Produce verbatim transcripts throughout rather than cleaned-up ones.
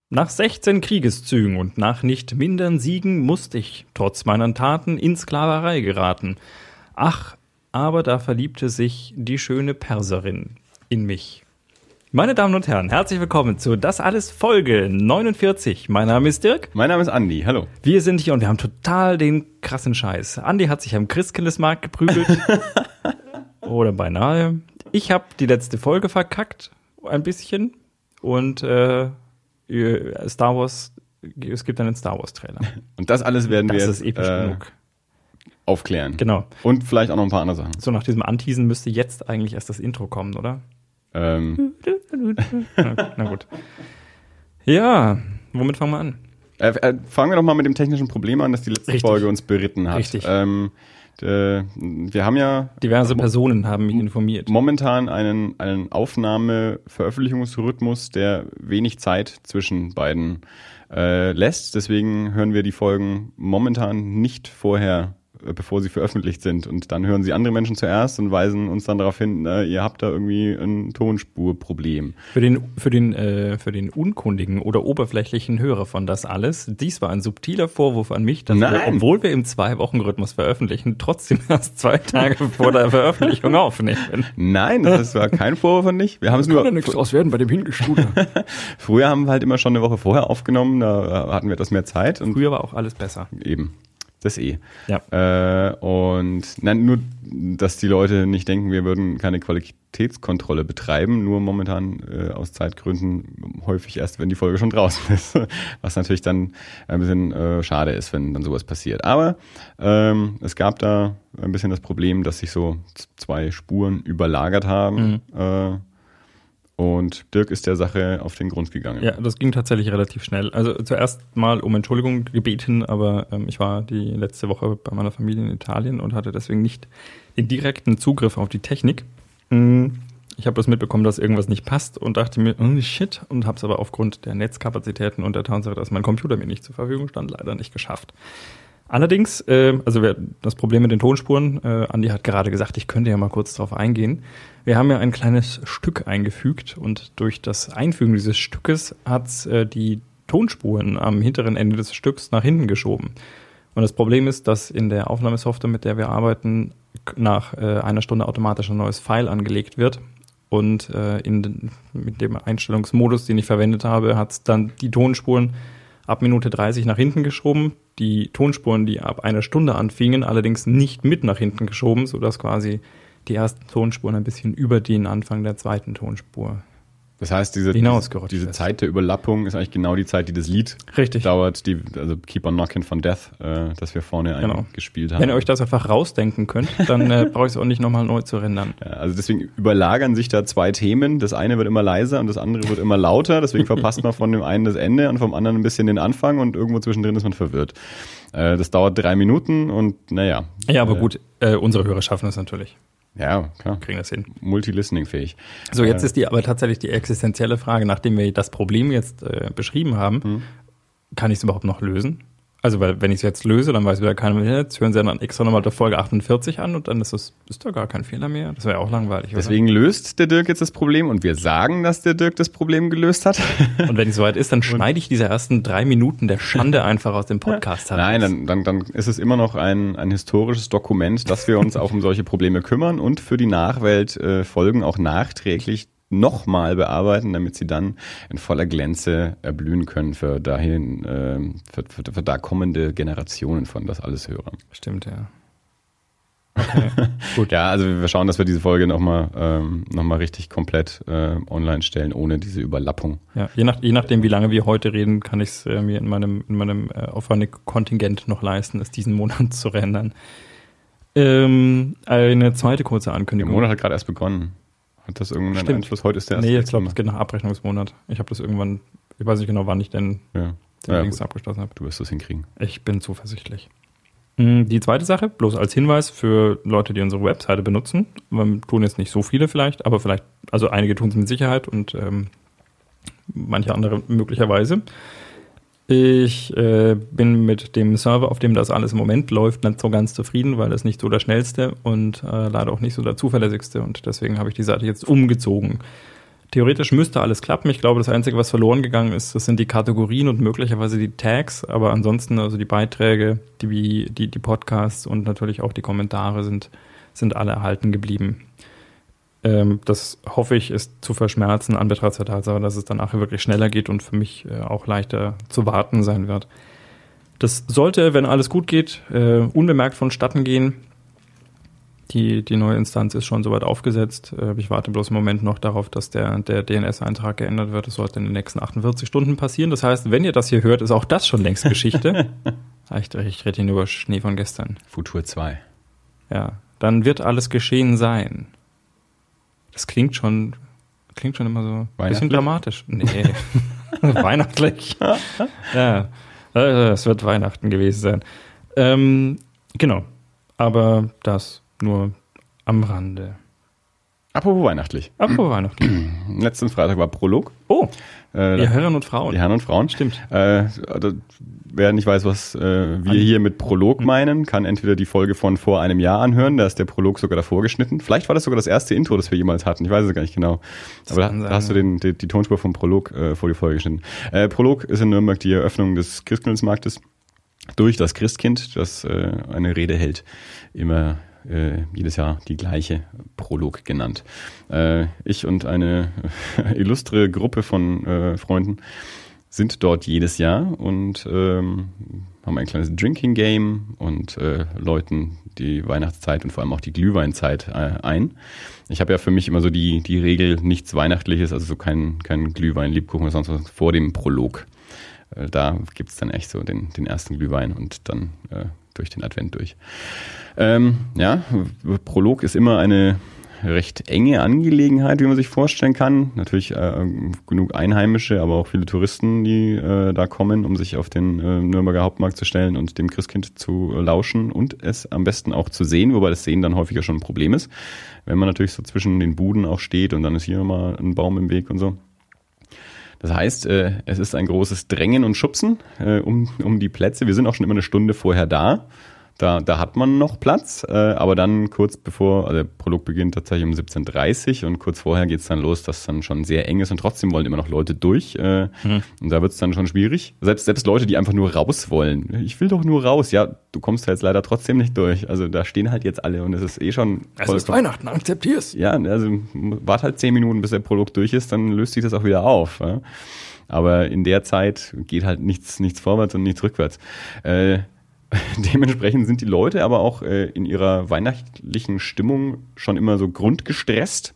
Nach sechzehn Kriegeszügen und nach nicht mindern Siegen musste ich, trotz meiner Taten, in Sklaverei geraten. Ach, aber da verliebte sich die schöne Perserin in mich. Meine Damen und Herren, herzlich willkommen zu Das Alles Folge neunundvierzig. Mein Name ist Dirk. Mein Name ist Andi, hallo. Wir sind hier und wir haben total den krassen Scheiß. Andi hat sich am Christkindlesmarkt geprügelt. Oder beinahe. Ich habe die letzte Folge verkackt, ein bisschen. Und äh, Star Wars, es gibt einen Star Wars Trailer. Und das alles werden das wir ist jetzt episch äh, genug. aufklären. Genau. Und vielleicht auch noch ein paar andere Sachen. So nach diesem Anteasen müsste jetzt eigentlich erst das Intro kommen, oder? Ähm. na, na gut. Ja, womit fangen wir an? Äh, äh, fangen wir doch mal mit dem technischen Problem an, das die letzte Richtig. Folge uns beritten hat. Richtig. Ähm, äh, wir haben ja Diverse Personen haben mich informiert. momentan einen, einen Aufnahme-Veröffentlichungsrhythmus, der wenig Zeit zwischen beiden äh, lässt. Deswegen hören wir die Folgen momentan nicht vorher, äh, bevor sie veröffentlicht sind. Und dann hören sie andere Menschen zuerst und weisen uns dann darauf hin, äh, ihr habt da irgendwie ein Tonspurproblem. Für den, für den, äh, für den unkundigen oder oberflächlichen Hörer von das alles, dies war ein subtiler Vorwurf an mich, dass Nein. wir, obwohl wir im Zwei-Wochen-Rhythmus veröffentlichen, trotzdem erst zwei Tage vor der Veröffentlichung aufnehmen. Nein, das war kein Vorwurf von dich. Wir haben es nur. Kann ja nichts draus werden bei dem Hingestuder. Früher haben wir halt immer schon eine Woche vorher aufgenommen, da hatten wir etwas mehr Zeit. Und Früher war auch alles besser. eben. Das eh. Ja. Äh, und nein, nur, dass die Leute nicht denken, wir würden keine Qualitätskontrolle betreiben, nur momentan äh, aus Zeitgründen häufig erst, wenn die Folge schon draußen ist. Was natürlich dann ein bisschen äh, schade ist, wenn dann sowas passiert. Aber ähm, es gab da ein bisschen das Problem, dass sich so z- zwei Spuren überlagert haben. Mhm. Äh, Und Dirk ist der Sache auf den Grund gegangen. Ja, das ging tatsächlich relativ schnell. Also zuerst mal um Entschuldigung gebeten, aber ähm, ich war die letzte Woche bei meiner Familie in Italien und hatte deswegen nicht den direkten Zugriff auf die Technik. Ich habe das mitbekommen, dass irgendwas nicht passt und dachte mir, oh shit, und habe es aber aufgrund der Netzkapazitäten und der Tatsache, dass mein Computer mir nicht zur Verfügung stand, leider nicht geschafft. Allerdings, äh, also wir, das Problem mit den Tonspuren, äh, Andi hat gerade gesagt, ich könnte ja mal kurz drauf eingehen. Wir haben ja ein kleines Stück eingefügt und durch das Einfügen dieses Stückes hat äh, die Tonspuren am hinteren Ende des Stücks nach hinten geschoben. Und das Problem ist, dass in der Aufnahmesoftware, mit der wir arbeiten, nach äh, einer Stunde automatisch ein neues File angelegt wird. Und äh, in den, mit dem Einstellungsmodus, den ich verwendet habe, hat es dann die Tonspuren ab Minute dreißig nach hinten geschoben. Die Tonspuren, die ab einer Stunde anfingen, allerdings nicht mit nach hinten geschoben, sodass quasi die ersten Tonspuren ein bisschen über den Anfang der zweiten Tonspur Das heißt, diese, hinausgerutscht diese ist. Zeit der Überlappung ist eigentlich genau die Zeit, die das Lied Richtig. dauert, die, also Keep on Knockin' von Death, äh, das wir vorne Genau. gespielt haben. Wenn ihr euch das einfach rausdenken könnt, dann äh, brauche ich es auch nicht nochmal neu zu rendern. Ja, also deswegen überlagern sich da zwei Themen. Das eine wird immer leiser und das andere wird immer lauter. Deswegen verpasst man von dem einen das Ende und vom anderen ein bisschen den Anfang und irgendwo zwischendrin ist man verwirrt. Äh, das dauert drei Minuten und naja. Ja, aber äh, gut, äh, unsere Hörer schaffen das natürlich. Ja, klar. Kriegen das hin. Multilistening-fähig. So, jetzt äh, ist die aber tatsächlich die existenzielle Frage, nachdem wir das Problem jetzt äh, beschrieben haben, Mhm. kann ich es überhaupt noch lösen? Also, weil wenn ich es jetzt löse, dann weiß wieder keiner mehr, jetzt hören sie dann extra nochmal der Folge achtundvierzig an und dann ist das, ist da gar kein Fehler mehr. Das wäre ja auch langweilig, oder? Deswegen löst der Dirk jetzt das Problem und wir sagen, dass der Dirk das Problem gelöst hat. Und wenn es soweit ist, dann schneide ich diese ersten drei Minuten der Schande einfach aus dem Podcast heraus. Nein, dann, dann, dann ist es immer noch ein, ein historisches Dokument, dass wir uns auch um solche Probleme kümmern und für die Nachwelt äh, Folgen auch nachträglich nochmal bearbeiten, damit sie dann in voller Glänze erblühen können für dahin, äh, für, für, für da kommende Generationen von das alles Hörern. Stimmt, ja. Okay, gut. Ja, also wir schauen, dass wir diese Folge nochmal ähm, noch mal richtig komplett äh, online stellen, ohne diese Überlappung. Ja, je, nach, je nachdem, wie lange wir heute reden, kann ich es äh, mir in meinem, in meinem äh, aufwendigen Kontingent noch leisten, es diesen Monat zu rendern. Ähm, eine zweite kurze Der Ankündigung. Monat hat gerade erst begonnen. Hat das irgendeinen Stimmt. Einfluss? Heute ist der erste. Nee, ich glaube, es geht nach Abrechnungsmonat. Ich habe das irgendwann, ich weiß nicht genau, wann ich denn Ja, den ja, Dings gut. abgeschlossen habe. Du wirst das hinkriegen. Ich bin zuversichtlich. Die zweite Sache, bloß als Hinweis für Leute, die unsere Webseite benutzen, ähm, tun jetzt nicht so viele vielleicht, aber vielleicht, also einige tun es mit Sicherheit und ähm, manche andere möglicherweise. Ich äh, bin mit dem Server, auf dem das alles im Moment läuft, nicht so ganz zufrieden, weil das nicht so der schnellste und äh, leider auch nicht so der zuverlässigste und deswegen habe ich die Seite jetzt umgezogen. theoretisch müsste alles klappen. Ich glaube, das Einzige, was verloren gegangen ist, das sind die Kategorien und möglicherweise die Tags. Aber ansonsten, also die Beiträge, die, die, die Podcasts und natürlich auch die Kommentare sind, sind alle erhalten geblieben. Ähm, das hoffe ich, ist zu verschmerzen, an Betracht der Tatsache, dass es danach wirklich schneller geht und für mich äh, auch leichter zu warten sein wird. Das sollte, wenn alles gut geht, äh, unbemerkt vonstatten gehen. Die, die neue Instanz ist schon soweit aufgesetzt. Äh, ich warte bloß im Moment noch darauf, dass der, der D N S-Eintrag geändert wird. Das sollte in den nächsten achtundvierzig Stunden passieren. Das heißt, wenn ihr das hier hört, ist auch das schon längst Geschichte. ich, ich rede hier nur über Schnee von gestern. Futur zwei. Ja, dann wird alles geschehen sein. Das klingt schon, klingt schon immer so ein bisschen dramatisch. Nee, weihnachtlich. Ja, es wird Weihnachten gewesen sein. Ähm, genau, aber das nur am Rande. Apropos weihnachtlich. Apropos weihnachtlich. Letzten Freitag war Prolog. Oh, äh, die Herren und Frauen. Die Herren und Frauen. Stimmt. Äh, also, wer nicht weiß, was äh, wir hier mit Prolog meinen, kann entweder die Folge von vor einem Jahr anhören, da ist der Prolog sogar davor geschnitten. Vielleicht war das sogar das erste Intro, das wir jemals hatten, ich weiß es gar nicht genau. Aber da, da hast du den, die, die Tonspur vom Prolog äh, vor die Folge geschnitten. Äh, Prolog ist in Nürnberg die Eröffnung des Christkindlesmarktes durch das Christkind, das äh, eine Rede hält, immer äh, jedes Jahr die gleiche, Prolog genannt. Äh, ich und eine illustre Gruppe von äh, Freunden sind dort jedes Jahr und ähm, haben ein kleines Drinking-Game und äh, läuten die Weihnachtszeit und vor allem auch die Glühweinzeit äh, ein. Ich habe ja für mich immer so die, die Regel, nichts Weihnachtliches, also so kein, kein Glühwein, Liebkuchen oder sonst was vor dem Prolog. Äh, da gibt's dann echt so den, den ersten Glühwein und dann äh, durch den Advent durch. Ähm, ja, Prolog ist immer eine recht enge Angelegenheit, wie man sich vorstellen kann. Natürlich äh, genug Einheimische, aber auch viele Touristen, die äh, da kommen, um sich auf den äh, Nürnberger Hauptmarkt zu stellen und dem Christkind zu äh, lauschen und es am besten auch zu sehen, wobei das Sehen dann häufiger schon ein Problem ist. Wenn man natürlich so zwischen den Buden auch steht und dann ist hier mal ein Baum im Weg und so. Das heißt, äh, es ist ein großes Drängen und Schubsen äh, um, um die Plätze. Wir sind auch schon immer eine Stunde vorher da. Da, da hat man noch Platz, äh, aber dann kurz bevor, also der Prolog beginnt tatsächlich um siebzehn Uhr dreißig und kurz vorher geht's dann los, dass es dann schon sehr eng ist und trotzdem wollen immer noch Leute durch äh, mhm. und da wird's dann schon schwierig. Selbst, selbst Leute, die einfach nur raus wollen. Ich will doch nur raus. Ja, du kommst da jetzt leider trotzdem nicht durch. Also da stehen halt jetzt alle und es ist eh schon... Es ist Weihnachten, akzeptier's. Ja, also wart halt zehn Minuten, bis der Prolog durch ist, dann löst sich das auch wieder auf. Ja? Aber in der Zeit geht halt nichts, nichts vorwärts und nichts rückwärts. Äh, Dementsprechend sind die Leute aber auch äh, in ihrer weihnachtlichen Stimmung schon immer so grundgestresst.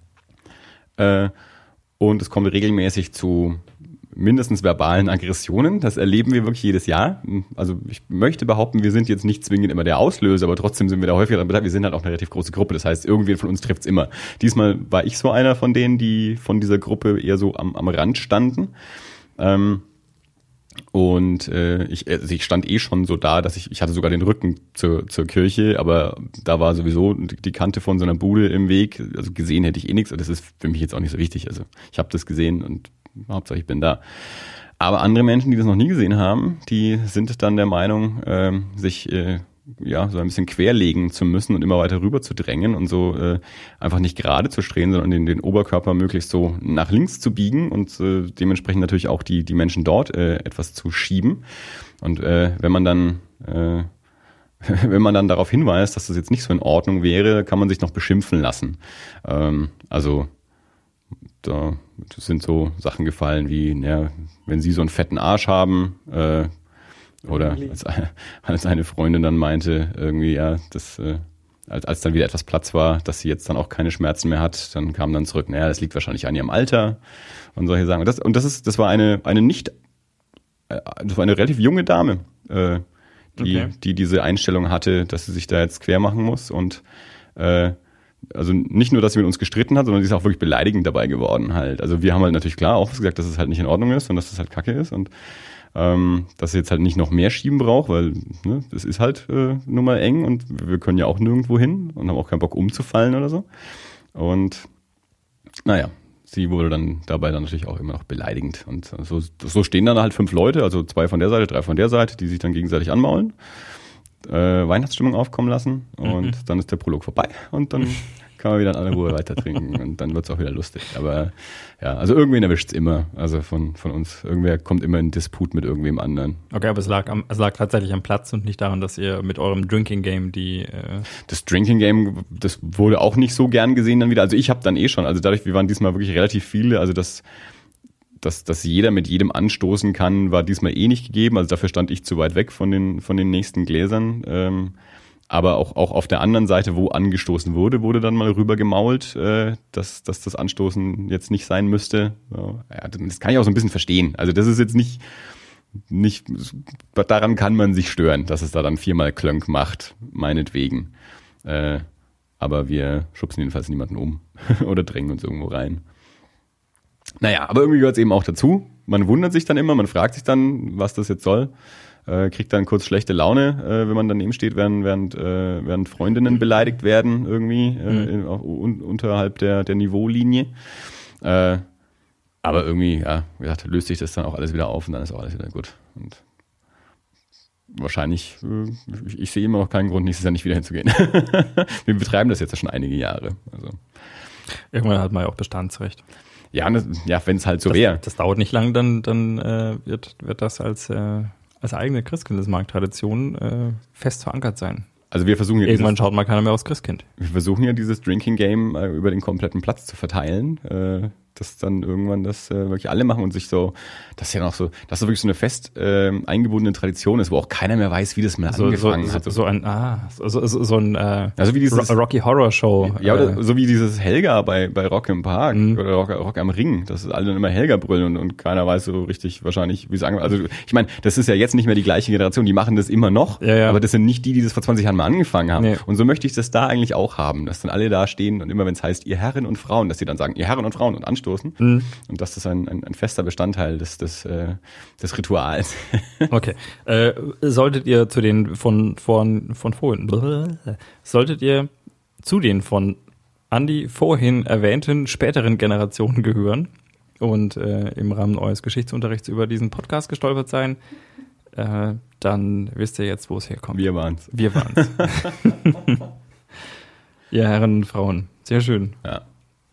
Äh, und es kommt regelmäßig zu mindestens verbalen Aggressionen. Das erleben wir wirklich jedes Jahr. Also ich möchte behaupten, wir sind jetzt nicht zwingend immer der Auslöser, aber trotzdem sind wir da häufiger dran beteiligt. Wir sind halt auch eine relativ große Gruppe. Das heißt, irgendwen von uns trifft's immer. Diesmal war ich so einer von denen, die von dieser Gruppe eher so am, am Rand standen. Ähm, Und äh, ich, also ich stand eh schon so da, dass ich, ich hatte sogar den Rücken zur, zur Kirche, aber da war sowieso die Kante von so einer Bude im Weg. Also gesehen hätte ich eh nichts, und das ist für mich jetzt auch nicht so wichtig. Also ich habe das gesehen und Hauptsache ich bin da. Aber andere Menschen, die das noch nie gesehen haben, die sind dann der Meinung, äh, sich äh, ja so ein bisschen querlegen zu müssen und immer weiter rüber zu drängen und so äh, einfach nicht gerade zu stehen, sondern den, den Oberkörper möglichst so nach links zu biegen und äh, dementsprechend natürlich auch die die Menschen dort äh, etwas zu schieben. Und äh, wenn man dann äh, wenn man dann darauf hinweist, dass das jetzt nicht so in Ordnung wäre, kann man sich noch beschimpfen lassen. Ähm, also da sind so Sachen gefallen wie, ja, wenn Sie so einen fetten Arsch haben, äh, oder als, als eine Freundin dann meinte, irgendwie, ja, das, äh, als, als dann wieder etwas Platz war, dass sie jetzt dann auch keine Schmerzen mehr hat, dann kam dann zurück, naja, das liegt wahrscheinlich an ihrem Alter und solche Sachen. Und das, und das ist, das war eine, eine nicht, äh, das war eine relativ junge Dame, äh, die, okay. die diese Einstellung hatte, dass sie sich da jetzt quer machen muss und, äh, also nicht nur, dass sie mit uns gestritten hat, sondern sie ist auch wirklich beleidigend dabei geworden halt. Also wir haben halt natürlich klar auch gesagt, dass es halt nicht in Ordnung ist und dass das halt Kacke ist und ähm, dass sie jetzt halt nicht noch mehr schieben braucht, weil ne, das ist halt äh, nur mal eng und wir können ja auch nirgendwo hin und haben auch keinen Bock umzufallen oder so. Und naja, sie wurde dann dabei dann natürlich auch immer noch beleidigend. Und so, so stehen dann halt fünf Leute, also zwei von der Seite, drei von der Seite, die sich dann gegenseitig anmaulen. Äh, Weihnachtsstimmung aufkommen lassen und mhm. dann ist der Prolog vorbei und dann kann man wieder in aller Ruhe weiter trinken und dann wird's auch wieder lustig. Aber ja, also irgendwen erwischt's immer, also von, von uns. Irgendwer kommt immer in Disput mit irgendwem anderen. Okay, aber es lag, am, es lag tatsächlich am Platz und nicht daran, dass ihr mit eurem Drinking Game die... Äh Das Drinking Game, das wurde auch nicht so gern gesehen dann wieder. Also ich habe dann eh schon, also dadurch, wir waren diesmal wirklich relativ viele, also das... Dass, dass jeder mit jedem anstoßen kann, war diesmal eh nicht gegeben. Also dafür stand ich zu weit weg von den, von den nächsten Gläsern. Ähm, aber auch, auch auf der anderen Seite, wo angestoßen wurde, wurde dann mal rüber gemault, äh, dass, dass das Anstoßen jetzt nicht sein müsste. Ja, das kann ich auch so ein bisschen verstehen. Also das ist jetzt nicht, nicht, daran kann man sich stören, dass es da dann viermal Klönk macht, meinetwegen. Äh, aber wir schubsen jedenfalls niemanden um oder drängen uns irgendwo rein. Naja, aber irgendwie gehört es eben auch dazu. Man wundert sich dann immer, man fragt sich dann, was das jetzt soll. Äh, kriegt dann kurz schlechte Laune, äh, wenn man daneben steht, während, während, äh, während Freundinnen beleidigt werden irgendwie äh, mhm. auch un- unterhalb der, der Niveaulinie. Äh, aber irgendwie, ja, wie gesagt, löst sich das dann auch alles wieder auf und dann ist auch alles wieder gut. Und wahrscheinlich, äh, ich, ich sehe immer noch keinen Grund, nächstes Jahr nicht wieder hinzugehen. Wir betreiben das jetzt ja schon einige Jahre. Also. Irgendwann hat man ja auch Bestandsrecht. Ja, das, ja, wenn es halt so wäre. Das, das dauert nicht lang, dann, dann äh, wird, wird das als, äh, als eigene Christkindlesmarkt-Tradition äh, fest verankert sein. Also wir versuchen ja Irgendwann dieses, schaut mal keiner mehr aufs Christkind. Wir versuchen ja dieses Drinking Game äh, über den kompletten Platz zu verteilen, äh, dass dann irgendwann das äh, wirklich alle machen und sich so, das ist ja noch so, dass das wirklich so eine fest äh, eingebundene Tradition ist, wo auch keiner mehr weiß, wie das mal so, angefangen so, hat. So, so ein, ah, so, so, so ein äh, also wie dieses, Rocky Horror Show. Ja, oder äh, so wie dieses Helga bei, bei Rock im Park mhm. oder Rock, Rock am Ring, dass alle dann immer Helga brüllen und, und keiner weiß so richtig wahrscheinlich, wie es angefangen hat. Also ich meine, das ist ja jetzt nicht mehr die gleiche Generation, die machen das immer noch, ja, ja. aber das sind nicht die, die das vor zwanzig Jahren mal angefangen haben. Nee. Und so möchte ich das da eigentlich auch haben, dass dann alle da stehen und immer wenn es heißt, ihr Herren und Frauen, dass sie dann sagen, ihr Herren und Frauen und anstoßen. Mhm. Und dass das ein, ein, ein fester Bestandteil des, des, äh, des Rituals. Okay. Äh, solltet ihr zu den von, von, von vorhin, solltet ihr zu den von Andi vorhin erwähnten späteren Generationen gehören und äh, im Rahmen eures Geschichtsunterrichts über diesen Podcast gestolpert sein, äh, dann wisst ihr jetzt, wo es herkommt. Wir waren's. Wir waren's. Ihr Herren und Frauen. Sehr schön. Ja.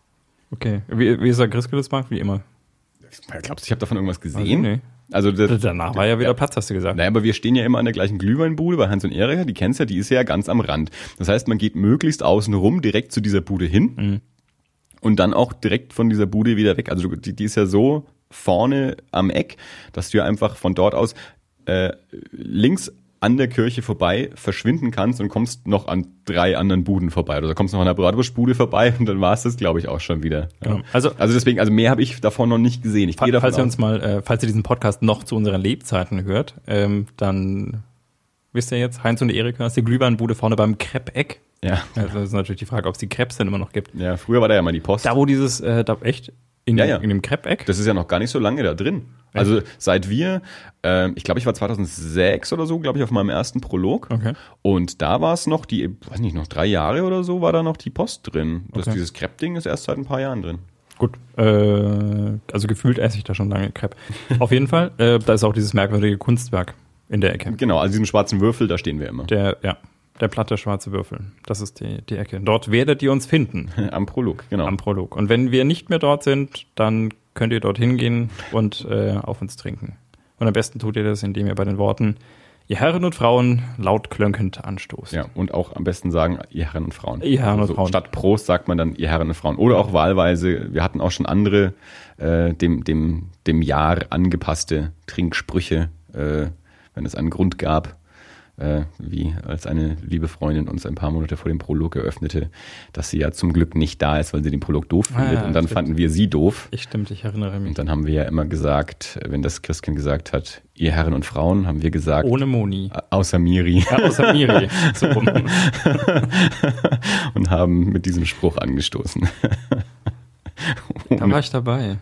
Okay. Wie, wie ist der Christkindlesmarkt? Wie immer. Glaubst du, ich habe davon irgendwas gesehen? Also, nee. Also das, danach war ja wieder ja, Platz, hast du gesagt. Naja, aber wir stehen ja immer an der gleichen Glühweinbude bei Hans und Erika, die kennst ja, die ist ja ganz am Rand. Das heißt, man geht möglichst außen rum direkt zu dieser Bude hin mhm. und dann auch direkt von dieser Bude wieder weg. Also die, die ist ja so vorne am Eck, dass du ja einfach von dort aus äh, links an der Kirche vorbei verschwinden kannst und kommst noch an drei anderen Buden vorbei. Oder kommst noch an der Bratwurstbude vorbei und dann war es das, glaube ich, auch schon wieder. Ja. Genau. Also, also deswegen, also mehr habe ich davon noch nicht gesehen. Ich fa- gehe davon falls ihr aus. uns mal, äh, falls ihr diesen Podcast noch zu unseren Lebzeiten hört, ähm, dann wisst ihr jetzt, Heinz und Erika ist die Glühweinbude vorne beim Crepe-Eck. Ja. Also das ist natürlich die Frage, ob es die Crepes denn immer noch gibt. Ja, früher war da ja mal die Post. Da wo dieses, äh, da echt in, ja, ja. in dem Crepe-Eck? Das ist ja noch gar nicht so lange da drin. Also seit wir, ähm, ich glaube, ich war zweitausendsechs oder so, glaube ich, auf meinem ersten Prolog. Okay. Und da war es noch die, weiß nicht, noch drei Jahre oder so, war da noch die Post drin. Das, okay. Dieses Crepe-Ding ist erst seit ein paar Jahren drin. Gut, äh, also gefühlt esse ich da schon lange Crepe. Auf jeden Fall, äh, da ist auch dieses merkwürdige Kunstwerk in der Ecke. Genau, also diesem schwarzen Würfel, da stehen wir immer. Der, ja, der platte schwarze Würfel. Das ist die, die Ecke. Dort werdet ihr uns finden. Am Prolog, genau. Am Prolog. Und wenn wir nicht mehr dort sind, dann könnt ihr dorthin gehen und äh, auf uns trinken. Und am besten tut ihr das, indem ihr bei den Worten ihr Herren und Frauen laut klönkend anstoßt. Ja, und auch am besten sagen, ihr Herren und Frauen. Ihr Herren also und Frauen. Statt Prost sagt man dann ihr Herren und Frauen. Oder auch wahlweise, wir hatten auch schon andere äh, dem, dem, dem Jahr angepasste Trinksprüche, äh, wenn es einen Grund gab. Äh, wie als eine liebe Freundin uns ein paar Monate vor dem Prolog eröffnete, dass sie ja zum Glück nicht da ist, weil sie den Prolog doof Ah, findet. ja, und dann stimmt. fanden wir sie doof. Ich stimmt, ich erinnere mich. Und dann haben wir ja immer gesagt, wenn das Christkind gesagt hat, ihr Herren und Frauen, haben wir gesagt, Ohne Moni. außer Miri. Ja, außer Miri. So rum. Und haben mit diesem Spruch angestoßen. Da war ich dabei.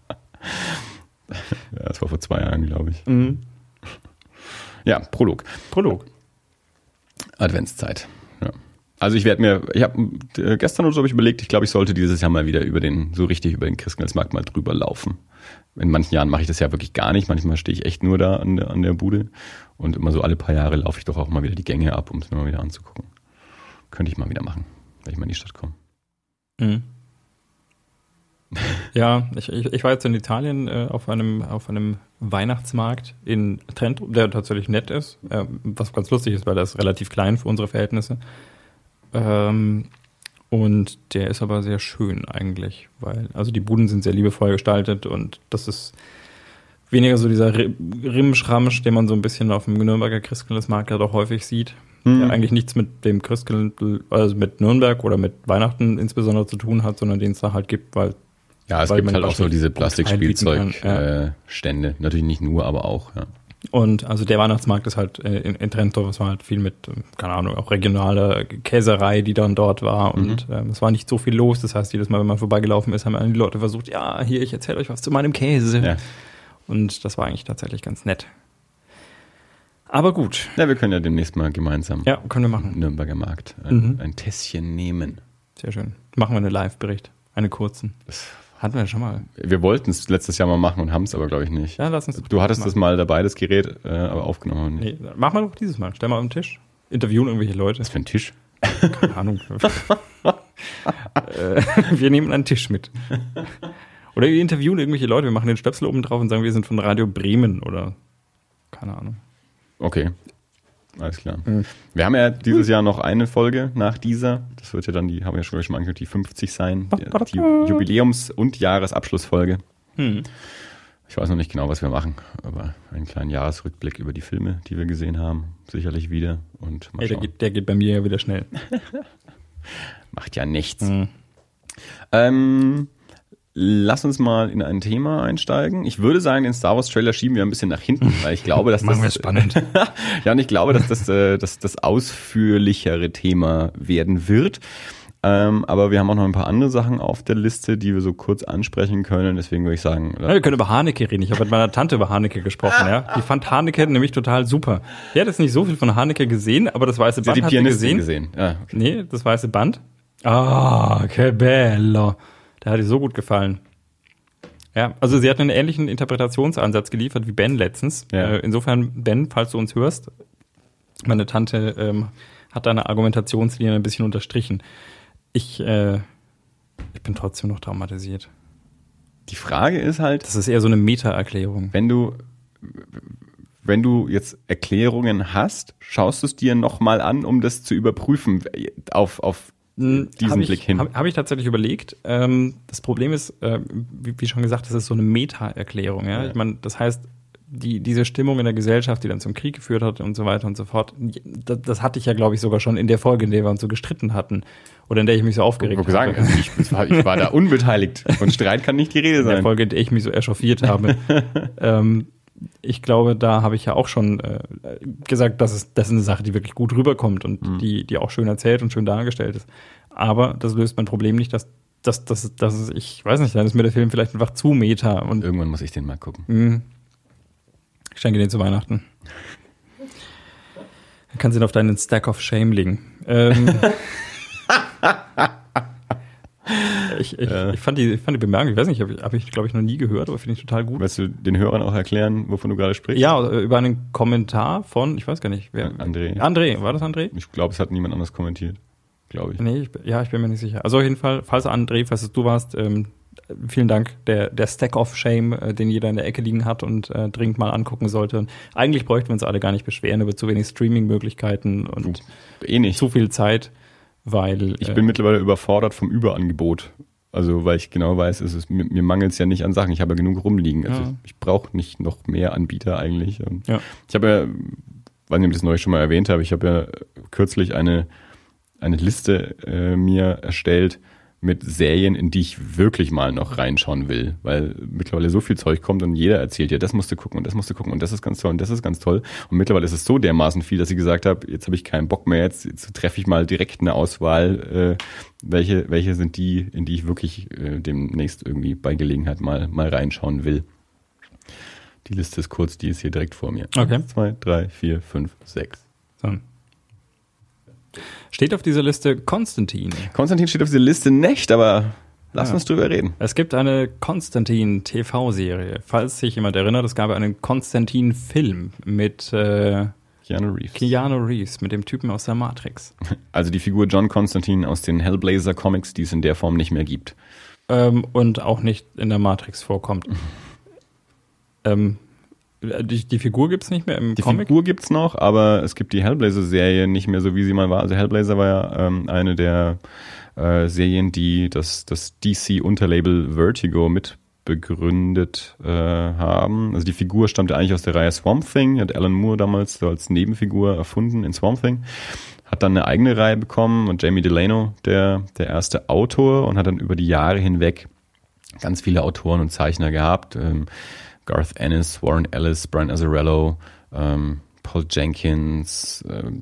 Ja, das war vor zwei Jahren, glaube ich. Mhm. Ja, Prolog. Prolog. Adventszeit. Ja. Also ich werde mir, ich habe äh, gestern oder so habe ich überlegt, ich glaube, ich sollte dieses Jahr mal wieder über den, so richtig über den Christkindlesmarkt mal drüber laufen. In manchen Jahren mache ich das ja wirklich gar nicht. Manchmal stehe ich echt nur da an der, an der Bude. Und immer so alle paar Jahre laufe ich doch auch mal wieder die Gänge ab, um es mir mal wieder anzugucken. Könnte ich mal wieder machen, wenn ich mal in die Stadt komme. Mhm. Ja, ich, ich, ich war jetzt in Italien äh, auf einem auf einem Weihnachtsmarkt in Trento, der tatsächlich nett ist, äh, was ganz lustig ist, weil der ist relativ klein für unsere Verhältnisse. Ähm, und der ist aber sehr schön eigentlich, weil also die Buden sind sehr liebevoll gestaltet und das ist weniger so dieser Rimschramsch, den man so ein bisschen auf dem Nürnberger Christkindlesmarkt ja doch häufig sieht. Mhm. Der eigentlich nichts mit dem Christkindl, also mit Nürnberg oder mit Weihnachten insbesondere zu tun hat, sondern den es da halt gibt, weil ja, es weil gibt halt auch so diese Plastikspielzeugstände. Ja. Äh, Natürlich nicht nur, aber auch, ja. Und also der Weihnachtsmarkt ist halt äh, in, in Trento, es war halt viel mit, keine Ahnung, auch regionale Käserei, die dann dort war. Und mhm. ähm, es war nicht so viel los. Das heißt, jedes Mal, wenn man vorbeigelaufen ist, haben die Leute versucht, ja, hier, ich erzähle euch was zu meinem Käse. Ja. Und das war eigentlich tatsächlich ganz nett. Aber gut. Ja, wir können ja demnächst mal gemeinsam ja, können wir machen. Nürnberger Markt ein, mhm. ein Tässchen nehmen. Sehr schön. Machen wir einen Live-Bericht, einen kurzen. Das hatten wir schon mal. Wir wollten es letztes Jahr mal machen und haben es aber, glaube ich, nicht. Ja, lass uns du hattest das mal dabei, das Gerät, äh, aber aufgenommen. Nee, machen wir doch dieses Mal. Stell mal auf den Tisch. Interviewen irgendwelche Leute. Was für ein Tisch? Keine Ahnung. äh, wir nehmen einen Tisch mit. Oder wir interviewen irgendwelche Leute. Wir machen den Stöpsel oben drauf und sagen, wir sind von Radio Bremen oder keine Ahnung. Okay. Alles klar. Mhm. Wir haben ja dieses Jahr noch eine Folge nach dieser. Das wird ja dann, die haben wir ja schon mal angekündigt, die fünfzig sein. Die, die Jubiläums- und Jahresabschlussfolge. Mhm. Ich weiß noch nicht genau, was wir machen, aber einen kleinen Jahresrückblick über die Filme, die wir gesehen haben, sicherlich wieder. Und mal Ey, der, geht, der geht bei mir ja wieder schnell. Macht ja nichts. Mhm. Ähm... Lass uns mal in ein Thema einsteigen. Ich würde sagen, den Star Wars Trailer schieben wir ein bisschen nach hinten, weil ich glaube, dass das, das spannend. ja, und ich glaube, dass das, äh, das das ausführlichere Thema werden wird. Ähm, aber wir haben auch noch ein paar andere Sachen auf der Liste, die wir so kurz ansprechen können. Deswegen würde ich sagen, ja, wir können über Haneke reden. Ich habe mit meiner Tante über Haneke gesprochen. Ja, die fand Haneke nämlich total super. Die hat jetzt nicht so viel von Haneke gesehen, aber das weiße Band die hat sie gesehen. gesehen. Ja, okay. Nee, das weiße Band. Ah, oh, che bello. Der hat ihr so gut gefallen. Ja, also sie hat einen ähnlichen Interpretationsansatz geliefert wie Ben letztens. Ja. Äh, insofern, Ben, falls du uns hörst, meine Tante ähm, hat deine Argumentationslinie ein bisschen unterstrichen. Ich, äh, ich bin trotzdem noch traumatisiert. Die Frage ist halt... Das ist eher so eine Meta-Erklärung. Wenn du, wenn du jetzt Erklärungen hast, schaust du es dir nochmal an, um das zu überprüfen auf... auf diesen hab Blick ich, hin. Habe hab ich tatsächlich überlegt. Ähm, das Problem ist, äh, wie, wie schon gesagt, das ist so eine Meta-Erklärung. Ja? Ja. Ich meine, das heißt, die, diese Stimmung in der Gesellschaft, die dann zum Krieg geführt hat und so weiter und so fort, das, das hatte ich ja, glaube ich, sogar schon in der Folge, in der wir uns so gestritten hatten oder in der ich mich so aufgeregt ich habe. Also ich, ich, war, ich war da unbeteiligt. Von Streit kann nicht die Rede sein. In der Folge, in der ich mich so echauffiert habe. ähm, ich glaube, da habe ich ja auch schon äh, gesagt, dass es, das ist eine Sache, die wirklich gut rüberkommt und mhm. die, die auch schön erzählt und schön dargestellt ist. Aber das löst mein Problem nicht, dass, dass, dass, dass ich weiß nicht, dann ist mir der Film vielleicht einfach zu meta. Und irgendwann muss ich den mal gucken. Mh, ich schenke den zu Weihnachten. Dann kannst du ihn auf deinen Stack of Shame legen. Ähm, Ich, ich, äh. ich, fand die, ich fand die Bemerkung, ich weiß nicht, habe ich, hab ich glaube ich, noch nie gehört, aber finde ich total gut. Willst du den Hörern auch erklären, wovon du gerade sprichst? Ja, über einen Kommentar von, ich weiß gar nicht, wer. André. André, war das André? Ich glaube, es hat niemand anders kommentiert, glaube ich. Nee, ich, ja, ich bin mir nicht sicher. Also auf jeden Fall, falls André, falls es du warst, ähm, vielen Dank. Der, der Stack of Shame, äh, den jeder in der Ecke liegen hat und äh, dringend mal angucken sollte. Und eigentlich bräuchten wir uns alle gar nicht beschweren über zu wenig Streaming-Möglichkeiten und du, eh nicht. zu viel Zeit, weil... Ich äh, bin mittlerweile überfordert vom Überangebot. Also, weil ich genau weiß, es ist, mir, mir mangelt es ja nicht an Sachen. Ich habe ja genug rumliegen. Also, ja. ich, ich brauche nicht noch mehr Anbieter eigentlich. Ja. Ich habe ja, weiß nicht, ob ich das neulich schon mal erwähnt habe, ich habe ja kürzlich eine, eine Liste äh, mir erstellt mit Serien, in die ich wirklich mal noch reinschauen will, weil mittlerweile so viel Zeug kommt und jeder erzählt ja, das musst du gucken und das musst du gucken und das ist ganz toll und das ist ganz toll. Und mittlerweile ist es so dermaßen viel, dass ich gesagt habe, jetzt habe ich keinen Bock mehr, jetzt, jetzt treffe ich mal direkt eine Auswahl, äh, welche, welche sind die, in die ich wirklich äh, demnächst irgendwie bei Gelegenheit mal, mal reinschauen will. Die Liste ist kurz, die ist hier direkt vor mir. Okay. Eins, zwei, drei, vier, fünf, sechs. So. Steht auf dieser Liste Konstantin. Konstantin steht auf dieser Liste nicht, aber lass ja. uns drüber reden. Es gibt eine Konstantin-T V-Serie. Falls sich jemand erinnert, es gab einen Konstantin-Film mit, äh, Keanu Reeves. Keanu Reeves mit dem Typen aus der Matrix. Also die Figur John Constantine aus den Hellblazer-Comics, die es in der Form nicht mehr gibt. Ähm, und auch nicht in der Matrix vorkommt. ähm, die, die Figur gibt's nicht mehr im die Comic? Die Figur gibt's noch, aber es gibt die Hellblazer-Serie nicht mehr so, wie sie mal war. Also Hellblazer war ja ähm, eine der äh, Serien, die das, das D C-Unterlabel Vertigo mit begründet äh, haben. Also die Figur stammte eigentlich aus der Reihe Swamp Thing, hat Alan Moore damals so als Nebenfigur erfunden in Swamp Thing, hat dann eine eigene Reihe bekommen und Jamie Delano, der der erste Autor, und hat dann über die Jahre hinweg ganz viele Autoren und Zeichner gehabt. Ähm, Garth Ennis, Warren Ellis, Brian Azzarello, ähm, Paul Jenkins, ähm,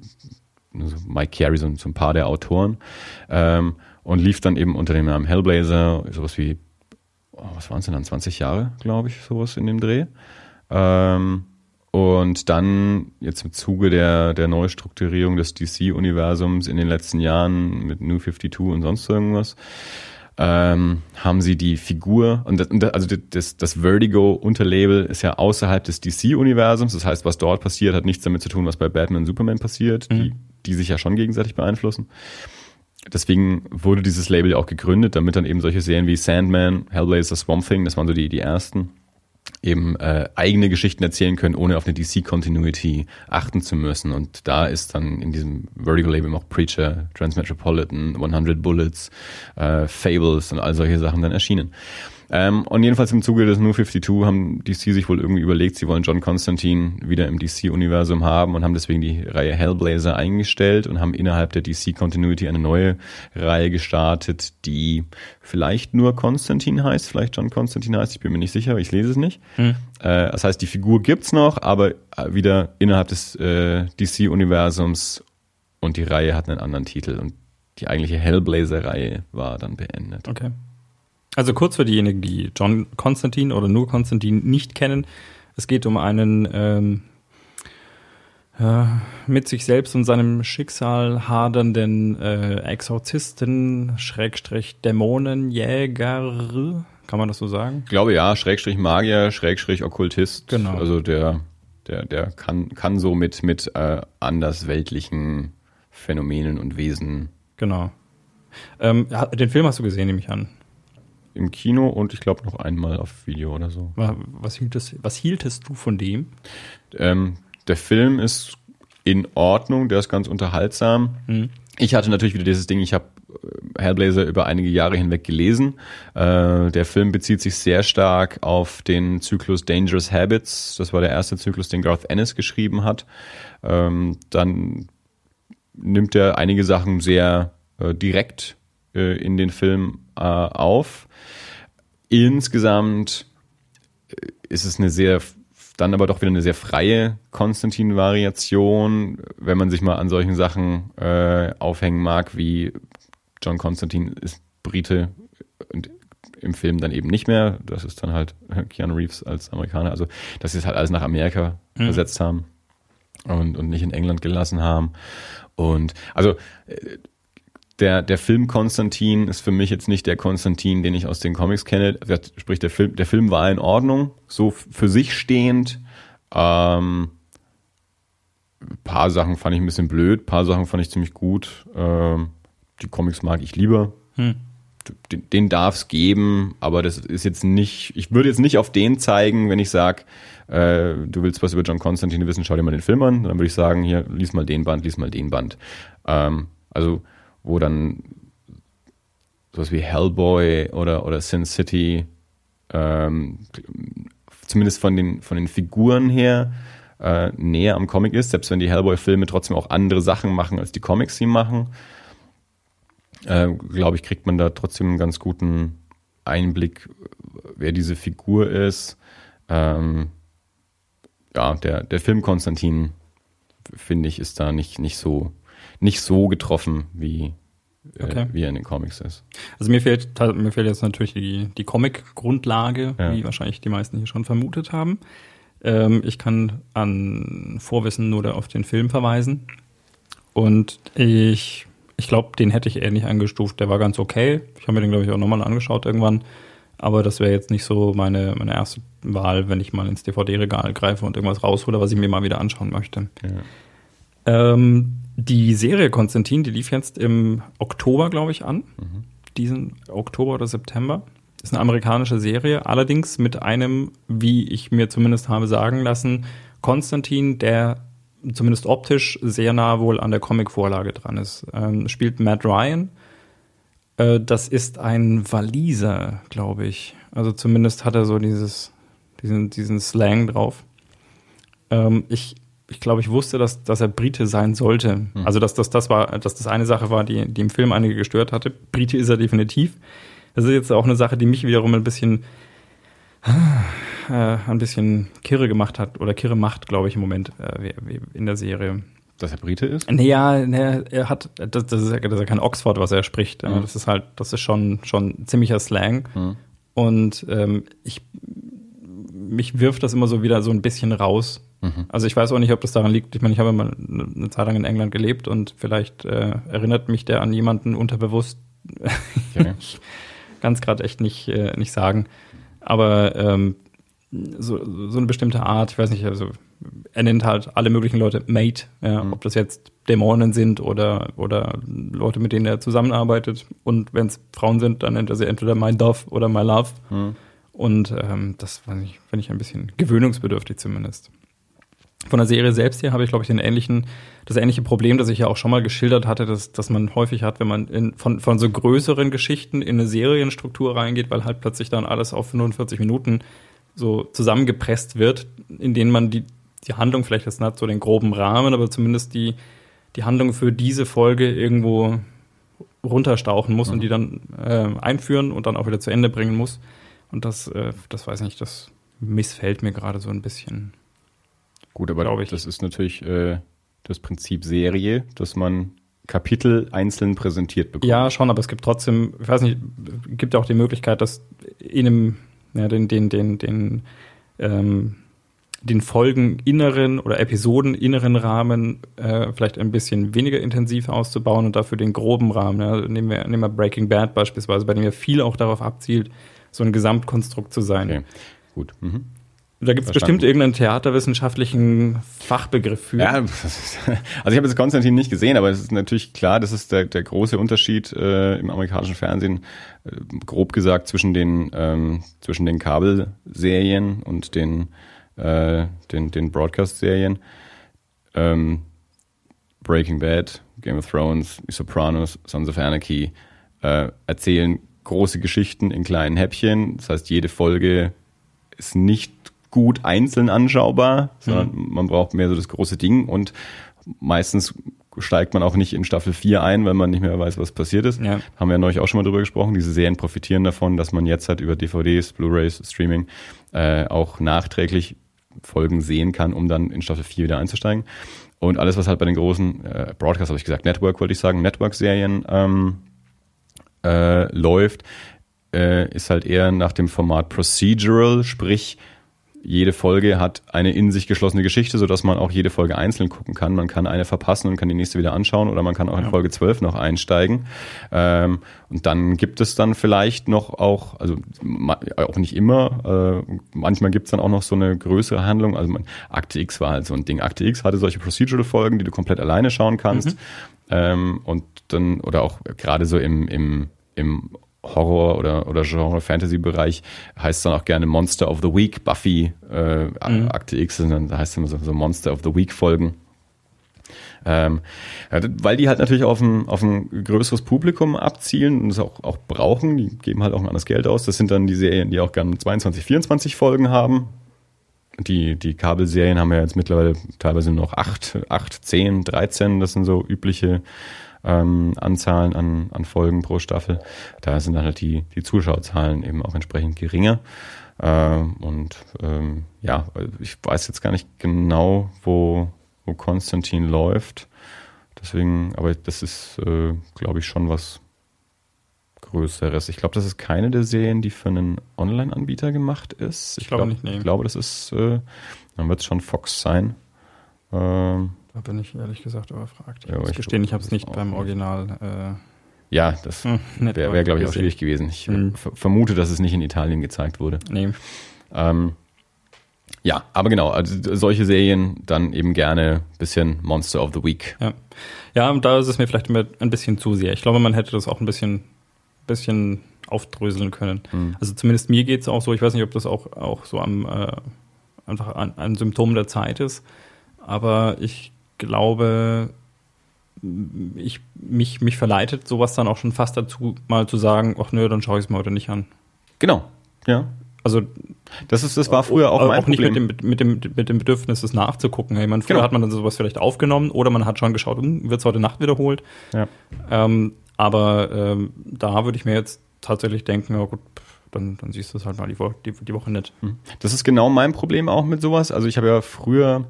Mike Carey, so, so ein paar der Autoren, ähm, und lief dann eben unter dem Namen Hellblazer, sowas wie Oh, was waren es denn dann, zwanzig Jahre, glaube ich, sowas in dem Dreh. Ähm, und dann jetzt im Zuge der, der Neustrukturierung des D C-Universums in den letzten Jahren mit New fifty-two und sonst irgendwas, ähm, haben sie die Figur, und das, also das, das Vertigo-Unterlabel ist ja außerhalb des D C-Universums, das heißt, was dort passiert, hat nichts damit zu tun, was bei Batman und Superman passiert, mhm. die, die sich ja schon gegenseitig beeinflussen. Deswegen wurde dieses Label ja auch gegründet, damit dann eben solche Serien wie Sandman, Hellblazer, Swamp Thing, das waren so die, die ersten, eben äh, eigene Geschichten erzählen können, ohne auf eine D C-Continuity achten zu müssen. Und da ist dann in diesem Vertigo-Label auch Preacher, Transmetropolitan, hundert Bullets, äh, Fables und all solche Sachen dann erschienen. Ähm, und jedenfalls im Zuge des New fifty-two haben D C sich wohl irgendwie überlegt, sie wollen John Constantine wieder im D C-Universum haben und haben deswegen die Reihe Hellblazer eingestellt und haben innerhalb der D C-Continuity eine neue Reihe gestartet, die vielleicht nur Constantine heißt, vielleicht John Constantine heißt, ich bin mir nicht sicher, ich lese es nicht. Hm. Äh, das heißt, die Figur gibt's noch, aber wieder innerhalb des äh, D C-Universums, und die Reihe hat einen anderen Titel und die eigentliche Hellblazer-Reihe war dann beendet. Okay. Also kurz für diejenigen, die John Constantine oder nur Constantine nicht kennen. Es geht um einen ähm, äh, mit sich selbst und seinem Schicksal hadernden äh, Exorzisten, Schrägstrich Dämonenjäger. Kann man das so sagen? Ich glaube ja, Schrägstrich Magier, Schrägstrich Okkultist. Genau. Also der, der, der kann, kann so mit, mit äh, andersweltlichen Phänomenen und Wesen. Genau. Ähm, den Film hast du gesehen, nehme ich an. Im Kino und ich glaube noch einmal auf Video oder so. Was hieltest, was hieltest du von dem? Ähm, der Film ist in Ordnung, der ist ganz unterhaltsam. Mhm. Ich hatte natürlich wieder dieses Ding, ich habe Hellblazer über einige Jahre hinweg gelesen. Äh, der Film bezieht sich sehr stark auf den Zyklus Dangerous Habits. Das war der erste Zyklus, den Garth Ennis geschrieben hat. Ähm, dann nimmt er einige Sachen sehr äh, direkt äh, in den Film äh, auf. Insgesamt ist es eine sehr, dann aber doch wieder eine sehr freie Constantine-Variation, wenn man sich mal an solchen Sachen äh, aufhängen mag, wie John Constantine ist Brite und im Film dann eben nicht mehr. Das ist dann halt Keanu Reeves als Amerikaner. Also, dass sie es halt alles nach Amerika mhm. versetzt haben und, und nicht in England gelassen haben. Und also Der, der Film Konstantin ist für mich jetzt nicht der Konstantin, den ich aus den Comics kenne. Sprich, der Film, der Film war in Ordnung, so für sich stehend. Ähm, ein paar Sachen fand ich ein bisschen blöd, ein paar Sachen fand ich ziemlich gut. Ähm, die Comics mag ich lieber. Hm. Den, den darf es geben, aber das ist jetzt nicht, ich würde jetzt nicht auf den zeigen, wenn ich sage, äh, du willst was über John Constantine wissen, schau dir mal den Film an. Dann würde ich sagen, hier, lies mal den Band, lies mal den Band. Ähm, also wo dann sowas wie Hellboy oder, oder Sin City ähm, zumindest von den, von den Figuren her äh, näher am Comic ist, selbst wenn die Hellboy-Filme trotzdem auch andere Sachen machen, als die Comics sie machen, äh, glaube ich, kriegt man da trotzdem einen ganz guten Einblick, wer diese Figur ist. Ähm, ja, der, der Film Konstantin, finde ich, ist da nicht, nicht so nicht so getroffen, wie, okay. äh, wie er in den Comics ist. Also mir fehlt mir fehlt jetzt natürlich die, die Comic-Grundlage, ja. wie wahrscheinlich die meisten hier schon vermutet haben. Ähm, ich kann an Vorwissen nur auf den Film verweisen. Und ich, ich glaube, den hätte ich eher nicht eingestuft. Der war ganz okay. Ich habe mir den, glaube ich, auch nochmal angeschaut irgendwann. Aber das wäre jetzt nicht so meine, meine erste Wahl, wenn ich mal ins D V D-Regal greife und irgendwas raushole, was ich mir mal wieder anschauen möchte. Ja. Ähm, die Serie Konstantin, die lief jetzt im Oktober, glaube ich, an. Mhm. Diesen Oktober oder September. Ist eine amerikanische Serie, allerdings mit einem, wie ich mir zumindest habe sagen lassen, Konstantin, der zumindest optisch sehr nah wohl an der Comic-Vorlage dran ist. Ähm, spielt Matt Ryan. Äh, das ist ein Waliser, glaube ich. Also zumindest hat er so dieses, diesen, diesen Slang drauf. Ähm, ich Ich glaube, ich wusste, dass, dass er Brite sein sollte. Mhm. Also, dass, dass, das war, dass das eine Sache war, die, die im Film einige gestört hatte. Brite ist er definitiv. Das ist jetzt auch eine Sache, die mich wiederum ein bisschen, äh, ein bisschen kirre gemacht hat. Oder kirre macht, glaube ich, im Moment äh, in der Serie. Dass er Brite ist? Naja, nee, er hat, das, das, ist ja, das ist ja kein Oxford, was er spricht. Mhm. Das ist halt, das ist schon, schon ziemlicher Slang. Mhm. Und ähm, ich, mich wirft das immer so wieder so ein bisschen raus. Also ich weiß auch nicht, ob das daran liegt. Ich meine, ich habe mal eine Zeit lang in England gelebt und vielleicht äh, erinnert mich der an jemanden unterbewusst. Okay. Ich kann es gerade echt nicht, äh, nicht sagen. Aber ähm, so, so eine bestimmte Art, ich weiß nicht, also er nennt halt alle möglichen Leute Mate, ja, mhm. ob das jetzt Dämonen sind oder, oder Leute, mit denen er zusammenarbeitet. Und wenn es Frauen sind, dann nennt er sie entweder My Dove oder My Love. Mhm. Und ähm, das finde ich, find ich ein bisschen gewöhnungsbedürftig zumindest. Von der Serie selbst hier habe ich, glaube ich, den ähnlichen, das ähnliche Problem, das ich ja auch schon mal geschildert hatte, dass, dass man häufig hat, wenn man in, von, von so größeren Geschichten in eine Serienstruktur reingeht, weil halt plötzlich dann alles auf fünfundvierzig Minuten so zusammengepresst wird, in denen man die, die Handlung, vielleicht jetzt nicht so den groben Rahmen, aber zumindest die, die Handlung für diese Folge irgendwo runterstauchen muss mhm. und die dann äh, einführen und dann auch wieder zu Ende bringen muss. Und das, äh, das weiß ich nicht, das missfällt mir gerade so ein bisschen. Gut, aber das ist natürlich äh, das Prinzip Serie, dass man Kapitel einzeln präsentiert bekommt. Ja, schon, aber es gibt trotzdem, ich weiß nicht, gibt ja auch die Möglichkeit, dass in einem, ja, den, den, den, den, ähm, den Folgen inneren oder Episoden inneren Rahmen äh, vielleicht ein bisschen weniger intensiv auszubauen und dafür den groben Rahmen. Ja, nehmen wir, nehmen wir Breaking Bad beispielsweise, bei dem ja viel auch darauf abzielt, so ein Gesamtkonstrukt zu sein. Okay, gut. Mhm. Da gibt es bestimmt irgendeinen theaterwissenschaftlichen Fachbegriff für. Ja, also ich habe jetzt Konstantin nicht gesehen, aber es ist natürlich klar, das ist der, der große Unterschied äh, im amerikanischen Fernsehen, äh, grob gesagt, zwischen den, ähm, zwischen den Kabelserien und den, äh, den, den Broadcast-Serien. Ähm, Breaking Bad, Game of Thrones, The Sopranos, Sons of Anarchy äh, erzählen große Geschichten in kleinen Häppchen. Das heißt, jede Folge ist nicht gut einzeln anschaubar, sondern mhm. man braucht mehr so das große Ding und meistens steigt man auch nicht in Staffel vier ein, weil man nicht mehr weiß, was passiert ist. Ja. Haben wir ja neulich auch schon mal drüber gesprochen. Diese Serien profitieren davon, dass man jetzt halt über D V Ds, Blu-rays, Streaming äh, auch nachträglich Folgen sehen kann, um dann in Staffel vier wieder einzusteigen. Und alles, was halt bei den großen äh, Broadcast, habe ich gesagt, Network wollte ich sagen, Network-Serien ähm, äh, läuft, äh, ist halt eher nach dem Format Procedural, sprich jede Folge hat eine in sich geschlossene Geschichte, sodass man auch jede Folge einzeln gucken kann. Man kann eine verpassen und kann die nächste wieder anschauen oder man kann auch in Folge zwölf noch einsteigen. Ähm, und dann gibt es dann vielleicht noch auch, also ma, auch nicht immer, äh, manchmal gibt es dann auch noch so eine größere Handlung. Also man, Akte X war halt so ein Ding. Akte X hatte solche Procedural-Folgen, die du komplett alleine schauen kannst. Mhm. Ähm, und dann, oder auch gerade so im, im, im Horror- oder, oder Genre-Fantasy-Bereich heißt es dann auch gerne Monster of the Week, Buffy, äh, mhm. Akte X, und dann heißt es immer so, so Monster of the Week-Folgen. Ähm, weil die halt natürlich auf ein, auf ein größeres Publikum abzielen und es auch, auch brauchen, die geben halt auch ein anderes Geld aus. Das sind dann die Serien, die auch gerne zweiundzwanzig, vierundzwanzig Folgen haben. Die, die Kabelserien haben ja jetzt mittlerweile teilweise nur noch acht, acht, zehn, dreizehn, das sind so übliche Ähm, Anzahlen an, an Folgen pro Staffel. Da sind dann halt die, die Zuschauerzahlen eben auch entsprechend geringer. Ähm, und ähm, ja, ich weiß jetzt gar nicht genau, wo, wo Konstantin läuft. Deswegen, aber das ist, äh, glaube ich, schon was Größeres. Ich glaube, das ist keine der Serien, die für einen Online-Anbieter gemacht ist. Ich, ich glaube glaub, nicht, nee. Ich glaube, das ist, äh, dann wird es schon Fox sein. Ähm, Da bin ich ehrlich gesagt überfragt. Ich ja, muss ich gestehen, ich habe es nicht beim Original. Äh, ja, das hm, wäre, wär, glaube ich, auch schwierig gewesen. Ich hm. ver- vermute, dass es nicht in Italien gezeigt wurde. Nee. Ähm, Ja, aber genau, also solche Serien dann eben gerne ein bisschen Monster of the Week. Ja. Ja, und da ist es mir vielleicht immer ein bisschen zu sehr. Ich glaube, man hätte das auch ein bisschen, bisschen aufdröseln können. Mhm. Also zumindest mir geht es auch so, ich weiß nicht, ob das auch, auch so am äh, einfach ein, ein Symptom der Zeit ist, aber ich glaube, ich, mich, mich verleitet sowas dann auch schon fast dazu, mal zu sagen, ach nö, dann schaue ich es mir heute nicht an. Genau, ja. Also das ist, das war früher auch, auch mein auch nicht Problem. mit dem, mit dem, mit dem Bedürfnis, das nachzugucken. Ich meine, früher genau. hat man dann sowas vielleicht aufgenommen oder man hat schon geschaut, hm, wird es heute Nacht wiederholt. Ja. Ähm, aber ähm, da würde ich mir jetzt tatsächlich denken, ja gut, dann, dann siehst du es halt mal die Woche, die, die Woche nicht. Das ist genau mein Problem auch mit sowas. Also ich habe ja früher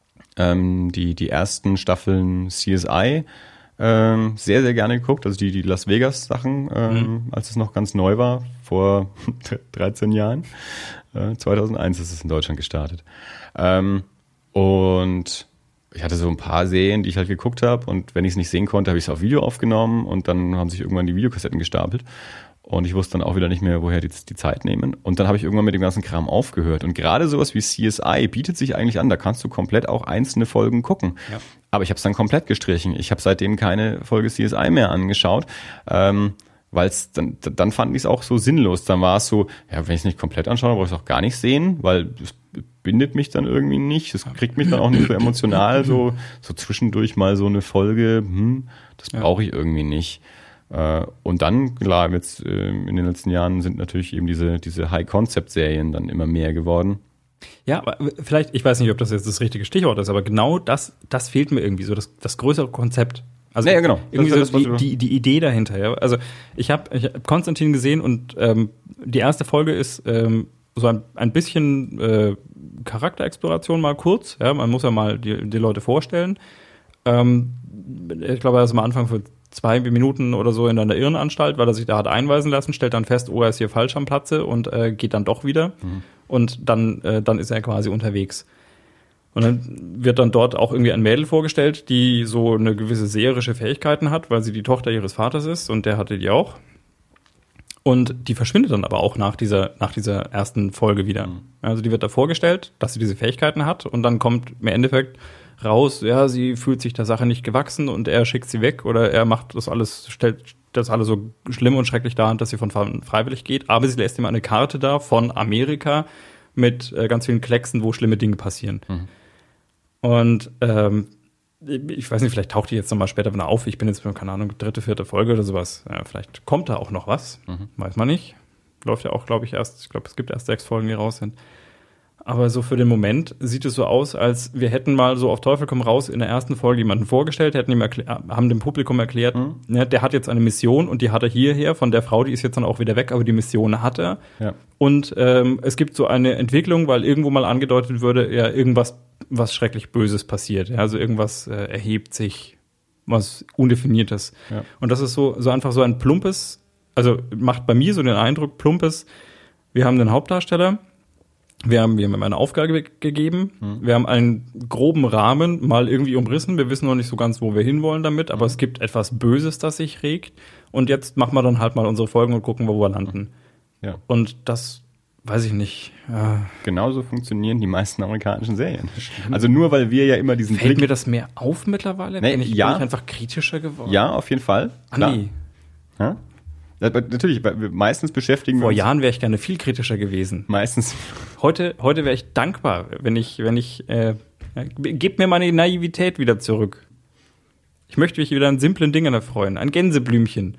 ähm, die, die ersten Staffeln C S I ähm, sehr, sehr gerne geguckt. Also die, die Las Vegas-Sachen, ähm, mhm. als es noch ganz neu war, vor dreizehn Jahren. Äh, zweitausendeins ist es in Deutschland gestartet. Ähm, und ich hatte so ein paar Serien, die ich halt geguckt habe. Und wenn ich es nicht sehen konnte, habe ich es auf Video aufgenommen. Und dann haben sich irgendwann die Videokassetten gestapelt. Und ich wusste dann auch wieder nicht mehr, woher die, die Zeit nehmen. Und dann habe ich irgendwann mit dem ganzen Kram aufgehört. Und gerade sowas wie C S I bietet sich eigentlich an. Da kannst du komplett auch einzelne Folgen gucken. Ja. Aber ich habe es dann komplett gestrichen. Ich habe seitdem keine Folge C S I mehr angeschaut. Ähm, weil es dann, dann fand ich es auch so sinnlos. Dann war es so, ja, wenn ich es nicht komplett anschaue, brauche ich es auch gar nicht sehen, weil es bindet mich dann irgendwie nicht. Es kriegt mich dann auch nicht so emotional. So, so zwischendurch mal so eine Folge, hm, das brauche ich irgendwie nicht. Und dann, klar, jetzt in den letzten Jahren sind natürlich eben diese, diese High-Concept-Serien dann immer mehr geworden. Ja, aber vielleicht, ich weiß nicht, ob das jetzt das richtige Stichwort ist, aber genau das, das fehlt mir irgendwie so, das, das größere Konzept. Also ja, ja, genau. Irgendwie das, so die, die, die Idee dahinter. Ja. Also ich habe ich hab Konstantin gesehen und ähm, die erste Folge ist ähm, so ein, ein bisschen äh, Charakterexploration mal kurz. Ja, man muss ja mal die, die Leute vorstellen. Ähm, ich glaube, er ist am Anfang für zwei Minuten oder so in einer Irrenanstalt, weil er sich da hat einweisen lassen, stellt dann fest, oh, er ist hier falsch am Platze und äh, geht dann doch wieder. Mhm. Und dann, äh, dann ist er quasi unterwegs. Und dann wird dann dort auch irgendwie ein Mädel vorgestellt, die so eine gewisse seherische Fähigkeiten hat, weil sie die Tochter ihres Vaters ist und der hatte die auch. Und die verschwindet dann aber auch nach dieser, nach dieser ersten Folge wieder. Mhm. Also die wird da vorgestellt, dass sie diese Fähigkeiten hat und dann kommt im Endeffekt raus, ja, sie fühlt sich der Sache nicht gewachsen und er schickt sie weg oder er macht das alles, stellt das alles so schlimm und schrecklich dar, dass sie von freiwillig geht, aber sie lässt ihm eine Karte da von Amerika mit äh, ganz vielen Klecksen, wo schlimme Dinge passieren. Mhm. Und ähm, ich weiß nicht, vielleicht taucht die jetzt nochmal später wieder auf. Ich bin jetzt, keine Ahnung, dritte, vierte Folge oder sowas. Ja, vielleicht kommt da auch noch was. Mhm. Weiß man nicht. Läuft ja auch, glaube ich, erst, ich glaube, es gibt erst sechs Folgen, die raus sind. Aber so für den Moment sieht es so aus, als wir hätten mal so auf Teufel komm raus in der ersten Folge jemanden vorgestellt, hätten ihm erklär, haben dem Publikum erklärt, mhm. ne, der hat jetzt eine Mission und die hat er hierher von der Frau, die ist jetzt dann auch wieder weg, aber die Mission hat er. Ja. Und ähm, es gibt so eine Entwicklung, weil irgendwo mal angedeutet würde, ja, irgendwas, was schrecklich Böses passiert. Ja, also irgendwas äh, erhebt sich, was Undefiniertes. Ja. Und das ist so, so einfach so ein plumpes, also macht bei mir so den Eindruck, plumpes, wir haben den Hauptdarsteller, Wir haben, wir haben ihm eine Aufgabe gegeben. Hm. Wir haben einen groben Rahmen mal irgendwie umrissen. Wir wissen noch nicht so ganz, wo wir hinwollen damit, aber hm. es gibt etwas Böses, das sich regt. Und jetzt machen wir dann halt mal unsere Folgen und gucken, wo wir landen. Ja. Und das weiß ich nicht. Ja. Genauso funktionieren die meisten amerikanischen Serien. Also nur, weil wir ja immer diesen Fällt Blick... mir das mehr auf mittlerweile? Nee, bin, ich, ja. bin ich einfach kritischer geworden? Ja, auf jeden Fall. Andi. Ja? Ja, natürlich, weil wir meistens beschäftigen wir Vor uns... Jahren wäre ich gerne viel kritischer gewesen. Meistens. Heute, heute wäre ich dankbar, wenn ich, wenn ich, äh, gebt mir meine Naivität wieder zurück. Ich möchte mich wieder an simplen Dingen erfreuen. Ein Gänseblümchen.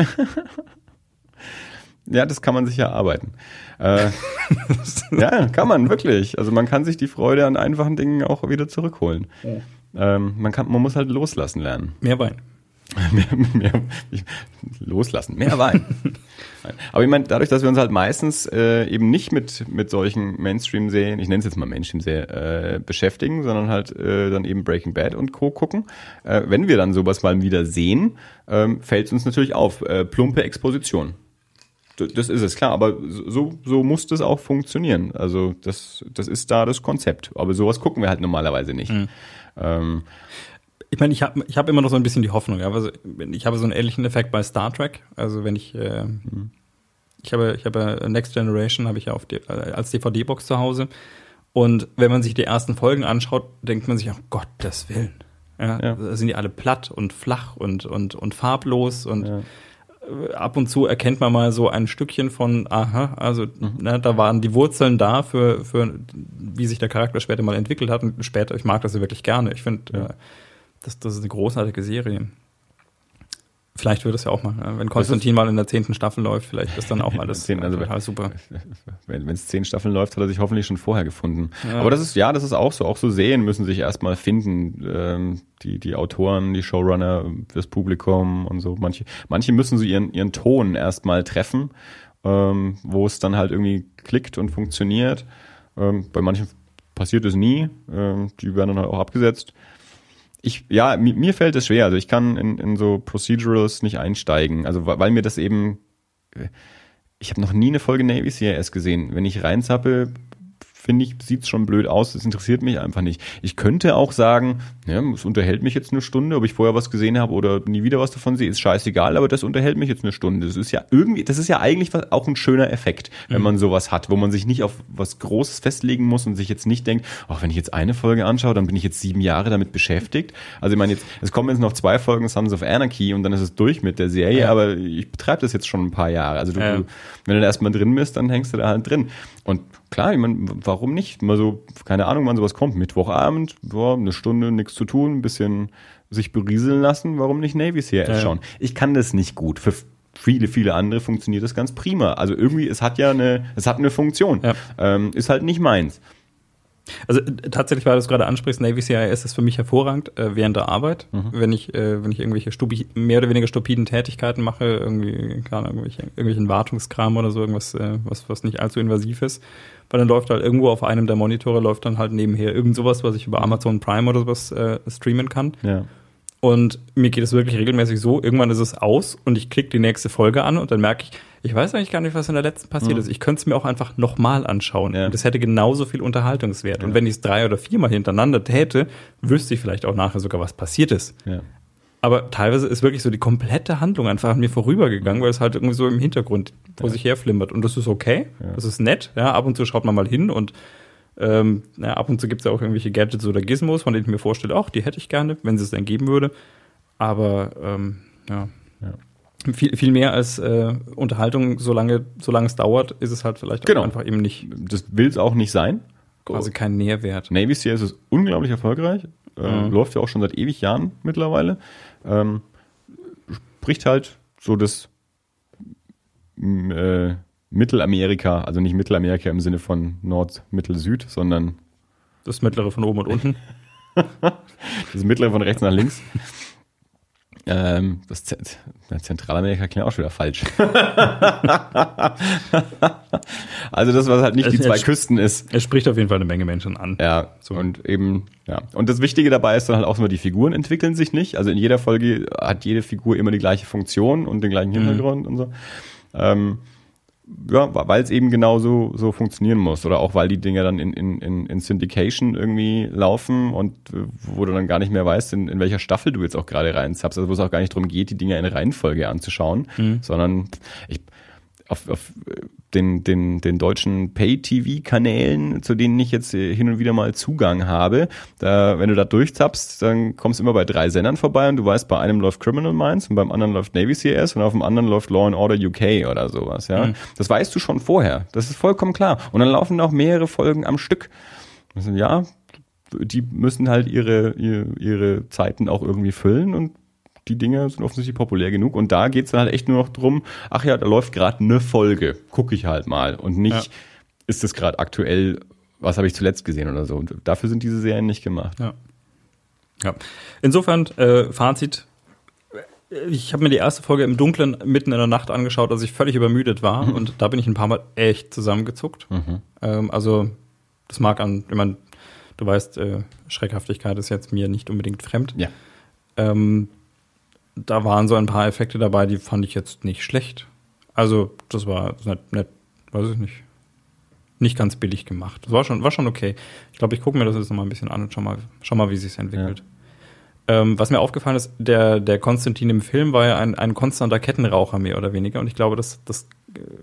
Ja, das kann man sich ja erarbeiten. Äh, ja, kann man, wirklich. Also man kann sich die Freude an einfachen Dingen auch wieder zurückholen. Ja. Ähm, man kann, man muss halt loslassen lernen. Mehr Wein. mehr, mehr, loslassen, mehr Wein. Aber ich meine, dadurch, dass wir uns halt meistens äh, eben nicht mit mit solchen Mainstream-Serien, ich nenne es jetzt mal Mainstream-Serien, äh, beschäftigen, sondern halt äh, dann eben Breaking Bad und Co. gucken, äh, wenn wir dann sowas mal wieder sehen, ähm, fällt es uns natürlich auf. Äh, plumpe Exposition. D- das ist es, klar, aber so so muss das auch funktionieren. Also das das ist da das Konzept. Aber sowas gucken wir halt normalerweise nicht. Mhm. Ähm, Ich meine, ich habe ich hab immer noch so ein bisschen die Hoffnung. Ja? Also ich habe so einen ähnlichen Effekt bei Star Trek. Also wenn ich, äh, mhm. ich habe, ich habe Next Generation habe ich ja auf die, als D V D-Box zu Hause Und wenn man sich die ersten Folgen anschaut, denkt man sich, oh Gottes Willen. Ja, ja. Da sind die alle platt und flach und, und, und farblos und ja. ab und zu erkennt man mal so ein Stückchen von, aha, also mhm. ne, da waren die Wurzeln da für, für, wie sich der Charakter später mal entwickelt hat. Und später, ich mag das ja wirklich gerne. Ich finde, ja. äh, das, das ist eine großartige Serie. Vielleicht wird es ja auch mal, wenn Konstantin mal in der zehnten Staffel läuft, vielleicht ist dann auch alles zehn, also total super. Wenn es zehn Staffeln läuft, hat er sich hoffentlich schon vorher gefunden. Ja. Aber das ist, ja, das ist auch so. Auch so Serien müssen sich erstmal finden. Ähm, die, die Autoren, die Showrunner, das Publikum und so. Manche, manche müssen so ihren, ihren Ton erstmal treffen, ähm, wo es dann halt irgendwie klickt und funktioniert. Ähm, bei manchen passiert es nie. Ähm, die werden dann halt auch abgesetzt. Ich, ja, mir, mir fällt es schwer. Also ich kann in, in so Procedurals nicht einsteigen. Also weil mir das eben, ich habe noch nie eine Folge Navy C I S gesehen. Wenn ich reinzappe, finde ich, sieht es schon blöd aus. Das interessiert mich einfach nicht. Ich könnte auch sagen, ja, es unterhält mich jetzt eine Stunde, ob ich vorher was gesehen habe oder nie wieder was davon sehe, ist scheißegal, aber das unterhält mich jetzt eine Stunde. Das ist ja irgendwie, das ist ja eigentlich auch ein schöner Effekt, wenn mhm. man sowas hat, wo man sich nicht auf was Großes festlegen muss und sich jetzt nicht denkt, ach, wenn ich jetzt eine Folge anschaue, dann bin ich jetzt sieben Jahre damit beschäftigt. Also ich meine, jetzt, es kommen jetzt noch zwei Folgen Sons of Anarchy und dann ist es durch mit der Serie, ja. aber ich betreibe das jetzt schon ein paar Jahre. Also du, ja. du, wenn du da erstmal drin bist, dann hängst du da halt drin. Und klar, ich meine, warum nicht? Mal so, keine Ahnung, wann sowas kommt. Mittwochabend, boah, eine Stunde, nichts zu tun, ein bisschen sich berieseln lassen. Warum nicht Navy C I S ja. schauen? Ich kann das nicht gut. Für viele, viele andere funktioniert das ganz prima. Also irgendwie, es hat ja eine, es hat eine Funktion. Ja. Ähm, ist halt nicht meins. Also tatsächlich, weil du es gerade ansprichst, Navy C I S ist für mich hervorragend äh, während der Arbeit, mhm. wenn ich äh, wenn ich irgendwelche stupi- mehr oder weniger stupiden Tätigkeiten mache, irgendwie keine Ahnung, irgendwelche, irgendwelchen Wartungskram oder so, irgendwas, äh, was was nicht allzu invasiv ist, weil dann läuft halt irgendwo auf einem der Monitore läuft dann halt nebenher irgend sowas, was ich über Amazon Prime oder sowas äh, streamen kann. Ja. Und mir geht es wirklich regelmäßig so, irgendwann ist es aus und ich klicke die nächste Folge an und dann merke ich, ich weiß eigentlich gar nicht, was in der letzten passiert mhm. ist. Ich könnte es mir auch einfach nochmal anschauen. Ja. Und es hätte genauso viel Unterhaltungswert. Ja. Und wenn ich es drei oder viermal hintereinander täte, wüsste ich vielleicht auch nachher sogar, was passiert ist. Ja. Aber teilweise ist wirklich so die komplette Handlung einfach an mir vorübergegangen, weil es halt irgendwie so im Hintergrund vor ja. sich herflimmert. Und das ist okay, ja. das ist nett. Ja, ab und zu schaut man mal hin und ähm, ja, ab und zu gibt es ja auch irgendwelche Gadgets oder Gizmos, von denen ich mir vorstelle, ach, die hätte ich gerne, wenn es es dann geben würde. Aber ähm, ja, ja. Viel, viel mehr als äh, Unterhaltung, solange, solange es dauert, ist es halt vielleicht genau. auch einfach eben nicht. Das will es auch nicht sein. Quasi kein Nährwert. Navy C I S ist unglaublich erfolgreich. Äh, mhm. Läuft ja auch schon seit ewig Jahren mittlerweile. Ähm, spricht halt so das äh, Mittelamerika, also nicht Mittelamerika im Sinne von Nord, Mittel, Süd, sondern das Mittlere von oben und unten. Das Mittlere von rechts nach links. Ähm, das Z- Zentralamerika klingt auch schon wieder falsch. Also das, was halt nicht die zwei es, Küsten ist. Es spricht auf jeden Fall eine Menge Menschen an. Ja, so. und eben, ja. Und das Wichtige dabei ist dann halt auch immer, die Figuren entwickeln sich nicht. Also in jeder Folge hat jede Figur immer die gleiche Funktion und den gleichen Hintergrund mhm. und so. Ähm, ja, weil es eben genau so, so funktionieren muss. Oder auch, weil die Dinger dann in, in, in Syndication irgendwie laufen und wo du dann gar nicht mehr weißt, in, in welcher Staffel du jetzt auch gerade reinzappst. Also wo es auch gar nicht darum geht, die Dinger in Reihenfolge anzuschauen, mhm. sondern ich auf, auf den, den, den deutschen Pay-T V-Kanälen, zu denen ich jetzt hin und wieder mal Zugang habe, da, wenn du da durchzappst, dann kommst du immer bei drei Sendern vorbei und du weißt, bei einem läuft Criminal Minds und beim anderen läuft Navy C I S und auf dem anderen läuft Law and Order U K oder sowas, ja. Mhm. Das weißt du schon vorher. Das ist vollkommen klar. Und dann laufen auch mehrere Folgen am Stück. Also, ja, die müssen halt ihre, ihre, ihre Zeiten auch irgendwie füllen und die Dinge sind offensichtlich populär genug und da geht's dann halt echt nur noch drum, ach ja, da läuft gerade eine Folge, gucke ich halt mal und nicht, ja. ist das gerade aktuell, was habe ich zuletzt gesehen oder so. Und dafür sind diese Serien nicht gemacht. Ja. Ja. Insofern, äh, Fazit, ich habe mir die erste Folge im Dunkeln mitten in der Nacht angeschaut, als ich völlig übermüdet war mhm. und da bin ich ein paar Mal echt zusammengezuckt. Mhm. Ähm, also das mag an, ich meine, du weißt, äh, Schreckhaftigkeit ist jetzt mir nicht unbedingt fremd. Ja. Ähm, Da waren so ein paar Effekte dabei, die fand ich jetzt nicht schlecht. Also, das war nicht, nicht, weiß ich nicht, nicht ganz billig gemacht. Das war schon, war schon okay. Ich glaube, ich gucke mir das jetzt noch mal ein bisschen an und schau mal, schau mal, wie es sich entwickelt. Ja. Ähm, was mir aufgefallen ist, der, der Konstantin im Film war ja ein, ein konstanter Kettenraucher, mehr oder weniger. Und ich glaube, das, das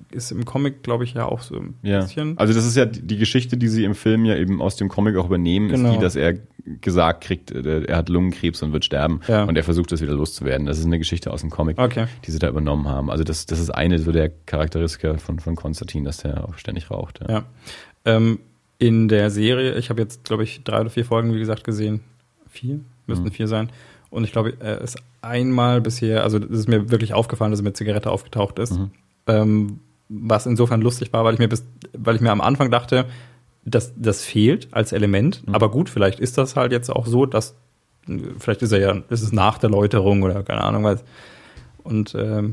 ist im Comic, glaube ich, ja auch so ein ja. bisschen. Also das ist ja die Geschichte, die sie im Film ja eben aus dem Comic auch übernehmen, genau. ist die, dass er gesagt kriegt, er hat Lungenkrebs und wird sterben ja. und er versucht, das wieder loszuwerden. Das ist eine Geschichte aus dem Comic, okay. die sie da übernommen haben. Also das, das ist eine so der Charakteristika von, von Konstantin, dass der auch ständig raucht. Ja. ja. Ähm, in der Serie, ich habe jetzt, glaube ich, drei oder vier Folgen, wie gesagt, gesehen. Vier? Müssten mhm. vier sein. Und ich glaube, er ist einmal bisher, also es ist mir wirklich aufgefallen, dass er mit Zigarette aufgetaucht ist. Mhm. Ähm, was insofern lustig war, weil ich mir bis, weil ich mir am Anfang dachte, dass das fehlt als Element. Mhm. Aber gut, vielleicht ist das halt jetzt auch so, dass vielleicht ist er ja, ist es nach der Läuterung oder keine Ahnung was. Und ähm,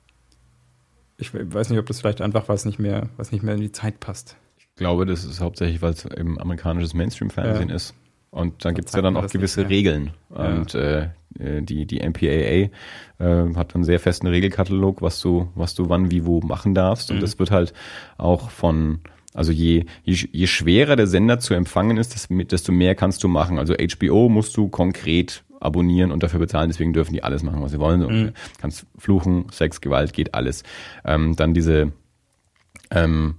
ich weiß nicht, ob das vielleicht einfach was nicht mehr, was nicht mehr in die Zeit passt. Ich glaube, das ist hauptsächlich, weil es eben amerikanisches Mainstream-Fernsehen ja. ist. Und dann gibt es ja dann auch gewisse Regeln. Ja. Und äh, die, die M P A A äh, hat einen sehr festen Regelkatalog, was du, was du wann, wie, wo machen darfst. Und mhm. das wird halt auch von, also je, je, je schwerer der Sender zu empfangen ist, desto mehr kannst du machen. Also H B O musst du konkret abonnieren und dafür bezahlen, deswegen dürfen die alles machen, was sie wollen. Du mhm. kannst fluchen, Sex, Gewalt, geht alles. Ähm, dann diese ähm,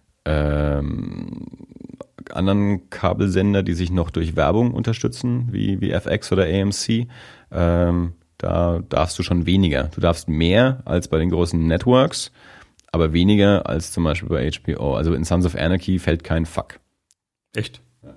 ähm, anderen Kabelsender, die sich noch durch Werbung unterstützen, wie, wie F X oder A M C, ähm, da darfst du schon weniger. Du darfst mehr als bei den großen Networks, aber weniger als zum Beispiel bei H B O. Also in Sons of Anarchy fällt kein Fuck. Echt? Ja.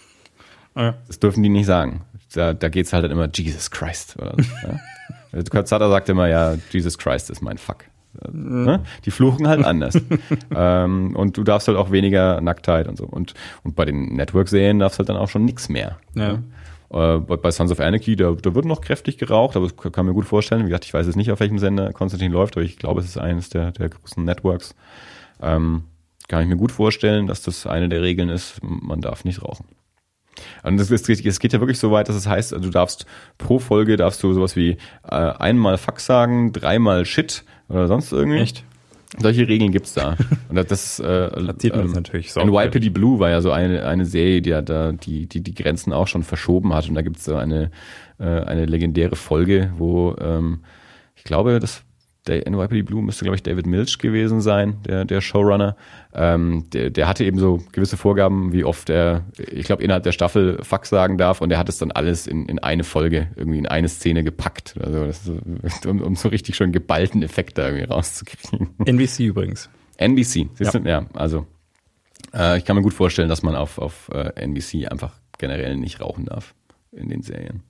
Ah, ja. Das dürfen die nicht sagen. Da, da geht's halt immer Jesus Christ. Oder so, ja? Katzada sagt immer, ja, Jesus Christ ist mein Fuck. Ne? Die fluchen halt anders. ähm, und du darfst halt auch weniger Nacktheit und so. Und, und bei den Network-Serien darfst halt dann auch schon nichts mehr. Ja. Äh, bei, bei Sons of Anarchy, da, da wird noch kräftig geraucht, aber das kann mir gut vorstellen. Wie gesagt, ich weiß jetzt nicht, auf welchem Sender Konstantin läuft, aber ich glaube, es ist eines der, der großen Networks. Ähm, kann ich mir gut vorstellen, dass das eine der Regeln ist, man darf nicht rauchen. Und es geht ja wirklich so weit, dass es heißt, du darfst pro Folge darfst du sowas wie äh, einmal Fuck sagen, dreimal Shit oder sonst irgendwie. Echt? Solche Regeln gibt's da. Und das, äh, das sieht man ähm, das natürlich so. N Y P D Blue war ja so eine eine Serie, die ja da die die die Grenzen auch schon verschoben hat. Und da gibt's so eine äh, eine legendäre Folge, wo ähm, ich glaube, das der N Y P D Blue müsste, glaube ich, David Milch gewesen sein, der der Showrunner. Ähm, der, der hatte eben so gewisse Vorgaben, wie oft er, ich glaube, innerhalb der Staffel Fuck sagen darf, und er hat es dann alles in, in eine Folge, irgendwie in eine Szene gepackt. Also das ist, um, um so richtig schon geballten Effekt da irgendwie rauszukriegen. N B C übrigens. N B C, siehst ja. du? Ja, also äh, ich kann mir gut vorstellen, dass man auf, auf äh, N B C einfach generell nicht rauchen darf in den Serien.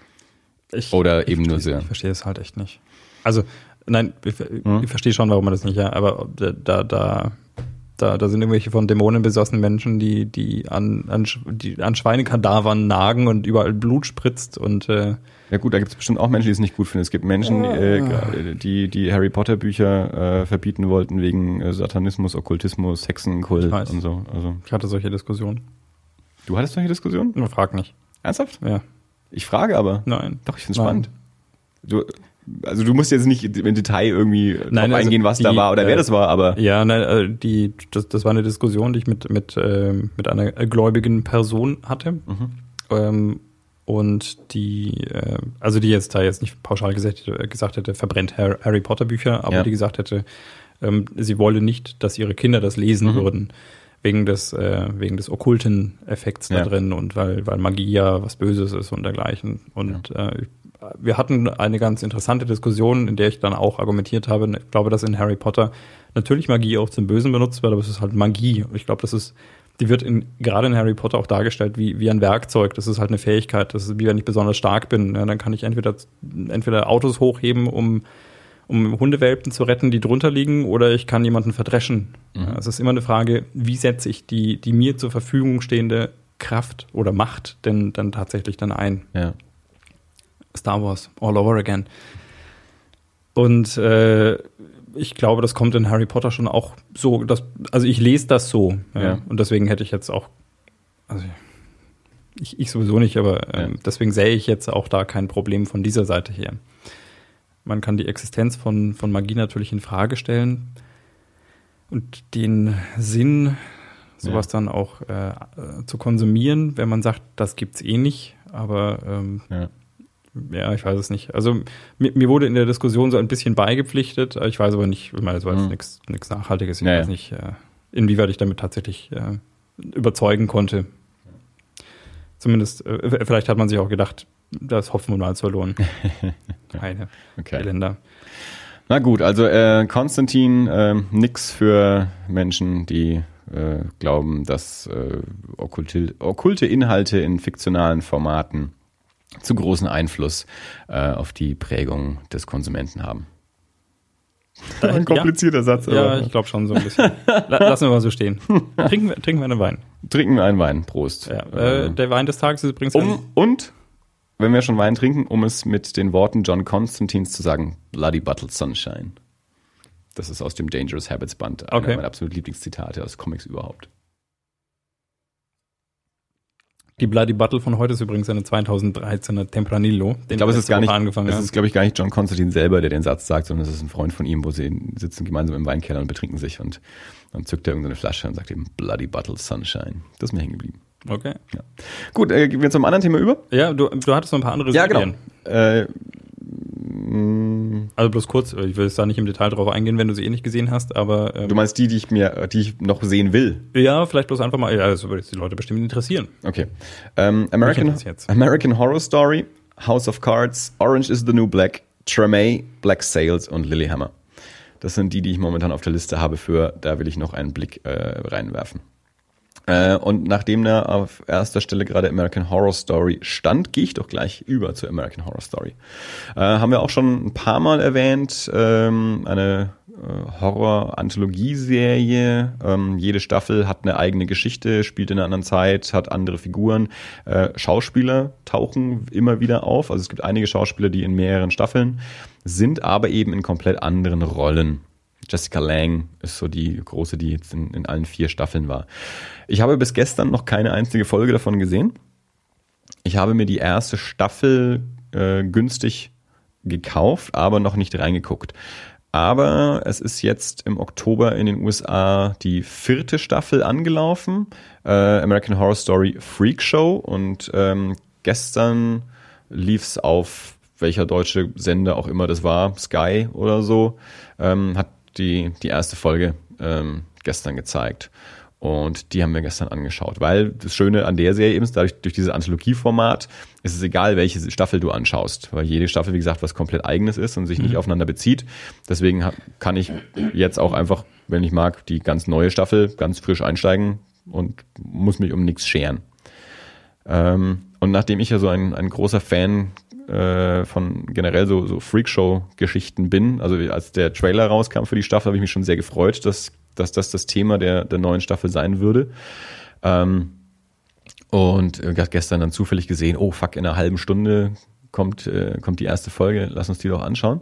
Ich, Oder eben nur sehr. sehr. Ich verstehe es halt echt nicht. Also Nein, ich, hm? ich verstehe schon, warum man das nicht, ja, aber da, da, da, da sind irgendwelche von Dämonen besossenen Menschen, die, die an, an, die an Schweinekadavern nagen und überall Blut spritzt und äh ja gut, da gibt es bestimmt auch Menschen, die es nicht gut finden. Es gibt Menschen, oh. äh, die die Harry Potter Bücher äh, verbieten wollten wegen äh, Satanismus, Okkultismus, Hexenkult und so. Also ich hatte solche Diskussionen. Du hattest solche Diskussionen? Nur frag nicht. Ernsthaft? Ja. Ich frage aber. Nein. Doch, ich finde es spannend. Du Also du musst jetzt nicht im Detail irgendwie nein, drauf also eingehen, was die, da war oder äh, wer das war, aber ja, nein, die das, das war eine Diskussion, die ich mit mit äh, mit einer gläubigen Person hatte, mhm. ähm, und die äh, also die jetzt da jetzt nicht pauschal gesagt, gesagt hätte, verbrennt Harry Potter Bücher, aber ja. die gesagt hätte, ähm, sie wolle nicht, dass ihre Kinder das lesen mhm. würden. Wegen des, äh, wegen des okkulten Effekts da ja. drin und weil, weil Magie ja was Böses ist und dergleichen. Und ja. äh, wir hatten eine ganz interessante Diskussion, in der ich dann auch argumentiert habe, ich glaube, dass in Harry Potter natürlich Magie auch zum Bösen benutzt wird, aber es ist halt Magie. Und ich glaube, das ist, die wird in, gerade in Harry Potter auch dargestellt wie, wie ein Werkzeug. Das ist halt eine Fähigkeit. Das ist wie wenn ich besonders stark bin. Ja, dann kann ich entweder, entweder Autos hochheben, um um Hundewelpen zu retten, die drunter liegen, oder ich kann jemanden verdreschen. Mhm. Ja, es ist immer eine Frage, wie setze ich die, die mir zur Verfügung stehende Kraft oder Macht denn dann tatsächlich dann ein? Ja. Star Wars, all over again. Und äh, ich glaube, das kommt in Harry Potter schon auch so, dass, also ich lese das so. Ja, ja. Und deswegen hätte ich jetzt auch, also ich, ich sowieso nicht, aber ähm, ja. deswegen sähe ich jetzt auch da kein Problem von dieser Seite her. Man kann die Existenz von, von Magie natürlich in Frage stellen und den Sinn, sowas ja. dann auch äh, zu konsumieren, wenn man sagt, das gibt's eh nicht. Aber ähm, ja. Ja, ich weiß es nicht. Also mir, mir wurde in der Diskussion so ein bisschen beigepflichtet. Ich weiß aber nicht, ich meine, das war jetzt nichts mhm. nichts Nachhaltiges. Ich ja, weiß ja. nicht, inwieweit ich damit tatsächlich äh, überzeugen konnte. Zumindest, äh, vielleicht hat man sich auch gedacht, da ist Hopfen und Malz verloren. Keine okay. Länder. Na gut, also äh, Konstantin, äh, nix für Menschen, die äh, glauben, dass äh, okkulte, okkulte Inhalte in fiktionalen Formaten zu großen Einfluss äh, auf die Prägung des Konsumenten haben. Ein komplizierter ja. Satz. Ja, aber. Ich glaube schon so ein bisschen. Lassen wir mal so stehen. Trinken wir, trinken wir einen Wein. Trinken wir einen Wein. Prost. Ja, äh, der Wein des Tages ist übrigens... Um, und, wenn wir schon Wein trinken, um es mit den Worten John Constantines zu sagen, Bloody Bottled Sunshine. Das ist aus dem Dangerous Habits Band. Einer okay. meiner absoluten Lieblingszitate aus Comics überhaupt. Die Bloody Bottle von heute ist übrigens eine zweitausenddreizehner Tempranillo. Den ich glaube, es ist gar nicht, angefangen es haben. ist, glaube ich, gar nicht John Constantine selber, der den Satz sagt, sondern es ist ein Freund von ihm, wo sie sitzen gemeinsam im Weinkeller und betrinken sich und dann zückt er irgendeine Flasche und sagt eben Bloody Bottle Sunshine. Das ist mir hängen geblieben. Okay. Ja. Gut, äh, gehen wir zum anderen Thema über. Ja, du, du hattest noch ein paar andere ja, Serien. Genau. Äh, Also bloß kurz, ich will jetzt da nicht im Detail drauf eingehen, wenn du sie eh nicht gesehen hast, aber... Ähm, du meinst die, die ich mir, die ich noch sehen will? Ja, vielleicht bloß einfach mal, ja, das würde die Leute bestimmt interessieren. Okay. Ähm, American, American Horror Story, House of Cards, Orange is the New Black, Treme, Black Sails und Lilyhammer. Das sind die, die ich momentan auf der Liste habe für, da will ich noch einen Blick äh, reinwerfen. Äh, und nachdem da auf erster Stelle gerade American Horror Story stand, gehe ich doch gleich über zu American Horror Story. Äh, haben wir auch schon ein paar Mal erwähnt, ähm, eine äh, Horror-Anthologie-Serie. Ähm, jede Staffel hat eine eigene Geschichte, spielt in einer anderen Zeit, hat andere Figuren. Äh, Schauspieler tauchen immer wieder auf. Also es gibt einige Schauspieler, die in mehreren Staffeln sind, aber eben in komplett anderen Rollen. Jessica Lange ist so die große, die jetzt in, in allen vier Staffeln war. Ich habe bis gestern noch keine einzige Folge davon gesehen. Ich habe mir die erste Staffel äh, günstig gekauft, aber noch nicht reingeguckt. Aber es ist jetzt im Oktober in den U S A die vierte Staffel angelaufen. Äh, American Horror Story Freak Show. Und ähm, gestern lief es auf welcher deutsche Sender auch immer das war, Sky oder so, ähm, hat die, die erste Folge ähm, gestern gezeigt. Und die haben wir gestern angeschaut. Weil das Schöne an der Serie eben ist, dadurch, durch dieses Anthologieformat ist es egal, welche Staffel du anschaust. Weil jede Staffel, wie gesagt, was komplett Eigenes ist und sich nicht mhm. aufeinander bezieht. Deswegen kann ich jetzt auch einfach, wenn ich mag, die ganz neue Staffel ganz frisch einsteigen und muss mich um nichts scheren. Ähm, und nachdem ich ja so ein, ein großer Fan von generell so, so Freakshow-Geschichten bin. Also als der Trailer rauskam für die Staffel, habe ich mich schon sehr gefreut, dass, dass das das Thema der, der neuen Staffel sein würde. Ähm, und gestern dann zufällig gesehen, oh fuck, in einer halben Stunde kommt, äh, kommt die erste Folge, lass uns die doch anschauen.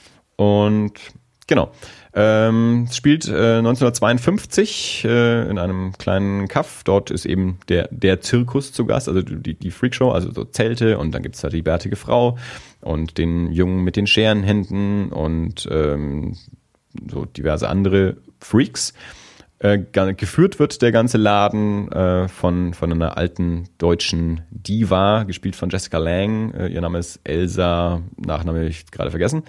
Und genau. Ähm, es spielt äh, neunzehnhundertzweiundfünfzig äh, in einem kleinen Kaff. Dort ist eben der, der Zirkus zu Gast, also die, die Freakshow, also so Zelte und dann gibt's da die bärtige Frau und den Jungen mit den Scherenhänden und ähm, so diverse andere Freaks. Äh, geführt wird der ganze Laden äh, von, von einer alten deutschen Diva, gespielt von Jessica Lange. Äh, ihr Name ist Elsa, Nachname habe ich gerade vergessen.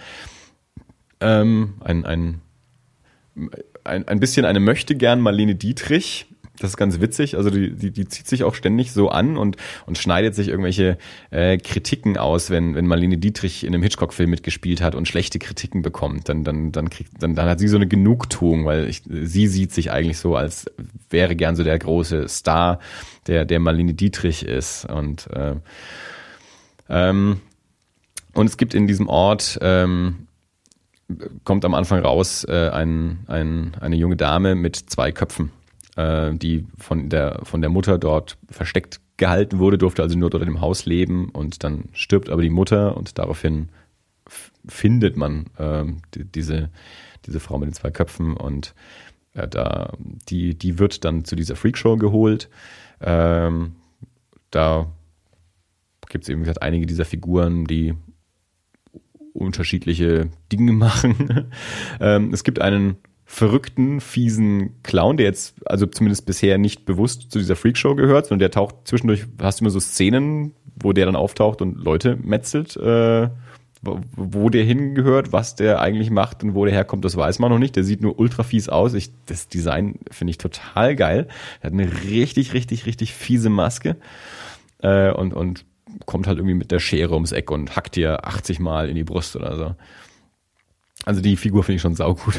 Ähm, ein, ein Ein, ein bisschen eine Möchtegern Marlene Dietrich. Das ist ganz witzig. Also die, die, die zieht sich auch ständig so an und, und schneidet sich irgendwelche äh, Kritiken aus, wenn, wenn Marlene Dietrich in einem Hitchcock-Film mitgespielt hat und schlechte Kritiken bekommt. Dann, dann, dann, kriegt, dann, dann hat sie so eine Genugtuung, weil ich, sie sieht sich eigentlich so, als wäre gern so der große Star, der, der Marlene Dietrich ist. Und, äh, ähm, und es gibt in diesem Ort ähm, kommt am Anfang raus äh, ein, ein, eine junge Dame mit zwei Köpfen, äh, die von der, von der Mutter dort versteckt gehalten wurde, durfte also nur dort im Haus leben und dann stirbt aber die Mutter und daraufhin f- findet man äh, die, diese, diese Frau mit den zwei Köpfen und äh, da, die, die wird dann zu dieser Freakshow geholt. Ähm, da gibt es eben, wie gesagt, einige dieser Figuren, die unterschiedliche Dinge machen. ähm, es gibt einen verrückten, fiesen Clown, der jetzt, also zumindest bisher nicht bewusst zu dieser Freakshow gehört, sondern der taucht zwischendurch, hast du immer so Szenen, wo der dann auftaucht und Leute metzelt. Äh, wo der hingehört, was der eigentlich macht und wo der herkommt, das weiß man noch nicht. Der sieht nur ultra fies aus. Ich, das Design finde ich total geil. Er hat eine richtig, richtig, richtig fiese Maske äh, und, und kommt halt irgendwie mit der Schere ums Eck und hackt dir achtzig Mal in die Brust oder so. Also die Figur finde ich schon saugut.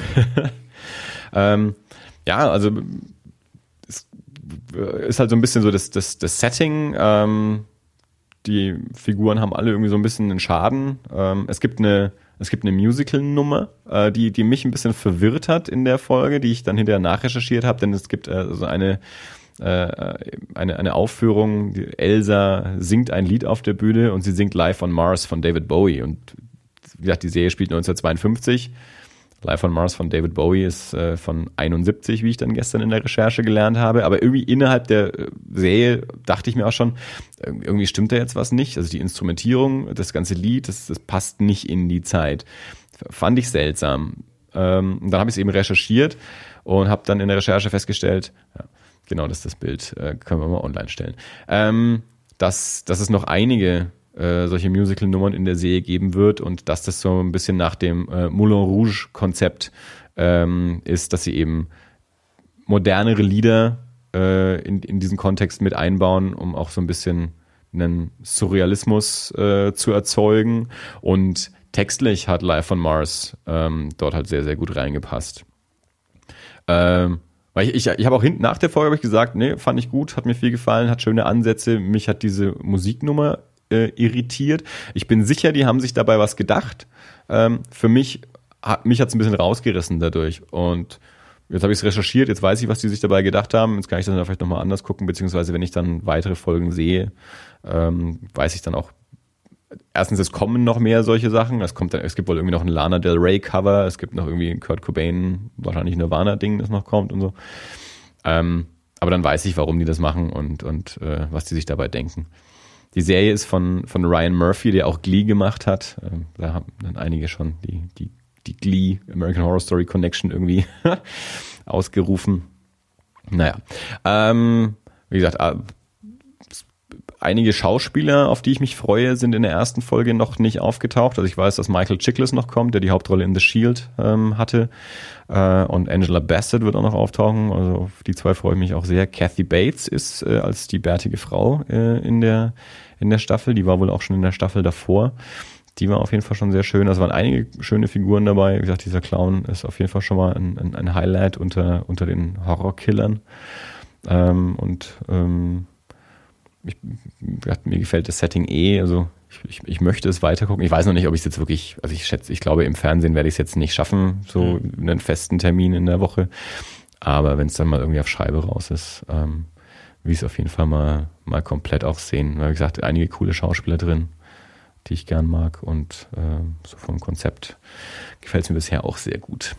ähm, ja, also es ist halt so ein bisschen so das, das, das Setting. Ähm, Die Figuren haben alle irgendwie so ein bisschen einen Schaden. Ähm, es gibt eine, es gibt eine Musical-Nummer, äh, die, die mich ein bisschen verwirrt hat in der Folge, die ich dann hinterher nachrecherchiert habe, denn es gibt äh, so eine, äh, eine, eine Aufführung, die Elsa singt ein Lied auf der Bühne und sie singt Live on Mars von David Bowie. Und wie gesagt, die Serie spielt neunzehnhundertzweiundfünfzig. Live on Mars von David Bowie ist äh, von einundsiebzig, wie ich dann gestern in der Recherche gelernt habe. Aber irgendwie innerhalb der Serie dachte ich mir auch schon, irgendwie stimmt da jetzt was nicht. Also die Instrumentierung, das ganze Lied, das, das passt nicht in die Zeit. Fand ich seltsam. Ähm, und dann habe ich es eben recherchiert und habe dann in der Recherche festgestellt, ja, genau, das ist das Bild, äh, können wir mal online stellen, ähm, dass, dass es noch einige Äh, solche Musical-Nummern in der Serie geben wird und dass das so ein bisschen nach dem äh, Moulin Rouge-Konzept ähm, ist, dass sie eben modernere Lieder äh, in, in diesen Kontext mit einbauen, um auch so ein bisschen einen Surrealismus äh, zu erzeugen. Und textlich hat Live on Mars ähm, dort halt sehr, sehr gut reingepasst. Ähm, Weil ich, ich, ich habe auch hinten nach der Folge hab ich gesagt, nee, fand ich gut, hat mir viel gefallen, hat schöne Ansätze. Mich hat diese Musiknummer äh, irritiert. Ich bin sicher, die haben sich dabei was gedacht. Ähm, für mich hat mich hat's ein bisschen rausgerissen dadurch. Und jetzt habe ich es recherchiert, jetzt weiß ich, was die sich dabei gedacht haben. Jetzt kann ich dann vielleicht nochmal anders gucken, beziehungsweise wenn ich dann weitere Folgen sehe, ähm, weiß ich dann auch, erstens, es kommen noch mehr solche Sachen. Es kommt dann, es gibt wohl irgendwie noch ein Lana Del Rey Cover. Es gibt noch irgendwie ein Kurt Cobain, wahrscheinlich Nirvana Ding, das noch kommt und so. Ähm, aber dann weiß ich, warum die das machen und, und äh, was die sich dabei denken. Die Serie ist von, von Ryan Murphy, der auch Glee gemacht hat. Ähm, da haben dann einige schon die, die, die Glee American Horror Story Connection irgendwie ausgerufen. Naja. Ähm, wie gesagt, einige Schauspieler, auf die ich mich freue, sind in der ersten Folge noch nicht aufgetaucht. Also ich weiß, dass Michael Chiklis noch kommt, der die Hauptrolle in The Shield ähm, hatte. Äh, und Angela Bassett wird auch noch auftauchen. Also auf die zwei freue ich mich auch sehr. Kathy Bates ist äh, als die bärtige Frau äh, in der in der Staffel. Die war wohl auch schon in der Staffel davor. Die war auf jeden Fall schon sehr schön. Also waren einige schöne Figuren dabei. Wie gesagt, dieser Clown ist auf jeden Fall schon mal ein, ein, ein Highlight unter, unter den Horrorkillern. Ähm, und ähm, Ich, mir gefällt das Setting eh, also ich, ich, ich möchte es weitergucken. Ich weiß noch nicht, ob ich es jetzt wirklich, also ich schätze, ich glaube, im Fernsehen werde ich es jetzt nicht schaffen, so mhm. einen festen Termin in der Woche. Aber wenn es dann mal irgendwie auf Scheibe raus ist, ähm, will ich es auf jeden Fall mal, mal komplett auch sehen. Weil, wie gesagt, einige coole Schauspieler drin, die ich gern mag und äh, so vom Konzept gefällt es mir bisher auch sehr gut.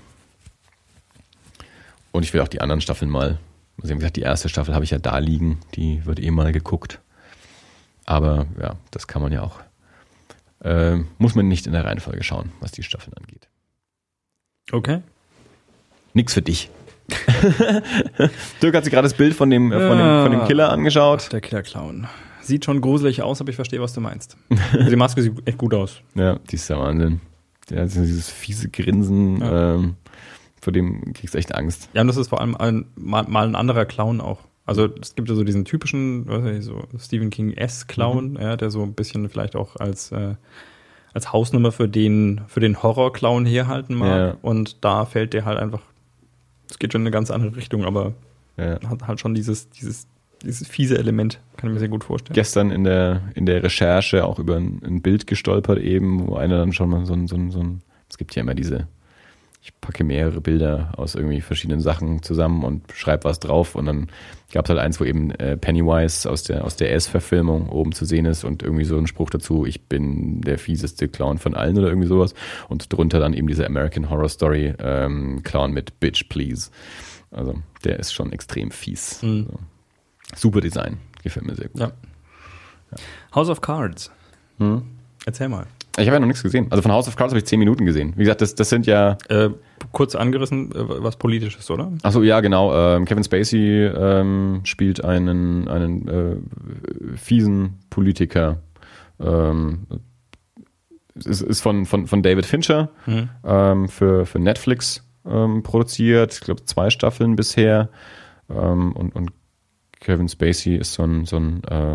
Und ich will auch die anderen Staffeln mal. Also wie gesagt, die erste Staffel habe ich ja da liegen, die wird eh mal geguckt. Aber ja, das kann man ja auch, äh, muss man nicht in der Reihenfolge schauen, was die Staffeln angeht. Okay. Nix für dich. Dirk hat sich gerade das Bild von dem, äh, von, dem, von dem Killer angeschaut. Ach, der Killer-Clown. Sieht schon gruselig aus, aber ich verstehe, was du meinst. Die Maske sieht echt gut aus. Ja, die ist der Wahnsinn. Der hat dieses fiese Grinsen, ja. ähm, vor dem kriegst du echt Angst. Ja, und das ist vor allem ein, mal, mal ein anderer Clown auch. Also es gibt ja so diesen typischen, was weiß ich, so Stephen King-S-Clown, mhm. ja, der so ein bisschen vielleicht auch als, äh, als Hausnummer für den, für den Horror-Clown herhalten mag. Ja. Und da fällt der halt einfach, es geht schon in eine ganz andere Richtung, aber ja. hat halt schon dieses, dieses, dieses fiese Element, kann ich mir sehr gut vorstellen. Gestern in der, in der Recherche auch über ein, ein Bild gestolpert eben, wo einer dann schon mal so ein, so ein, so ein, es gibt ja immer diese, ich packe mehrere Bilder aus irgendwie verschiedenen Sachen zusammen und schreibe was drauf und dann gab es halt eins, wo eben äh, Pennywise aus der aus der S-Verfilmung oben zu sehen ist und irgendwie so ein Spruch dazu, ich bin der fieseste Clown von allen oder irgendwie sowas und drunter dann eben dieser American Horror Story ähm, Clown mit Bitch Please. Also der ist schon extrem fies. Mhm. So. Super Design, gefällt mir sehr gut. Ja. Ja. House of Cards. Mhm. Erzähl mal. Ich habe ja noch nichts gesehen. Also von House of Cards habe ich zehn Minuten gesehen. Wie gesagt, das, das sind ja... Äh, kurz angerissen, äh, was Politisches, oder? Achso, ja, genau. Ähm, Kevin Spacey ähm, spielt einen, einen äh, fiesen Politiker, ähm, es ist von, von, von David Fincher mhm. ähm, für, für Netflix ähm, produziert. Ich glaube, zwei Staffeln bisher. Ähm, und, und Kevin Spacey ist so ein, so ein äh,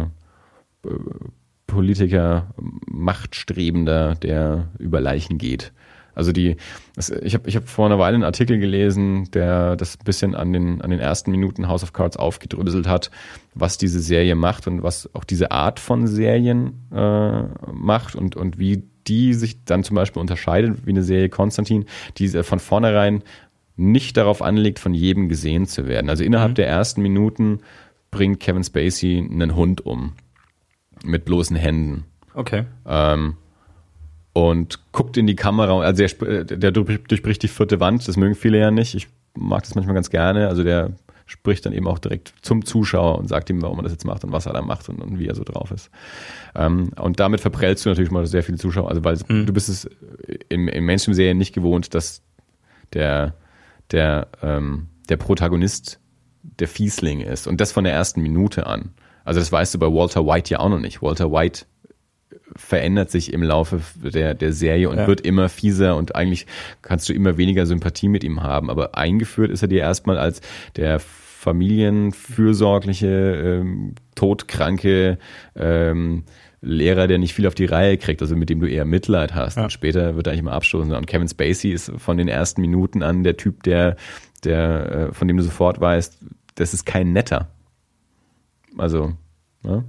Politiker, Machtstrebender, der über Leichen geht. Also die, das, ich habe ich hab vor einer Weile einen Artikel gelesen, der das ein bisschen an den, an den ersten Minuten House of Cards aufgedröselt hat, was diese Serie macht und was auch diese Art von Serien äh, macht und, und wie die sich dann zum Beispiel unterscheidet, wie eine Serie Konstantin, die von vornherein nicht darauf anlegt, von jedem gesehen zu werden. Also innerhalb mhm. der ersten Minuten bringt Kevin Spacey einen Hund um. Mit bloßen Händen. Okay. Ähm, und guckt in die Kamera, also der, der durchbricht die vierte Wand, das mögen viele ja nicht, ich mag das manchmal ganz gerne, also der spricht dann eben auch direkt zum Zuschauer und sagt ihm, warum er das jetzt macht und was er da macht und, und wie er so drauf ist. Ähm, und damit verprellst du natürlich mal sehr viele Zuschauer, also weil mhm. du bist es im, im Mainstream-Serien nicht gewohnt, dass der, der, ähm, der Protagonist der Fiesling ist und das von der ersten Minute an. Also das weißt du bei Walter White ja auch noch nicht. Walter White verändert sich im Laufe der, der Serie und ja. wird immer fieser und eigentlich kannst du immer weniger Sympathie mit ihm haben. Aber eingeführt ist er dir erstmal als der familienfürsorgliche, ähm, todkranke ähm, Lehrer, der nicht viel auf die Reihe kriegt, also mit dem du eher Mitleid hast. Ja. Und später wird er eigentlich immer abstoßen. Und Kevin Spacey ist von den ersten Minuten an der Typ, der, der, äh, von dem du sofort weißt, das ist kein Netter. Also, ja.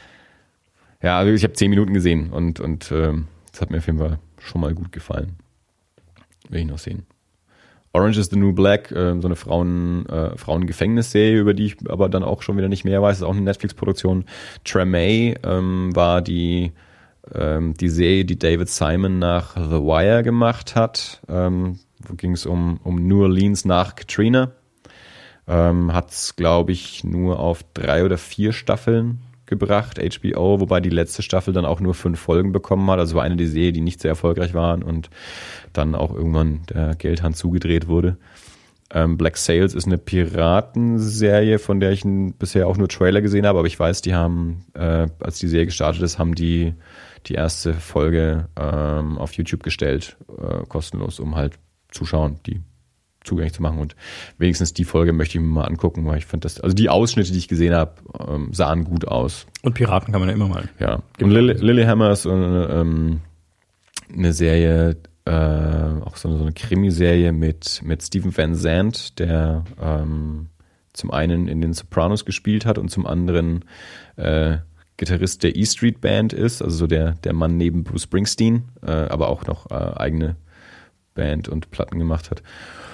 Ja, also ich habe zehn Minuten gesehen und, und ähm, das hat mir auf jeden Fall schon mal gut gefallen. Will ich noch sehen. Orange is the New Black, äh, so eine Frauen, äh, Frauengefängnisserie, über die ich aber dann auch schon wieder nicht mehr weiß, ist auch eine Netflix-Produktion. Treme ähm, war die, ähm, die Serie, die David Simon nach The Wire gemacht hat. Ähm, wo ging es um, um New Orleans nach Katrina. Ähm, hat es, glaube ich, nur auf drei oder vier Staffeln gebracht, H B O, wobei die letzte Staffel dann auch nur fünf Folgen bekommen hat. Also war eine der Serien, die nicht sehr erfolgreich waren und dann auch irgendwann der Geldhahn zugedreht wurde. Ähm, Black Sails ist eine Piratenserie, von der ich n- bisher auch nur Trailer gesehen habe, aber ich weiß, die haben, äh, als die Serie gestartet ist, haben die die erste Folge ähm, auf YouTube gestellt, äh, kostenlos, um halt Zuschauern die zugänglich zu machen und wenigstens die Folge möchte ich mir mal angucken, weil ich finde das, also die Ausschnitte, die ich gesehen habe, ähm, sahen gut aus. Und Piraten kann man ja immer mal. Ja. Und Lily, Lilyhammer ist eine, ähm, eine Serie, äh, auch so eine, so eine Krimiserie mit, mit Stephen Van Zandt, der ähm, zum einen in den Sopranos gespielt hat und zum anderen äh, Gitarrist der E Street Band ist, also so der, der Mann neben Bruce Springsteen, äh, aber auch noch äh, eigene Band und Platten gemacht hat.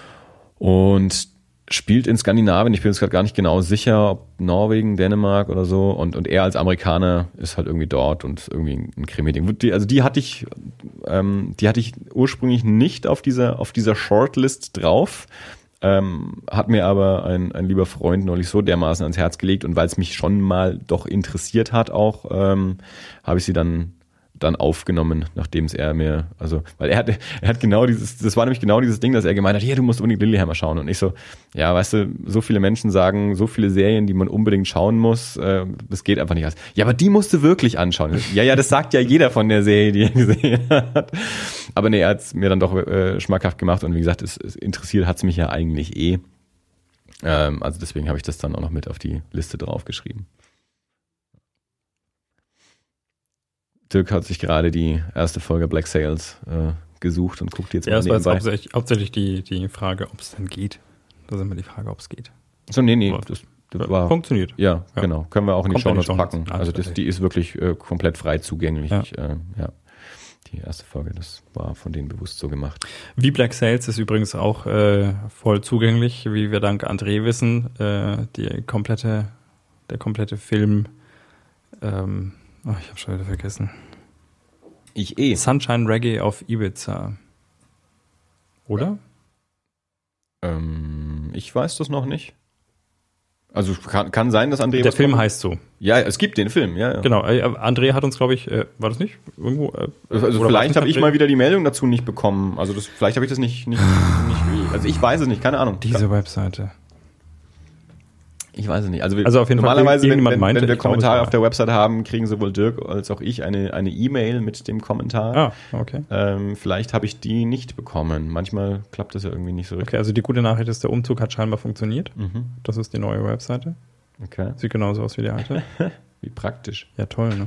Und spielt in Skandinavien, ich bin jetzt gerade gar nicht genau sicher, ob Norwegen, Dänemark oder so. Und, und er als Amerikaner ist halt irgendwie dort und irgendwie ein Krimi-Ding. Die, also die hatte ich, ähm, die hatte ich ursprünglich nicht auf dieser, auf dieser Shortlist drauf. Ähm, hat mir aber ein, ein lieber Freund neulich so dermaßen ans Herz gelegt und weil es mich schon mal doch interessiert hat auch, ähm, habe ich sie dann dann aufgenommen, nachdem es er mir, also, weil er hat, er hat genau dieses, das war nämlich genau dieses Ding, dass er gemeint hat, ja, du musst unbedingt Lilyhammer schauen. Und ich so, ja, weißt du, so viele Menschen sagen, so viele Serien, die man unbedingt schauen muss, äh, das geht einfach nicht aus. Ja, aber die musst du wirklich anschauen. Ja, ja, das sagt ja jeder von der Serie, die er gesehen hat. Aber nee, er hat es mir dann doch äh, schmackhaft gemacht und wie gesagt, es, es interessiert hat es mich ja eigentlich eh. Ähm, also deswegen habe ich das dann auch noch mit auf die Liste draufgeschrieben. Dirk hat sich gerade die erste Folge Black Sails äh, gesucht und guckt jetzt ja, mal nebenbei. Ja, das war jetzt hauptsächlich, hauptsächlich die, die Frage, ob es denn geht. Das ist immer die Frage, ob es geht. So, nee, nee. Das, das war, funktioniert. Ja, ja, genau. Können wir auch in die Shownotes packen. Ah, also das, die ist wirklich äh, komplett frei zugänglich. Ja. Ich, äh, ja. Die erste Folge, das war von denen bewusst so gemacht. Wie Black Sails ist übrigens auch äh, voll zugänglich, wie wir dank André wissen. Äh, die komplette, der komplette Film ähm, oh, ich habe schon wieder vergessen. Ich eh. Sunshine Reggae auf Ibiza. Oder? Ähm, ich weiß das noch nicht. Also kann, kann sein, dass André... Der Film kommt. Heißt so. Ja, es gibt den Film, ja. ja. Genau, äh, André hat uns, glaube ich, äh, war das nicht? Irgendwo? Äh, also vielleicht habe ich mal wieder die Meldung dazu nicht bekommen. Also das, vielleicht habe ich das nicht, nicht, nicht... Also ich weiß es nicht, keine Ahnung. Diese Webseite. Ich weiß es nicht. Also, wir, also auf jeden normalerweise, Fall, wenn, wenn, meinte, wenn wir Kommentare glaube, auf der Website haben, kriegen sowohl Dirk als auch ich eine eine E-Mail mit dem Kommentar. Ah, okay. Ähm, vielleicht habe ich die nicht bekommen. Manchmal klappt das ja irgendwie nicht so richtig. Okay, also die gute Nachricht ist, der Umzug hat scheinbar funktioniert. Mhm. Das ist die neue Webseite. Okay. Sieht genauso aus wie die alte. Wie praktisch. Ja, toll, ne?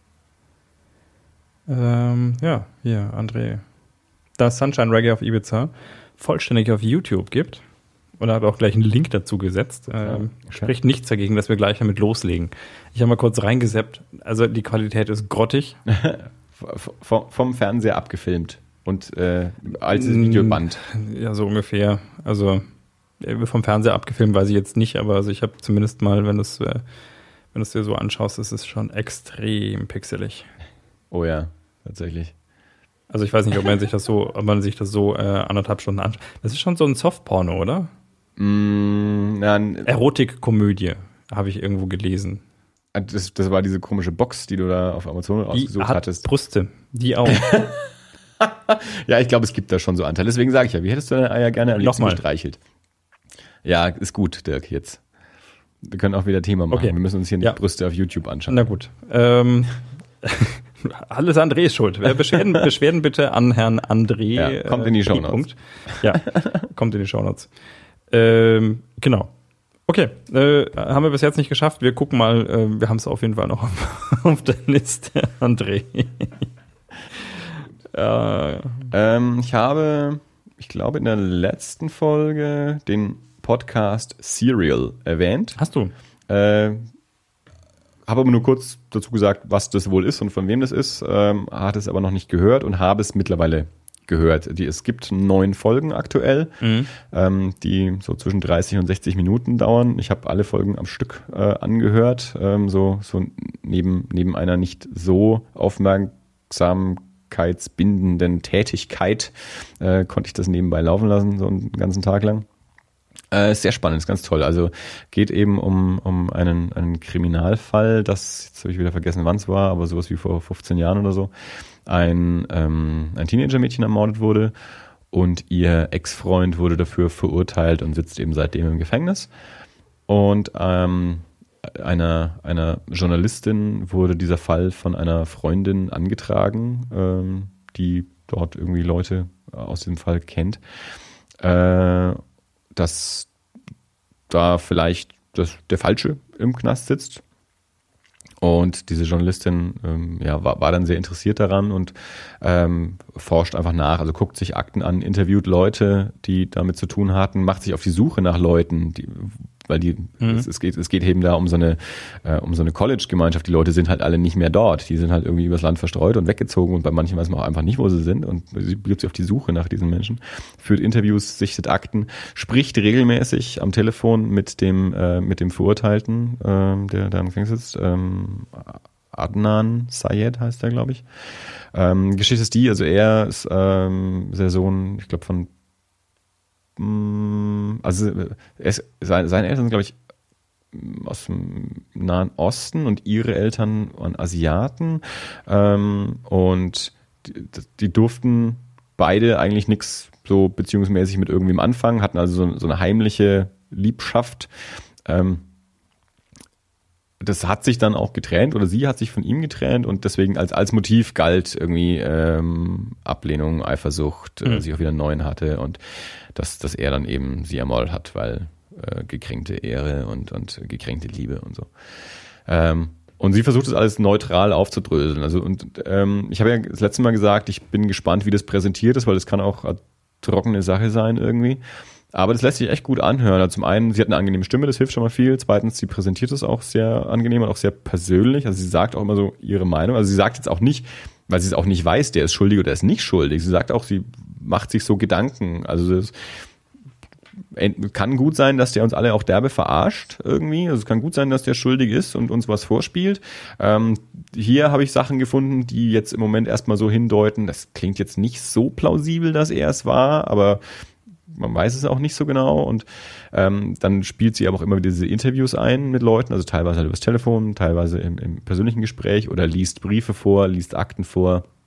Ähm, ja, hier, André. Da Sunshine Reggae auf Ibiza vollständig auf YouTube gibt, und er hat auch gleich einen Link dazu gesetzt, ähm, okay. Spricht nichts dagegen, dass wir gleich damit loslegen. Ich habe mal kurz reingesappt, also die Qualität ist grottig. v- vom Fernseher abgefilmt und äh, als Videoband. Ja, so ungefähr. Also vom Fernseher abgefilmt weiß ich jetzt nicht, aber also ich habe zumindest mal, wenn du es äh, wenn du es dir so anschaust, ist es schon extrem pixelig. Oh ja, tatsächlich. Also ich weiß nicht, ob man sich das so, ob man sich das so äh, anderthalb Stunden anschaut. Das ist schon so ein Softporno, oder? Mm, ja, Erotikkomödie, habe ich irgendwo gelesen. Das, das war diese komische Box, die du da auf Amazon rausgesucht die hat hattest. Brüste, die auch. Ja, ich glaube, es gibt da schon so Anteile. Deswegen sage ich ja, wie hättest du deine Eier gerne am liebsten gestreichelt? Ja, ist gut, Dirk, jetzt. Wir können auch wieder Thema machen. Okay. Wir müssen uns hier nicht ja. Brüste auf YouTube anschauen. Na gut. Ähm, alles André ist schuld. Beschwerden, Beschwerden bitte an Herrn André. Ja, kommt in die Shownotes. Ja, kommt in die Shownotes. Ähm, genau. Okay, äh, haben wir bis jetzt nicht geschafft. Wir gucken mal, äh, wir haben es auf jeden Fall noch auf, auf der Liste, André. äh. ähm, ich habe, ich glaube, in der letzten Folge den Podcast Serial erwähnt. Hast du? Äh, habe aber nur kurz dazu gesagt, was das wohl ist und von wem das ist, ähm, hatte es aber noch nicht gehört und habe es mittlerweile gehört. Die, es gibt neun Folgen aktuell, mhm. ähm, die so zwischen dreißig und sechzig Minuten dauern. Ich habe alle Folgen am Stück äh, angehört, ähm, so, so neben, neben einer nicht so aufmerksamkeitsbindenden Tätigkeit äh, konnte ich das nebenbei laufen lassen, so einen ganzen Tag lang. Äh, sehr spannend, ist ganz toll. Also geht eben um, um einen, einen Kriminalfall, das, jetzt habe ich wieder vergessen, wann es war, aber sowas wie vor fünfzehn Jahren oder so, ein, ähm, ein Teenager-Mädchen ermordet wurde und ihr Ex-Freund wurde dafür verurteilt und sitzt eben seitdem im Gefängnis. Und ähm, einer, einer Journalistin wurde dieser Fall von einer Freundin angetragen, ähm, die dort irgendwie Leute aus dem Fall kennt. Äh, dass da vielleicht das, der Falsche im Knast sitzt. Und diese Journalistin ähm, ja, war, war dann sehr interessiert daran und ähm, forscht einfach nach, also guckt sich Akten an, interviewt Leute, die damit zu tun hatten, macht sich auf die Suche nach Leuten, die, weil die mhm. es, es geht es geht eben da um so eine äh, um so eine College-Gemeinschaft. Die Leute sind halt alle nicht mehr dort, die sind halt irgendwie übers Land verstreut und weggezogen und bei manchen weiß man auch einfach nicht, wo sie sind und sie begibt sich auf die Suche nach diesen Menschen, führt Interviews, sichtet Akten, spricht regelmäßig am Telefon mit dem äh, mit dem Verurteilten, äh, der da im Gefängnis sitzt. Ähm, Adnan Syed heißt er, glaube ich. Ähm, Geschichte ist die, also er ist ähm, der Sohn, ich glaube von also er ist, seine Eltern sind, glaube ich, aus dem Nahen Osten und ihre Eltern waren Asiaten ähm, und die, die durften beide eigentlich nichts so beziehungsmäßig mit irgendwem anfangen, hatten also so, so eine heimliche Liebschaft. Ähm, das hat sich dann auch getrennt oder sie hat sich von ihm getrennt und deswegen als, als Motiv galt irgendwie ähm, Ablehnung, Eifersucht, mhm. äh, sie auch wieder einen neuen hatte und dass, dass er dann eben sie ermordet hat, weil äh, gekränkte Ehre und, und gekränkte Liebe und so. Ähm, und sie versucht es alles neutral aufzudröseln. Also und ähm, ich habe ja das letzte Mal gesagt, ich bin gespannt, wie das präsentiert ist, weil das kann auch eine trockene Sache sein irgendwie. Aber das lässt sich echt gut anhören. Also zum einen, sie hat eine angenehme Stimme, das hilft schon mal viel. Zweitens, sie präsentiert es auch sehr angenehm und auch sehr persönlich. Also sie sagt auch immer so ihre Meinung. Also sie sagt jetzt auch nicht, weil sie es auch nicht weiß, der ist schuldig oder ist nicht schuldig. Sie sagt auch, sie macht sich so Gedanken. Also das kann gut sein, dass der uns alle auch derbe verarscht irgendwie. Also es kann gut sein, dass der schuldig ist und uns was vorspielt. Ähm, hier habe ich Sachen gefunden, die jetzt im Moment erstmal so hindeuten. Das klingt jetzt nicht so plausibel, dass er es war, aber man weiß es auch nicht so genau und ähm, dann spielt sie aber auch immer wieder diese Interviews ein mit Leuten, also teilweise halt übers Telefon, teilweise im, im persönlichen Gespräch oder liest Briefe vor, liest Akten vor,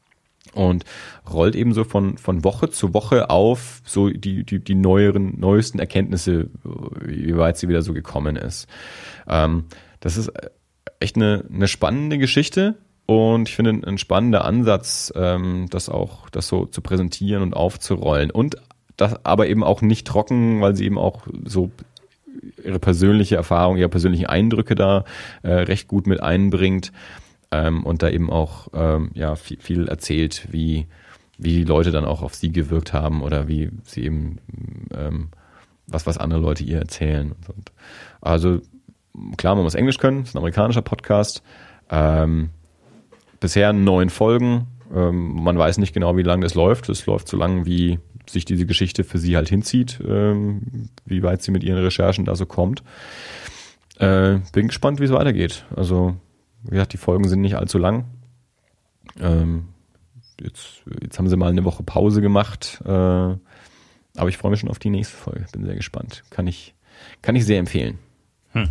und rollt eben so von, von Woche zu Woche auf, so die, die, die neueren, neuesten Erkenntnisse, wie weit sie wieder so gekommen ist. Ähm, das ist echt eine, eine spannende Geschichte und ich finde ein spannender Ansatz, ähm, das auch, das so zu präsentieren und aufzurollen und das aber eben auch nicht trocken, weil sie eben auch so ihre persönliche Erfahrung, ihre persönlichen Eindrücke da äh, recht gut mit einbringt. Ähm, und da eben auch ähm, ja, viel, viel erzählt, wie, wie die Leute dann auch auf sie gewirkt haben oder wie sie eben ähm, was, was andere Leute ihr erzählen. Und so. Also klar, man muss Englisch können, das ist ein amerikanischer Podcast. Ähm, bisher neun Folgen. Ähm, man weiß nicht genau, wie lange das läuft. Es läuft so lang, wie sich diese Geschichte für sie halt hinzieht, ähm, wie weit sie mit ihren Recherchen da so kommt. Äh, bin gespannt, wie es weitergeht. Also wie gesagt, die Folgen sind nicht allzu lang. Ähm, jetzt, jetzt haben sie mal eine Woche Pause gemacht. Äh, aber ich freue mich schon auf die nächste Folge. Bin sehr gespannt. Kann ich, kann ich sehr empfehlen. Hm.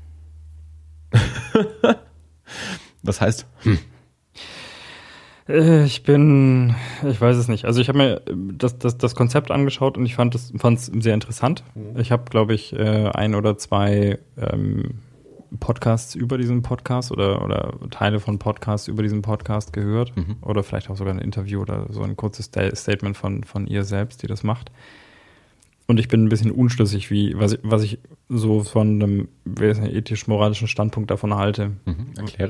Was heißt? Hm. Ich bin, ich weiß es nicht. Also ich habe mir das, das, das Konzept angeschaut und ich fand es fand es sehr interessant. Mhm. Ich habe, glaube ich, ein oder zwei ähm, Podcasts über diesen Podcast oder, oder Teile von Podcasts über diesen Podcast gehört. Mhm. Oder vielleicht auch sogar ein Interview oder so ein kurzes Statement von, von ihr selbst, die das macht. Und ich bin ein bisschen unschlüssig, wie, was ich, was ich so von einem ethisch-moralischen Standpunkt davon halte. Mhm. Erkläre.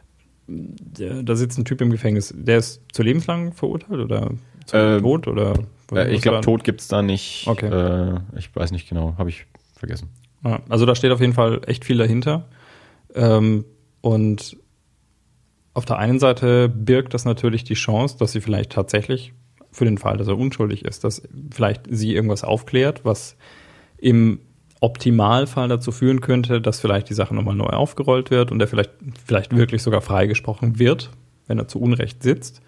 Da sitzt ein Typ im Gefängnis. Der ist zu lebenslang verurteilt oder zu äh, Tod? Oder äh, ich glaube, Tod gibt es da nicht. Okay. Äh, ich weiß nicht genau, habe ich vergessen. Ja, also da steht auf jeden Fall echt viel dahinter. Ähm, und auf der einen Seite birgt das natürlich die Chance, dass sie vielleicht tatsächlich für den Fall, dass er unschuldig ist, dass vielleicht sie irgendwas aufklärt, was im Optimalfall dazu führen könnte, dass vielleicht die Sache nochmal neu aufgerollt wird und er vielleicht, vielleicht wirklich sogar freigesprochen wird, wenn er zu Unrecht sitzt.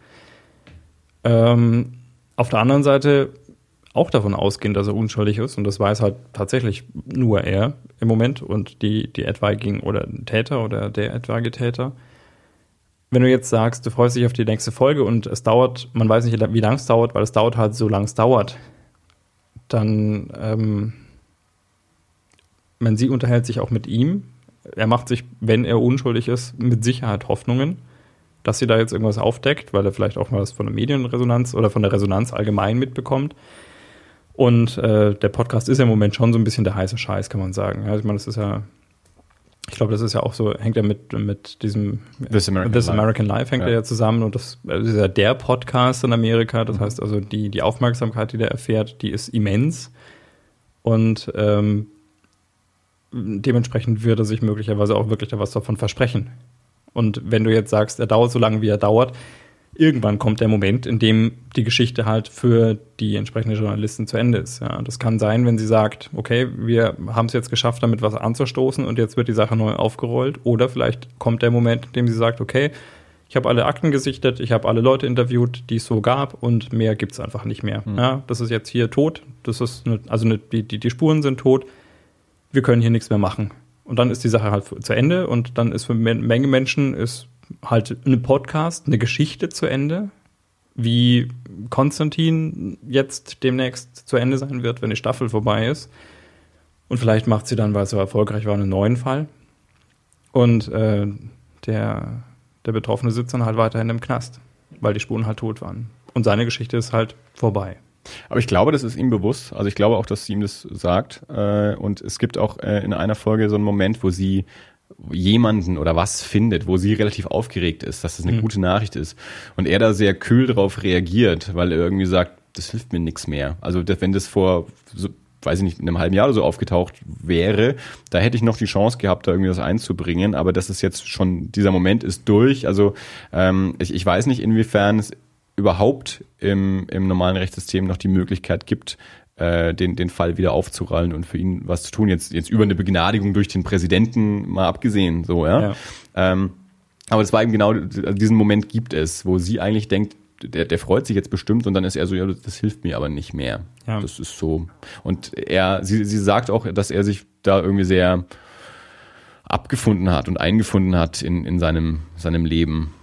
Ähm, auf der anderen Seite auch davon ausgehen, dass er unschuldig ist und das weiß halt tatsächlich nur er im Moment und die, die etwaigen oder Täter oder der etwaige Täter. Wenn du jetzt sagst, du freust dich auf die nächste Folge und es dauert, man weiß nicht, wie lange es dauert, weil es dauert halt so lange es dauert, dann ähm, man, sie unterhält sich auch mit ihm. Er macht sich, wenn er unschuldig ist, mit Sicherheit Hoffnungen, dass sie da jetzt irgendwas aufdeckt, weil er vielleicht auch mal was von der Medienresonanz oder von der Resonanz allgemein mitbekommt. Und äh, der Podcast ist ja im Moment schon so ein bisschen der heiße Scheiß, kann man sagen. Ja, ich meine, das ist ja, ich glaube, das ist ja auch so, hängt ja mit, mit diesem This American, This Life. American Life hängt ja. ja zusammen und das, das ist ja der Podcast in Amerika. Das mhm. heißt also, die, die Aufmerksamkeit, die der erfährt, die ist immens. Und ähm, dementsprechend wird er sich möglicherweise auch wirklich da was davon versprechen. Und wenn du jetzt sagst, er dauert so lange, wie er dauert, irgendwann kommt der Moment, in dem die Geschichte halt für die entsprechende Journalistin zu Ende ist. Ja, das kann sein, wenn sie sagt, okay, wir haben es jetzt geschafft, damit was anzustoßen und jetzt wird die Sache neu aufgerollt. Oder vielleicht kommt der Moment, in dem sie sagt, okay, ich habe alle Akten gesichtet, ich habe alle Leute interviewt, die es so gab und mehr gibt es einfach nicht mehr. Mhm. Ja, das ist jetzt hier tot, das ist eine, also eine, die, die, die Spuren sind tot, wir können hier nichts mehr machen. Und dann ist die Sache halt zu Ende und dann ist für eine Menge Menschen ist halt ein Podcast, eine Geschichte zu Ende, wie Konstantin jetzt demnächst zu Ende sein wird, wenn die Staffel vorbei ist. Und vielleicht macht sie dann, weil es so erfolgreich war, einen neuen Fall. Und äh, der, der Betroffene sitzt dann halt weiterhin im Knast, weil die Spuren halt tot waren. Und seine Geschichte ist halt vorbei. Aber ich glaube, das ist ihm bewusst. Also ich glaube auch, dass sie ihm das sagt. Und es gibt auch in einer Folge so einen Moment, wo sie jemanden oder was findet, wo sie relativ aufgeregt ist, dass das eine mhm. gute Nachricht ist. Und er da sehr kühl drauf reagiert, weil er irgendwie sagt, das hilft mir nichts mehr. Also wenn das vor, so, weiß ich nicht, in einem halben Jahr oder so aufgetaucht wäre, da hätte ich noch die Chance gehabt, da irgendwie was einzubringen. Aber das ist jetzt schon, dieser Moment ist durch. Also ähm, ich, ich weiß nicht, inwiefern es überhaupt im, im normalen Rechtssystem noch die Möglichkeit gibt, äh, den, den Fall wieder aufzurollen und für ihn was zu tun. Jetzt, jetzt über eine Begnadigung durch den Präsidenten mal abgesehen, so, ja. ja. Ähm, aber das war eben genau, diesen Moment gibt es, wo sie eigentlich denkt, der, der freut sich jetzt bestimmt und dann ist er so, ja, das hilft mir aber nicht mehr. Ja. Das ist so. Und er, sie, sie sagt auch, dass er sich da irgendwie sehr abgefunden hat und eingefunden hat in, in seinem, seinem Leben.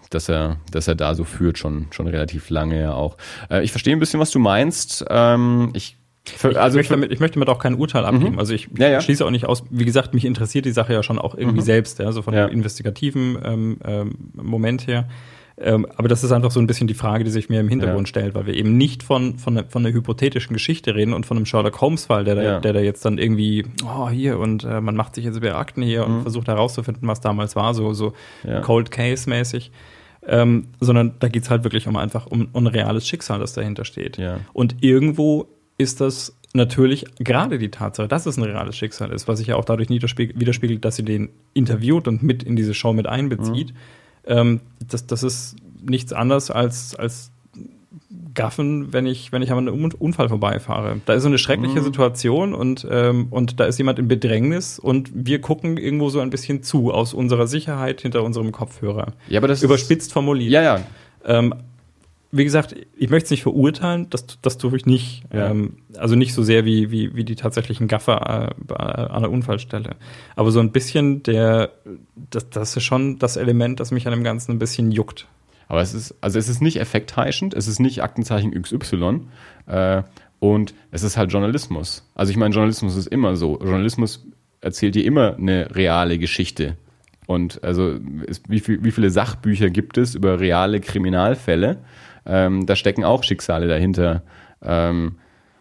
dass er, dass er da so führt, schon, schon relativ lange ja auch. Äh, ich verstehe ein bisschen, was du meinst. Ähm, ich Für, also ich, möchte damit, ich möchte damit auch kein Urteil abgeben. Mhm. Also ich ja, ja. schließe auch nicht aus. Wie gesagt, mich interessiert die Sache ja schon auch irgendwie mhm. selbst, ja, so von ja. dem investigativen ähm, ähm, Moment her. Ähm, aber das ist einfach so ein bisschen die Frage, die sich mir im Hintergrund ja. stellt, weil wir eben nicht von von, von einer hypothetischen Geschichte reden und von einem Sherlock Holmes-Fall, der da, ja. der da jetzt dann irgendwie, oh hier und äh, man macht sich jetzt über Akten hier mhm. und versucht herauszufinden, was damals war, so so ja. Cold Case-mäßig. Ähm, sondern da geht's halt wirklich um einfach um, um ein reales Schicksal, das dahinter steht. Ja. Und irgendwo ist das natürlich gerade die Tatsache, dass es ein reales Schicksal ist, was sich ja auch dadurch widerspiegelt, dass sie den interviewt und mit in diese Show mit einbezieht. Mhm. Ähm, das, das ist nichts anderes als, als Gaffen, wenn ich, wenn ich an einem Unfall vorbeifahre. Da ist so eine schreckliche mhm. Situation und, ähm, und da ist jemand in Bedrängnis und wir gucken irgendwo so ein bisschen zu aus unserer Sicherheit hinter unserem Kopfhörer. Ja, aber das überspitzt formuliert. Ja, ja. Ähm, Wie gesagt, ich möchte es nicht verurteilen, das, das tue ich nicht. Ja. Ähm, also nicht so sehr wie, wie, wie die tatsächlichen Gaffer äh, an der Unfallstelle. Aber so ein bisschen der, das, das ist schon das Element, das mich an dem Ganzen ein bisschen juckt. Aber es ist, also es ist nicht effektheischend, es ist nicht Aktenzeichen X Y äh, und es ist halt Journalismus. Also ich meine, Journalismus ist immer so. Journalismus erzählt dir immer eine reale Geschichte. Und also es, wie, viel, wie viele Sachbücher gibt es über reale Kriminalfälle? Ähm, da stecken auch Schicksale dahinter. Ähm,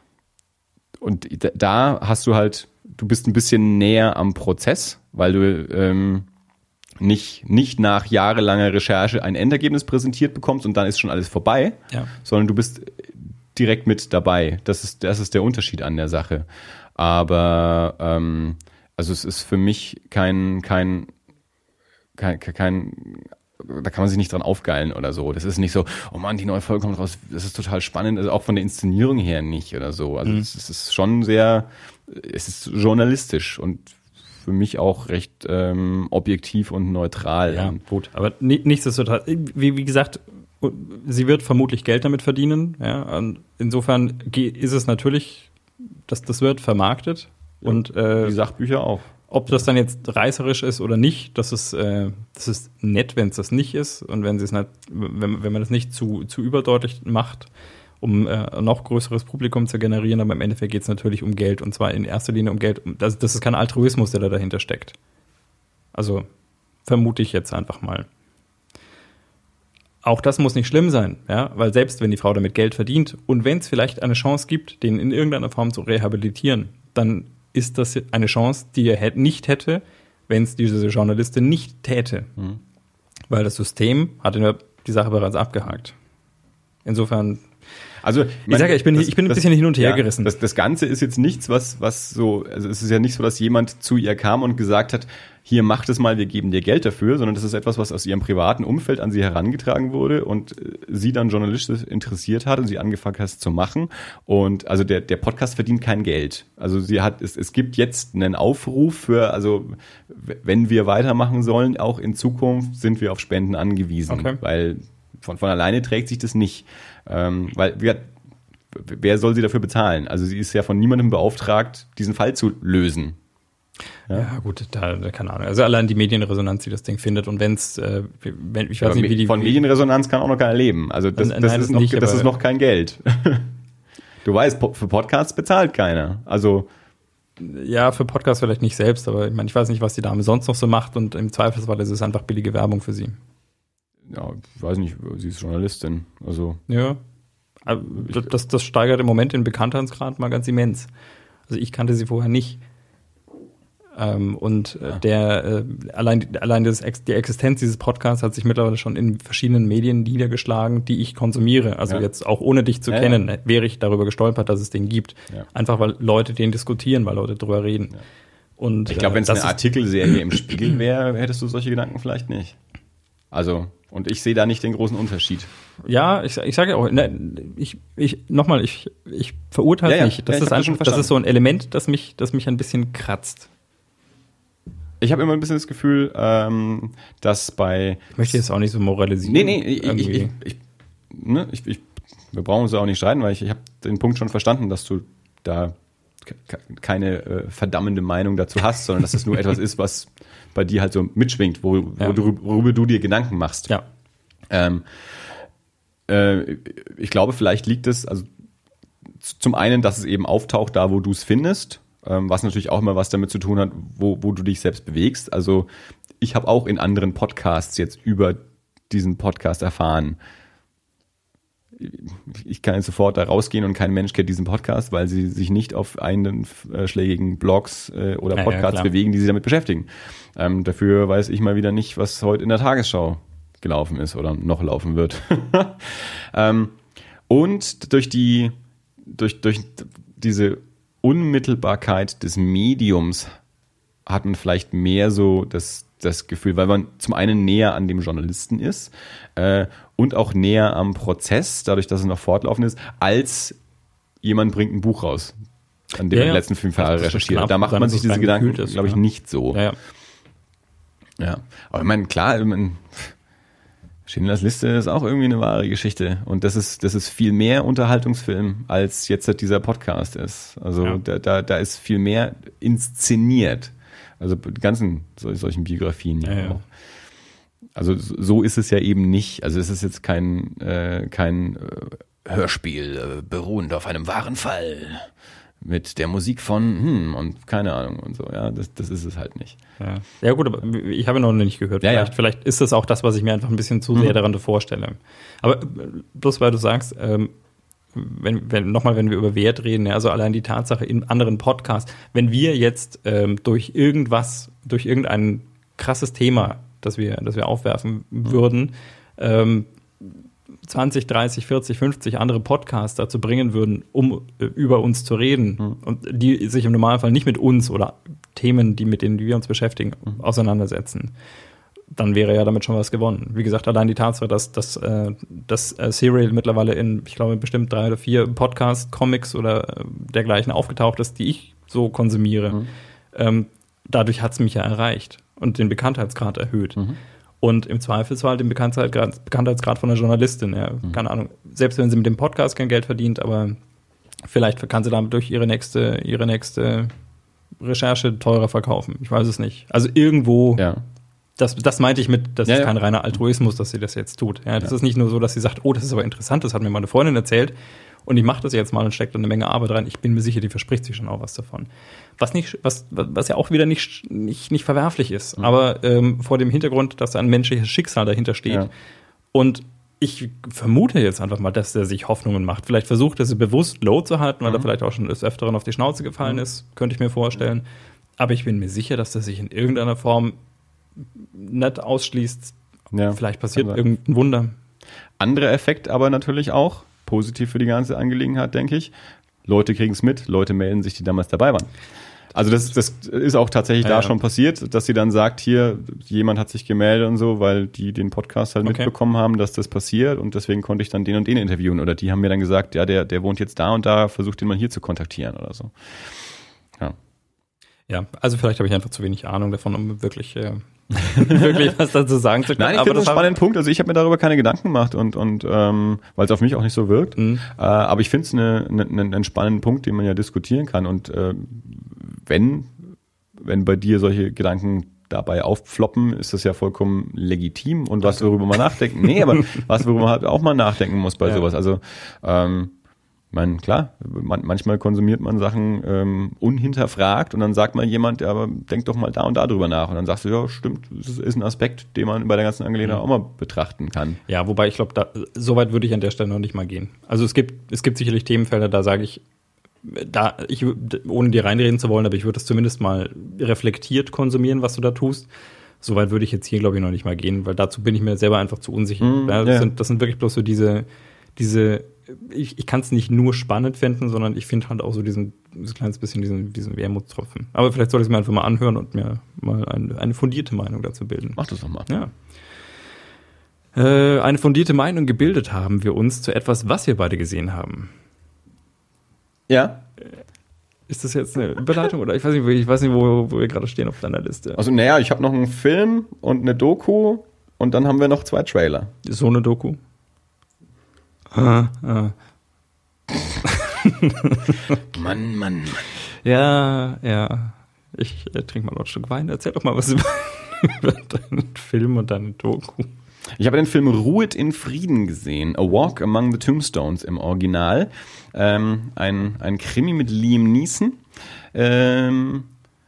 und da hast du halt, du bist ein bisschen näher am Prozess, weil du ähm, nicht, nicht nach jahrelanger Recherche ein Endergebnis präsentiert bekommst und dann ist schon alles vorbei, ja. sondern du bist direkt mit dabei. Das ist, das ist der Unterschied an der Sache. Aber ähm, also es ist für mich kein, kein, kein, kein da kann man sich nicht dran aufgeilen oder so. Das ist nicht so, oh Mann, die neue Folge kommt raus, das ist total spannend, also auch von der Inszenierung her nicht oder so. Also mhm. es, es ist schon sehr, es ist journalistisch und für mich auch recht ähm, objektiv und neutral. Ja, gut, aber nichtsdestotrotz, wie, wie gesagt, sie wird vermutlich Geld damit verdienen. Ja, und insofern ist es natürlich, dass das wird vermarktet. Ja, und äh, die Sachbücher auch. Ob das dann jetzt reißerisch ist oder nicht, das ist, äh, das ist nett, wenn es das nicht ist und wenn sie es nicht, wenn, wenn man das nicht zu, zu überdeutlich macht, um äh, noch größeres Publikum zu generieren, aber im Endeffekt geht es natürlich um Geld und zwar in erster Linie um Geld. Das, das ist kein Altruismus, der da dahinter steckt. Also vermute ich jetzt einfach mal. Auch das muss nicht schlimm sein, ja, weil selbst wenn die Frau damit Geld verdient und wenn es vielleicht eine Chance gibt, den in irgendeiner Form zu rehabilitieren, dann ist das eine Chance, die er nicht hätte, wenn es diese Journalistin nicht täte. Mhm. Weil das System hat die Sache bereits abgehakt. Insofern, also ich sage ja, ich bin, das, ich bin ein das, bisschen hin und her ja, gerissen. Das, das Ganze ist jetzt nichts, was, was so, also es ist ja nicht so, dass jemand zu ihr kam und gesagt hat, hier mach das mal, wir geben dir Geld dafür, sondern das ist etwas, was aus ihrem privaten Umfeld an sie herangetragen wurde und sie dann journalistisch interessiert hat und sie angefangen hat zu machen. Und also der, der Podcast verdient kein Geld. Also sie hat, es, es gibt jetzt einen Aufruf für, also wenn wir weitermachen sollen, auch in Zukunft sind wir auf Spenden angewiesen, okay. weil von, von alleine trägt sich das nicht. Ähm, weil wir, wer soll sie dafür bezahlen? Also sie ist ja von niemandem beauftragt, diesen Fall zu lösen. Ja, ja gut, da, da keine Ahnung. Also allein die Medienresonanz, die das Ding findet und wenn's, äh, wenn ich weiß aber nicht, wie die von Medienresonanz kann auch noch keiner leben. Also das, nein, das, nein, ist, noch, nicht, das ist noch kein Geld. Du weißt, für Podcasts bezahlt keiner. Also ja, für Podcasts vielleicht nicht selbst, aber ich meine, ich weiß nicht, was die Dame sonst noch so macht und im Zweifelsfall ist es einfach billige Werbung für sie. Ja, ich weiß nicht, sie ist Journalistin. Also ja, das, das steigert im Moment den Bekanntheitsgrad mal ganz immens. Also ich kannte sie vorher nicht. Ähm, und äh, der äh, allein allein das, die Existenz dieses Podcasts hat sich mittlerweile schon in verschiedenen Medien niedergeschlagen, die ich konsumiere. Also ja. jetzt auch ohne dich zu ja, kennen, ja. wäre ich darüber gestolpert, dass es den gibt. Ja. Einfach weil Leute den diskutieren, weil Leute drüber reden. Ja. Und ich glaube, wenn es äh, eine Artikelserie im Spiegel wäre, hättest du solche Gedanken vielleicht nicht. Also, und ich sehe da nicht den großen Unterschied. Ja, ich, ich sage ja auch, ne, ich, ich, nochmal, ich, ich verurteile ja, ja. nicht. Das ja, ist einfach, das ist so ein Element, das mich, das mich ein bisschen kratzt. Ich habe immer ein bisschen das Gefühl, ähm, dass bei... Ich möchte jetzt auch nicht so moralisieren. Nee, nee, ich, ich, ich, ich, ne, ich, ich, wir brauchen uns auch nicht streiten, weil ich, ich habe den Punkt schon verstanden, dass du da keine äh, verdammende Meinung dazu hast, sondern dass es nur etwas ist, was bei dir halt so mitschwingt, wo, ja. wo du, worüber du dir Gedanken machst. Ja. Ähm, äh, ich glaube, vielleicht liegt es, also zum einen, dass es eben auftaucht da, wo du es findest, ähm, was natürlich auch immer was damit zu tun hat, wo, wo du dich selbst bewegst. Also ich habe auch in anderen Podcasts jetzt über diesen Podcast erfahren. Ich kann jetzt sofort da rausgehen und kein Mensch kennt diesen Podcast, weil sie sich nicht auf einschlägigen Blogs äh, oder Podcasts ja, ja, bewegen, die sich damit beschäftigen. Ähm, dafür weiß ich mal wieder nicht, was heute in der Tagesschau gelaufen ist oder noch laufen wird. ähm, und durch die durch, durch diese Unmittelbarkeit des Mediums hat man vielleicht mehr so das das Gefühl, weil man zum einen näher an dem Journalisten ist äh, und auch näher am Prozess, dadurch, dass es noch fortlaufend ist, als jemand bringt ein Buch raus, an dem ja, man die letzten fünf Jahre recherchiert. Knapp, da macht man sich diese Gedanken, glaube ich, ja. nicht so. Ja, ja. ja, aber ich meine, klar, ich meine, Schindlers Liste ist auch irgendwie eine wahre Geschichte und das ist, das ist viel mehr Unterhaltungsfilm, als jetzt dieser Podcast ist. Also ja. da, da, da ist viel mehr inszeniert. Also die ganzen solchen Biografien ja, ja auch. Also so ist es ja eben nicht. Also es ist jetzt kein, äh, kein äh, Hörspiel äh, beruhend auf einem wahren Fall mit der Musik von hm und keine Ahnung und so. Ja, das, das ist es halt nicht. Ja, ja gut, aber ich habe noch nicht gehört. Ja, vielleicht, ja. vielleicht ist das auch das, was ich mir einfach ein bisschen zu sehr mhm. daran vorstelle. Aber bloß weil du sagst, ähm, wenn, wenn nochmal, wenn wir über Wert reden, also allein die Tatsache in anderen Podcasts, wenn wir jetzt ähm, durch irgendwas, durch irgendein krasses Thema, das wir, das wir aufwerfen mhm. würden, ähm, zwanzig, dreißig, vierzig, fünfzig andere Podcasts dazu bringen würden, um äh, über uns zu reden mhm. und die sich im Normalfall nicht mit uns oder Themen, die mit denen wir uns beschäftigen, mhm. auseinandersetzen, dann wäre ja damit schon was gewonnen. Wie gesagt, allein die Tatsache, dass, dass, äh, dass äh, Serial mittlerweile in, ich glaube, bestimmt drei oder vier Podcasts, Comics oder äh, dergleichen aufgetaucht ist, die ich so konsumiere, mhm. ähm, dadurch hat es mich ja erreicht und den Bekanntheitsgrad erhöht. Mhm. Und im Zweifelsfall den Bekanntheitsgrad, Bekanntheitsgrad von einer Journalistin. Ja, mhm. Keine Ahnung, selbst wenn sie mit dem Podcast kein Geld verdient, aber vielleicht kann sie damit durch ihre nächste, ihre nächste Recherche teurer verkaufen. Ich weiß es nicht. Also irgendwo... Ja. Das, das meinte ich mit, das ja, ist ja. kein reiner Altruismus, dass sie das jetzt tut. Ja, das ja. ist nicht nur so, dass sie sagt, oh, das ist aber interessant, das hat mir meine Freundin erzählt und ich mache das jetzt mal und steckt da eine Menge Arbeit rein. Ich bin mir sicher, die verspricht sich schon auch was davon. Was nicht, was, was ja auch wieder nicht, nicht, nicht verwerflich ist, mhm. aber ähm, vor dem Hintergrund, dass da ein menschliches Schicksal dahinter steht. Ja. Und ich vermute jetzt einfach mal, dass er sich Hoffnungen macht. Vielleicht versucht er sie bewusst low zu halten, weil mhm. er vielleicht auch schon des Öfteren auf die Schnauze gefallen mhm. ist, könnte ich mir vorstellen. Aber ich bin mir sicher, dass er sich in irgendeiner Form nicht ausschließt, ja, vielleicht passiert also irgendein Wunder. Anderer Effekt aber natürlich auch, positiv für die ganze Angelegenheit, denke ich. Leute kriegen es mit, Leute melden sich, die damals dabei waren. Also das, das ist auch tatsächlich ja, da ja. schon passiert, dass sie dann sagt, hier, jemand hat sich gemeldet und so, weil die den Podcast halt okay. mitbekommen haben, dass das passiert und deswegen konnte ich dann den und den interviewen. Oder die haben mir dann gesagt, ja, der, der wohnt jetzt da und da, versucht den mal hier zu kontaktieren oder so. Ja. Ja, also vielleicht habe ich einfach zu wenig Ahnung davon, um wirklich, äh, wirklich was dazu sagen zu können. Nein, ich finde das einen spannenden Punkt. Also ich habe mir darüber keine Gedanken gemacht und, und ähm, weil es auf mich auch nicht so wirkt. Mhm. Äh, aber ich finde es eine, eine, einen spannenden Punkt, den man ja diskutieren kann. Und äh, wenn, wenn bei dir solche Gedanken dabei auffloppen, ist das ja vollkommen legitim und was, worüber man nachdenken. Nee, aber was, worüber man halt auch mal nachdenken muss bei ja. sowas. Also ähm, Ich meine, klar, man, manchmal konsumiert man Sachen ähm, unhinterfragt und dann sagt mal jemand, ja, aber denk doch mal da und da drüber nach. Und dann sagst du, ja, stimmt, das ist ein Aspekt, den man bei der ganzen Angelegenheit auch mal betrachten kann. Ja, wobei ich glaube, da so weit würde ich an der Stelle noch nicht mal gehen. Also es gibt, es gibt sicherlich Themenfelder, da sage ich, da ich ohne dir reinreden zu wollen, aber ich würde das zumindest mal reflektiert konsumieren, was du da tust. So weit würde ich jetzt hier, glaube ich, noch nicht mal gehen, weil dazu bin ich mir selber einfach zu unsicher. Mm, ja, das, ja. Sind, das sind wirklich bloß so diese, diese ich, ich kann es nicht nur spannend finden, sondern ich finde halt auch so diesen, dieses kleines bisschen diesen, diesen Wermutstropfen. Aber vielleicht soll ich es mir einfach mal anhören und mir mal eine, eine fundierte Meinung dazu bilden. Mach das doch mal. Ja. Äh, eine fundierte Meinung gebildet haben wir uns zu etwas, was wir beide gesehen haben. Ja. Ist das jetzt eine Überleitung oder ich weiß nicht, ich weiß nicht, wo, wo wir gerade stehen auf deiner Liste. Also naja, ich habe noch einen Film und eine Doku und dann haben wir noch zwei Trailer. So eine Doku? Ah, ah. Mann, Mann, Mann. Ja, ja. Ich äh, trinke mal noch ein Stück Wein. Erzähl doch mal was über, über deinen Film und deine Doku. Ich habe den Film Ruhet in Frieden gesehen. A Walk Among the Tombstones im Original. Ähm, ein, ein Krimi mit Liam Neeson. Ähm,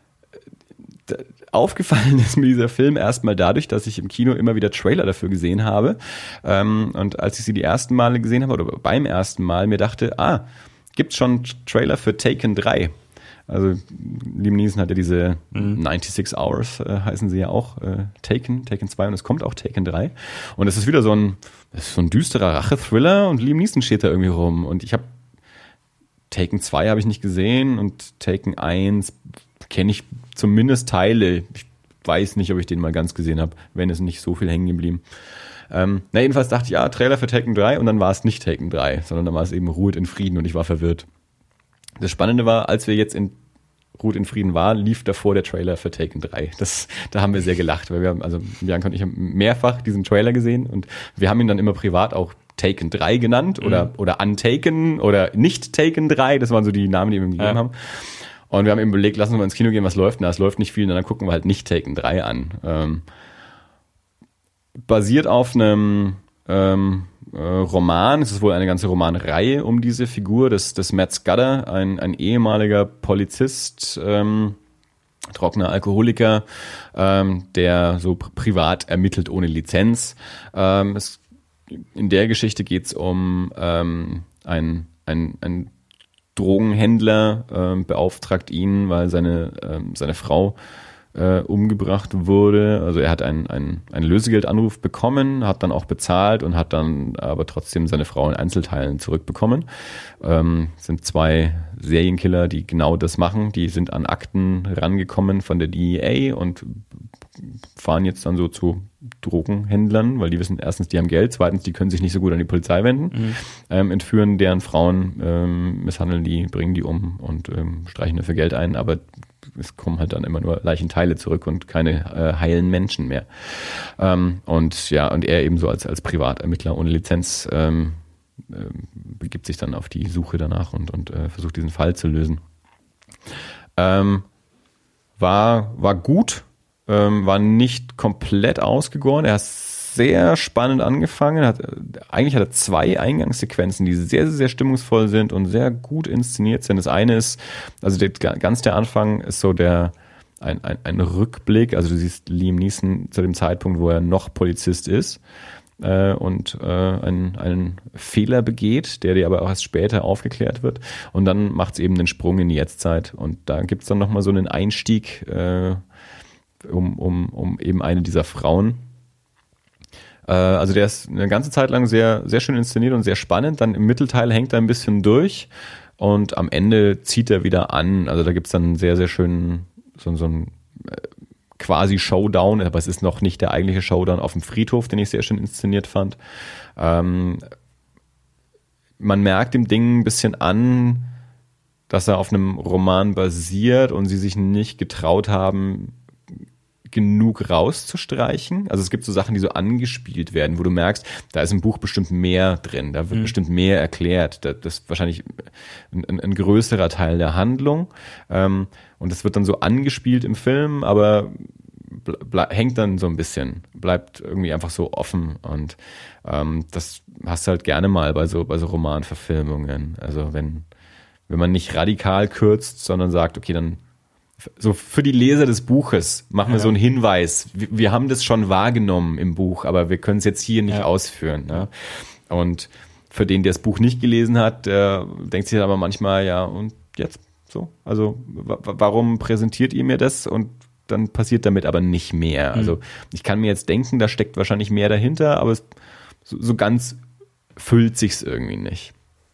d- aufgefallen ist mir dieser Film erstmal dadurch, dass ich im Kino immer wieder Trailer dafür gesehen habe. Ähm, und als ich sie die ersten Male gesehen habe, oder beim ersten Mal, mir dachte, ah, gibt's schon Trailer für Taken drei? Also Liam Neeson hat ja diese mhm. sechsundneunzig Hours, äh, heißen sie ja auch, äh, Taken, Taken zwei und es kommt auch Taken drei. Und es ist wieder so ein, das ist so ein düsterer Rache-Thriller und Liam Neeson steht da irgendwie rum. Und ich habe Taken zwei habe ich nicht gesehen und Taken eins kenne ich zumindest Teile. Ich weiß nicht, ob ich den mal ganz gesehen habe, wenn es nicht so viel hängen geblieben. Ähm, na jedenfalls dachte ich, ja, Trailer für Taken drei und dann war es nicht Taken drei, sondern dann war es eben Ruhet in Frieden und ich war verwirrt. Das Spannende war, als wir jetzt in Ruht in Frieden waren, lief davor der Trailer für Taken drei. Das, da haben wir sehr gelacht, weil wir haben, also Bianca und ich haben mehrfach diesen Trailer gesehen und wir haben ihn dann immer privat auch Taken drei genannt oder, mhm. oder Untaken oder nicht Taken drei. Das waren so die Namen, die wir ihm gegeben ja. haben. Und wir haben eben überlegt, lassen wir mal ins Kino gehen, was läuft. Na, es läuft nicht viel, und dann gucken wir halt nicht Taken drei an. Ähm, basiert auf einem ähm, äh, Roman, es ist wohl eine ganze Romanreihe um diese Figur des, des Matt Scudder, ein, ein ehemaliger Polizist, ähm, trockener Alkoholiker, ähm, der so pr- privat ermittelt ohne Lizenz. Ähm, es, in der Geschichte geht es um ähm, ein, ein, ein Drogenhändler, ähm, beauftragt ihn, weil seine, ähm, seine Frau äh, umgebracht wurde. Also er hat einen ein, ein Lösegeldanruf bekommen, hat dann auch bezahlt und hat dann aber trotzdem seine Frau in Einzelteilen zurückbekommen. Ähm, sind zwei Serienkiller, die genau das machen. Die sind an Akten rangekommen von der D E A und fahren jetzt dann so zu Drogenhändlern, weil die wissen, erstens, die haben Geld, zweitens, die können sich nicht so gut an die Polizei wenden, mhm. ähm, entführen deren Frauen, ähm, misshandeln die, bringen die um und ähm, streichen dafür Geld ein, aber es kommen halt dann immer nur Leichenteile zurück und keine äh, heilen Menschen mehr. Ähm, und ja, und er eben so als, als Privatermittler ohne Lizenz ähm, äh, begibt sich dann auf die Suche danach und, und äh, versucht diesen Fall zu lösen. Ähm, war, war gut, ähm, war nicht komplett ausgegoren. Er hat sehr spannend angefangen. Hat, eigentlich hat er zwei Eingangssequenzen, die sehr, sehr stimmungsvoll sind und sehr gut inszeniert sind. Das eine ist, also der, ganz der Anfang ist so der ein, ein, ein Rückblick. Also du siehst Liam Neeson zu dem Zeitpunkt, wo er noch Polizist ist äh, und äh, einen, einen Fehler begeht, der dir aber auch erst später aufgeklärt wird. Und dann macht es eben den Sprung in die Jetztzeit. Und da gibt es dann nochmal so einen Einstieg äh, um, um, um eben eine dieser Frauen. Also der ist eine ganze Zeit lang sehr, sehr schön inszeniert und sehr spannend. Dann im Mittelteil hängt er ein bisschen durch und am Ende zieht er wieder an. Also da gibt's dann einen sehr, sehr schönen, so, so einen quasi Showdown, aber es ist noch nicht der eigentliche Showdown auf dem Friedhof, den ich sehr schön inszeniert fand. Ähm, man merkt dem Ding ein bisschen an, dass er auf einem Roman basiert und sie sich nicht getraut haben, genug rauszustreichen. Also es gibt so Sachen, die so angespielt werden, wo du merkst, da ist im Buch bestimmt mehr drin, da wird mhm. bestimmt mehr erklärt. Das ist wahrscheinlich ein, ein, ein größerer Teil der Handlung. Und das wird dann so angespielt im Film, aber ble- hängt dann so ein bisschen, bleibt irgendwie einfach so offen. Und ähm, das hast du halt gerne mal bei so, bei so Romanverfilmungen. Also wenn, wenn man nicht radikal kürzt, sondern sagt, okay, dann so für die Leser des Buches machen wir ja. so einen Hinweis. Wir, wir haben das schon wahrgenommen im Buch, aber wir können es jetzt hier nicht ja. ausführen. Ne? Und für den, der das Buch nicht gelesen hat, der denkt sich aber manchmal, ja, und jetzt so? Also w- warum präsentiert ihr mir das? Und dann passiert damit aber nicht mehr. Mhm. Also ich kann mir jetzt denken, da steckt wahrscheinlich mehr dahinter, aber es, so, so ganz füllt sich's irgendwie nicht.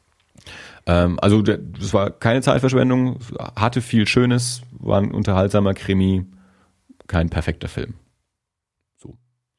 Also das war keine Zeitverschwendung, hatte viel Schönes, war ein unterhaltsamer Krimi, kein perfekter Film. So.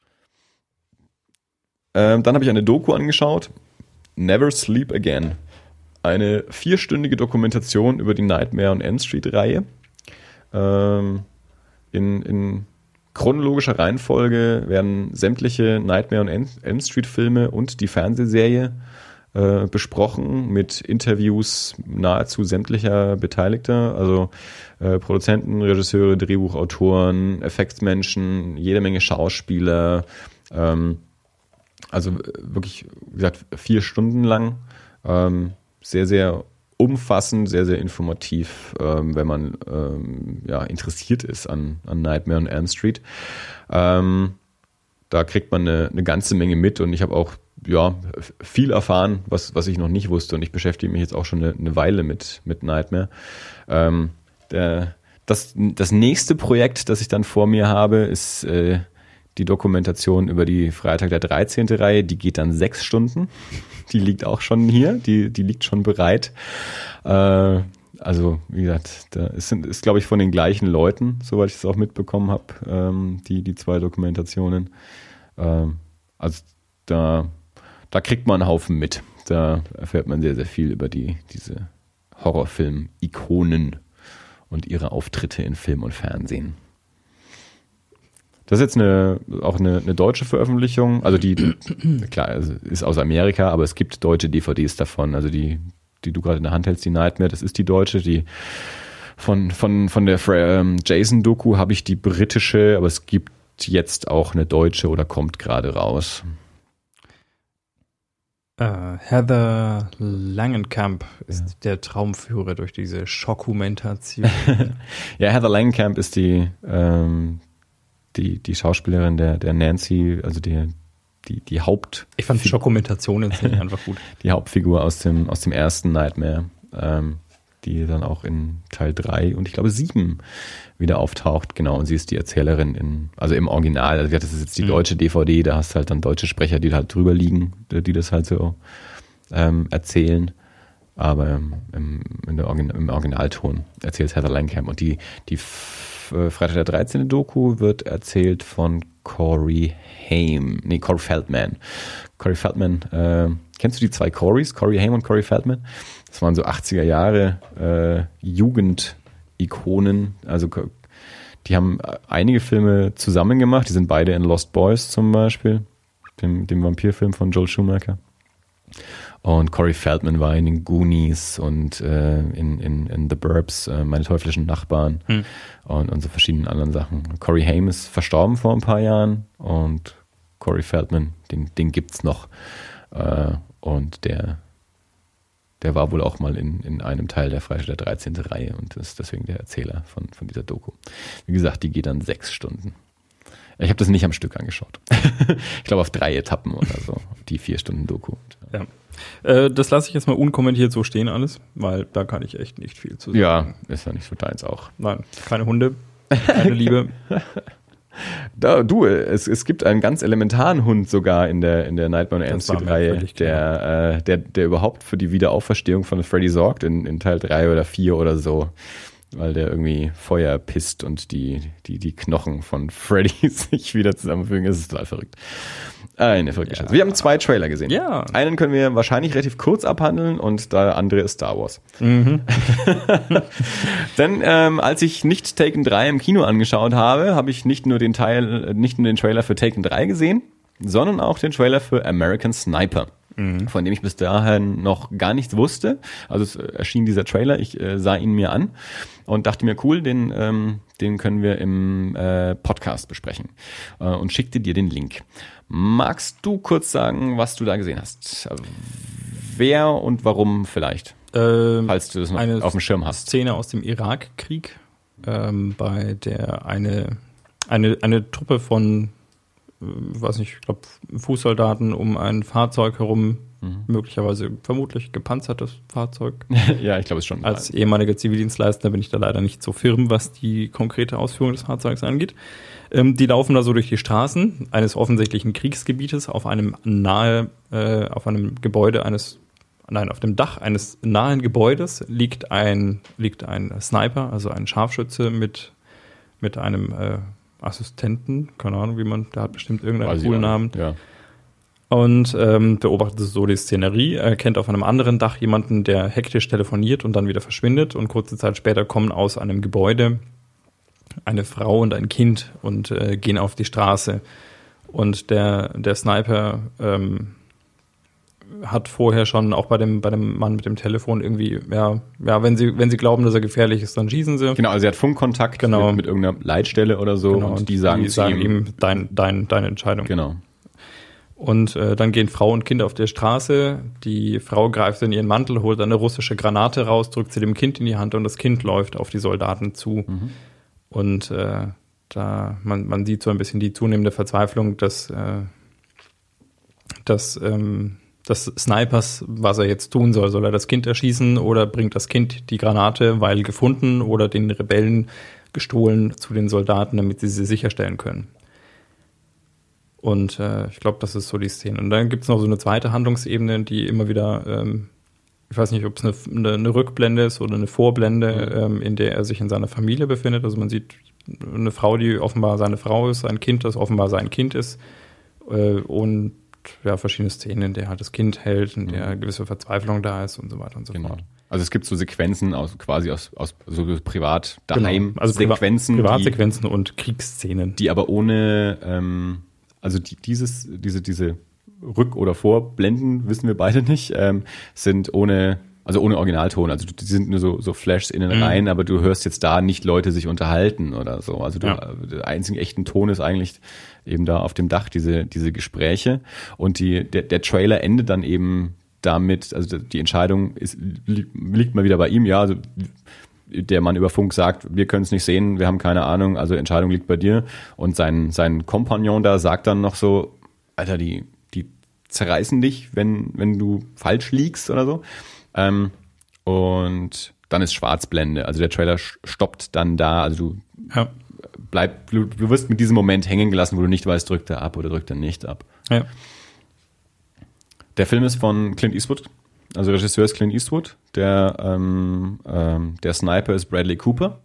Ähm, dann habe ich eine Doku angeschaut, Never Sleep Again. Eine vierstündige Dokumentation über die Nightmare on Elm Street-Reihe. Ähm, in, in chronologischer Reihenfolge werden sämtliche Nightmare on Elm Street-Filme und die Fernsehserie besprochen mit Interviews nahezu sämtlicher Beteiligter, also äh, Produzenten, Regisseure, Drehbuchautoren, Effektsmenschen, jede Menge Schauspieler, ähm, also wirklich, wie gesagt, vier Stunden lang. Ähm, sehr, sehr umfassend, sehr, sehr informativ, ähm, wenn man ähm, ja, interessiert ist an, an Nightmare on Elm Street. Ähm, da kriegt man eine, eine ganze Menge mit und ich habe auch ja, viel erfahren, was, was ich noch nicht wusste und ich beschäftige mich jetzt auch schon eine, eine Weile mit, mit Nightmare. Ähm, der, das, das nächste Projekt, das ich dann vor mir habe, ist äh, die Dokumentation über die Freitag der dreizehnte Reihe. Die geht dann sechs Stunden. Die liegt auch schon hier, die, die liegt schon bereit. Äh, also, wie gesagt, da ist, ist glaube ich, von den gleichen Leuten, soweit ich es auch mitbekommen habe, ähm, die, die zwei Dokumentationen. Ähm, also, da, da kriegt man einen Haufen mit. Da erfährt man sehr, sehr viel über die, diese Horrorfilm-Ikonen und ihre Auftritte in Film und Fernsehen. Das ist jetzt eine, auch eine, eine deutsche Veröffentlichung, also die, klar, also ist aus Amerika, aber es gibt deutsche D V Ds davon, also die, die du gerade in der Hand hältst, die Nightmare, das ist die deutsche, die von, von, von der ähm, Jason-Doku habe ich die britische, aber es gibt jetzt auch eine deutsche oder kommt gerade raus. Uh, Heather Langenkamp ist ja der Traumführer durch diese Schockumentation. Ja, Heather Langenkamp ist die, ähm, die, die Schauspielerin der, der Nancy, also die, die, die Haupt... Ich fand Schockumentationen einfach gut. Die Hauptfigur aus dem, aus dem ersten Nightmare, ähm, die dann auch in Teil drei und ich glaube sieben wieder auftaucht. Genau, und sie ist die Erzählerin in, also im Original. Also das ist jetzt die deutsche D V D, da hast du halt dann deutsche Sprecher, die da halt drüber liegen, die das halt so ähm, erzählen. Aber im, in der Origin- im Originalton erzählt Heather Langenkamp. Und die, die Freitag der dreizehnte Doku wird erzählt von Corey Haim. Nee, Corey Feldman. Corey Feldman, äh, kennst du die zwei Corys? Corey Haim und Corey Feldman? Das waren so achtziger Jahre äh, Jugendikonen. Also die haben einige Filme zusammen gemacht. Die sind beide in Lost Boys zum Beispiel, dem, dem Vampirfilm von Joel Schumacher. Und Corey Feldman war in den Goonies und äh, in, in, in The Burbs, äh, meine teuflischen Nachbarn hm. und, und so verschiedenen anderen Sachen. Corey Haim ist verstorben vor ein paar Jahren und Corey Feldman, den, den gibt's noch. Äh, und der, der war wohl auch mal in, in einem Teil der Freitag der dreizehnte Reihe und ist deswegen der Erzähler von, von dieser Doku. Wie gesagt, die geht dann sechs Stunden. Ich habe das nicht am Stück angeschaut. Ich glaube auf drei Etappen oder so, die vier Stunden Doku. Ja. Äh, das lasse ich jetzt mal unkommentiert so stehen alles, weil da kann ich echt nicht viel zu sagen. Ja, ist ja nicht so deins auch. Nein, keine Hunde, keine Liebe. Da, du, es, es gibt einen ganz elementaren Hund sogar in der, in der Nightmare on Elm Street Reihe, der, äh, der, der überhaupt für die Wiederauferstehung von Freddy sorgt in, in Teil drei oder vier oder so. Weil der irgendwie Feuer pisst und die, die, die Knochen von Freddy sich wieder zusammenfügen. Das ist total verrückt. Eine verrückte Scheiße. Ja. Wir haben zwei Trailer gesehen. Ja. Einen können wir wahrscheinlich relativ kurz abhandeln und der andere ist Star Wars. Mhm. Denn ähm, als ich nicht Taken drei im Kino angeschaut habe, habe ich nicht nur den Teil, nicht nur den Trailer für Taken drei gesehen, sondern auch den Trailer für American Sniper. Mhm. Von dem ich bis dahin noch gar nichts wusste. Also es erschien dieser Trailer, ich äh, sah ihn mir an und dachte mir, cool, den, ähm, den können wir im äh, Podcast besprechen äh, und schickte dir den Link. Magst du kurz sagen, was du da gesehen hast? Wer und warum vielleicht? Ähm, falls du das noch auf dem Schirm hast. Szene aus dem Irakkrieg, ähm, bei der eine, eine, eine Truppe von weiß nicht, ich glaube, Fußsoldaten um ein Fahrzeug herum, mhm. möglicherweise vermutlich gepanzertes Fahrzeug. Ja, ich glaube es schon. Als ehemaliger Zivildienstleister bin ich da leider nicht so firm, was die konkrete Ausführung des Fahrzeugs angeht. Ähm, die laufen da so durch die Straßen eines offensichtlichen Kriegsgebietes auf einem nahe, äh, auf einem Gebäude eines, nein, auf dem Dach eines nahen Gebäudes liegt ein, liegt ein Sniper, also ein Scharfschütze mit, mit einem äh, Assistenten, keine Ahnung, wie man, der hat bestimmt irgendeinen coolen Namen. Ja. Und ähm, beobachtet so die Szenerie, erkennt auf einem anderen Dach jemanden, der hektisch telefoniert und dann wieder verschwindet. Und kurze Zeit später kommen aus einem Gebäude eine Frau und ein Kind und äh, gehen auf die Straße. Und der, der Sniper ähm, hat vorher schon auch bei dem, bei dem Mann mit dem Telefon irgendwie, ja, ja, wenn sie, wenn sie glauben, dass er gefährlich ist, dann schießen sie. Genau, also er hat Funkkontakt genau. mit, mit irgendeiner Leitstelle oder so genau, und die sagen, die sagen ihm, dein, dein, deine Entscheidung. Genau. Und äh, dann gehen Frau und Kind auf der Straße. Die Frau greift in ihren Mantel, holt eine russische Granate raus, drückt sie dem Kind in die Hand und das Kind läuft auf die Soldaten zu. Mhm. Und äh, da man, man sieht so ein bisschen die zunehmende Verzweiflung des, äh, des, ähm, des Snipers, was er jetzt tun soll. Soll er das Kind erschießen oder bringt das Kind die Granate, weil gefunden, oder den Rebellen gestohlen, zu den Soldaten, damit sie sie sicherstellen können. Und äh, ich glaube, das ist so die Szene. Und dann gibt es noch so eine zweite Handlungsebene, die immer wieder, ähm, ich weiß nicht, ob es eine, eine, eine Rückblende ist oder eine Vorblende, mhm. ähm, in der er sich in seiner Familie befindet. Also man sieht eine Frau, die offenbar seine Frau ist, ein Kind, das offenbar sein Kind ist, äh, und ja, verschiedene Szenen, in der halt das Kind hält, in der mhm. gewisse Verzweiflung da ist und so weiter und so genau. fort. Also es gibt so Sequenzen aus quasi aus, aus so privat daheim genau. Also Sequenzen, Privatsequenzen die, und Kriegsszenen, die aber ohne ähm, also die, dieses diese diese Rück- oder Vorblenden, wissen wir beide nicht, ähm, sind ohne also ohne Originalton, also die sind nur so so Flashs innen rein, mhm. aber du hörst jetzt da nicht Leute sich unterhalten oder so. Also du, ja. der einzige echten Ton ist eigentlich eben da auf dem Dach diese diese Gespräche, und die der, der Trailer endet dann eben damit, also die Entscheidung ist, liegt mal wieder bei ihm, ja, also der Mann über Funk sagt, wir können es nicht sehen, wir haben keine Ahnung, also Entscheidung liegt bei dir, und sein sein Kompagnon da sagt dann noch so, Alter, die die zerreißen dich, wenn wenn du falsch liegst oder so. Ähm, und dann ist Schwarzblende, also der Trailer stoppt dann da, also du ja. bleib, du, du wirst mit diesem Moment hängen gelassen, wo du nicht weißt, drückt er ab oder drückt er nicht ab. Ja. Der Film ist von Clint Eastwood, also Regisseur ist Clint Eastwood, der, ähm, ähm, der Sniper ist Bradley Cooper,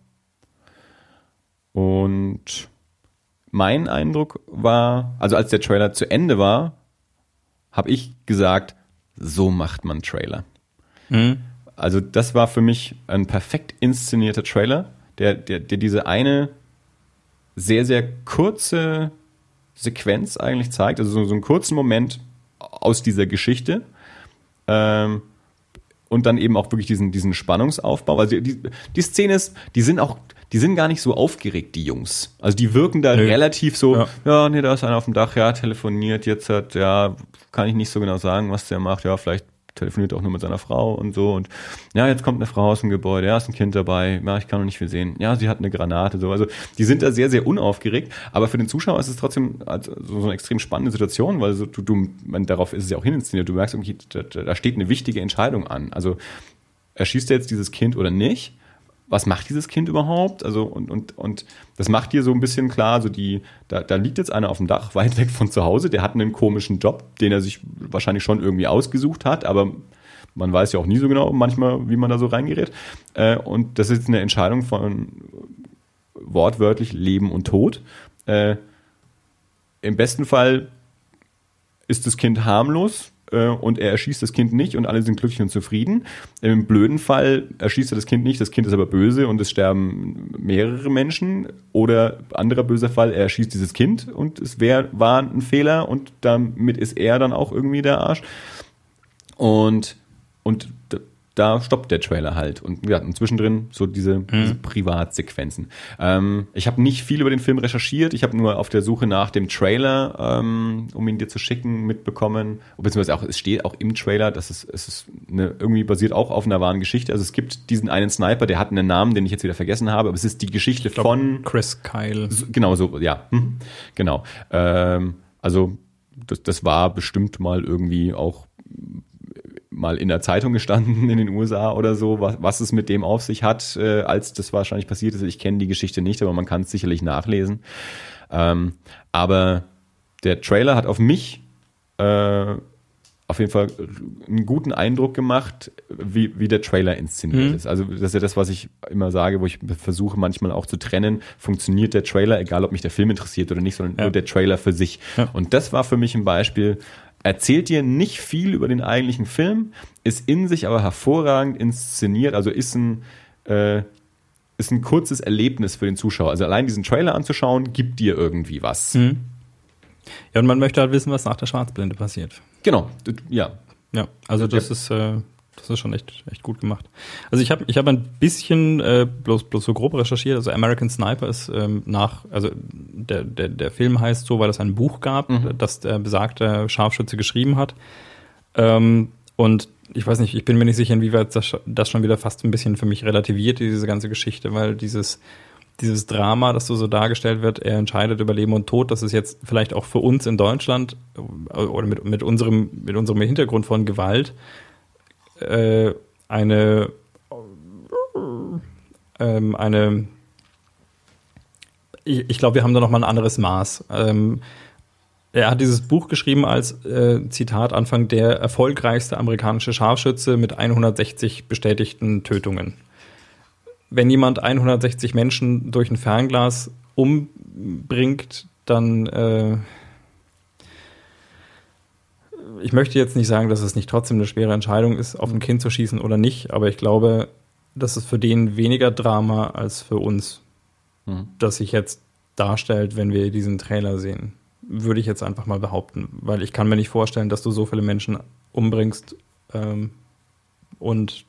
und mein Eindruck war, also als der Trailer zu Ende war, habe ich gesagt, so macht man Trailer. Mhm. Also das war für mich ein perfekt inszenierter Trailer, der, der, der diese eine sehr, sehr kurze Sequenz eigentlich zeigt, also so, so einen kurzen Moment aus dieser Geschichte, ähm, und dann eben auch wirklich diesen, diesen Spannungsaufbau. Also die, die Szene ist, die sind auch, die sind gar nicht so aufgeregt, die Jungs. Also die wirken da nee. relativ so, ja. ja, nee, da ist einer auf dem Dach, ja, telefoniert jetzt, hat, ja, kann ich nicht so genau sagen, was der macht, ja, vielleicht telefoniert auch nur mit seiner Frau und so, und ja, jetzt kommt eine Frau aus dem Gebäude, ja, ist ein Kind dabei, ja, ich kann noch nicht viel sehen, ja, sie hat eine Granate, so, also die sind da sehr, sehr unaufgeregt, aber für den Zuschauer ist es trotzdem also so eine extrem spannende Situation, weil so, du, du man, darauf ist es ja auch hininszeniert, du merkst irgendwie, da, da steht eine wichtige Entscheidung an, also erschießt er jetzt dieses Kind oder nicht? Was macht dieses Kind überhaupt? Also, und, und, und das macht dir so ein bisschen klar, so die, da, da liegt jetzt einer auf dem Dach, weit weg von zu Hause, der hat einen komischen Job, den er sich wahrscheinlich schon irgendwie ausgesucht hat, aber man weiß ja auch nie so genau manchmal, wie man da so reingerät. Äh, und das ist jetzt eine Entscheidung von wortwörtlich Leben und Tod. Äh, im besten Fall ist das Kind harmlos, und er erschießt das Kind nicht und alle sind glücklich und zufrieden. Im blöden Fall erschießt er das Kind nicht, das Kind ist aber böse und es sterben mehrere Menschen. Oder anderer böser Fall, er erschießt dieses Kind und es wär, war ein Fehler und damit ist er dann auch irgendwie der Arsch. Und, und da stoppt der Trailer halt. Und ja, und zwischendrin so diese, mhm. diese Privatsequenzen. Ähm, ich habe nicht viel über den Film recherchiert. Ich habe nur auf der Suche nach dem Trailer, ähm, um ihn dir zu schicken, mitbekommen. Beziehungsweise auch, es steht auch im Trailer, dass es, es ist eine, irgendwie basiert auch auf einer wahren Geschichte. Also es gibt diesen einen Sniper, der hat einen Namen, den ich jetzt wieder vergessen habe, aber es ist die Geschichte glaub, von Chris Kyle. So, genau so, ja. Hm, genau. Ähm, also das, das war bestimmt mal irgendwie auch mal in der Zeitung gestanden in den U S A oder so, was, was es mit dem auf sich hat, äh, als das wahrscheinlich passiert ist. Ich kenne die Geschichte nicht, aber man kann es sicherlich nachlesen. Ähm, aber der Trailer hat auf mich äh, auf jeden Fall einen guten Eindruck gemacht, wie, wie der Trailer inszeniert mhm. ist. Also das ist ja das, was ich immer sage, wo ich versuche manchmal auch zu trennen, funktioniert der Trailer, egal ob mich der Film interessiert oder nicht, sondern ja. nur der Trailer für sich. Ja. Und das war für mich ein Beispiel, erzählt dir nicht viel über den eigentlichen Film, ist in sich aber hervorragend inszeniert, also ist ein, äh, ist ein kurzes Erlebnis für den Zuschauer. Also allein diesen Trailer anzuschauen, gibt dir irgendwie was. Mhm. Ja, und man möchte halt wissen, was nach der Schwarzblende passiert. Genau, ja. Ja, also das ist, äh, Das ist schon echt, echt gut gemacht. Also ich habe ich hab ein bisschen äh, bloß, bloß so grob recherchiert. Also American Sniper ist ähm, nach, also der, der, der Film heißt so, weil es ein Buch gab, mhm. das der besagte Scharfschütze geschrieben hat. Ähm, und ich weiß nicht, ich bin mir nicht sicher, inwieweit das, das schon wieder fast ein bisschen für mich relativiert, diese ganze Geschichte, weil dieses, dieses Drama, das so dargestellt wird, er entscheidet über Leben und Tod, das ist jetzt vielleicht auch für uns in Deutschland oder mit, mit, unserem, mit unserem Hintergrund von Gewalt äh, eine ähm, eine ich, ich glaube, wir haben da nochmal ein anderes Maß. Ähm, Er hat dieses Buch geschrieben als, äh, Zitat Anfang, der erfolgreichste amerikanische Scharfschütze mit hundertsechzig bestätigten Tötungen. Wenn jemand hundertsechzig Menschen durch ein Fernglas umbringt, dann, äh, ich möchte jetzt nicht sagen, dass es nicht trotzdem eine schwere Entscheidung ist, auf ein Kind zu schießen oder nicht, aber ich glaube, das ist für den weniger Drama als für uns, mhm. das sich jetzt darstellt, wenn wir diesen Trailer sehen. Würde ich jetzt einfach mal behaupten, weil ich kann mir nicht vorstellen, dass du so viele Menschen umbringst ähm, und,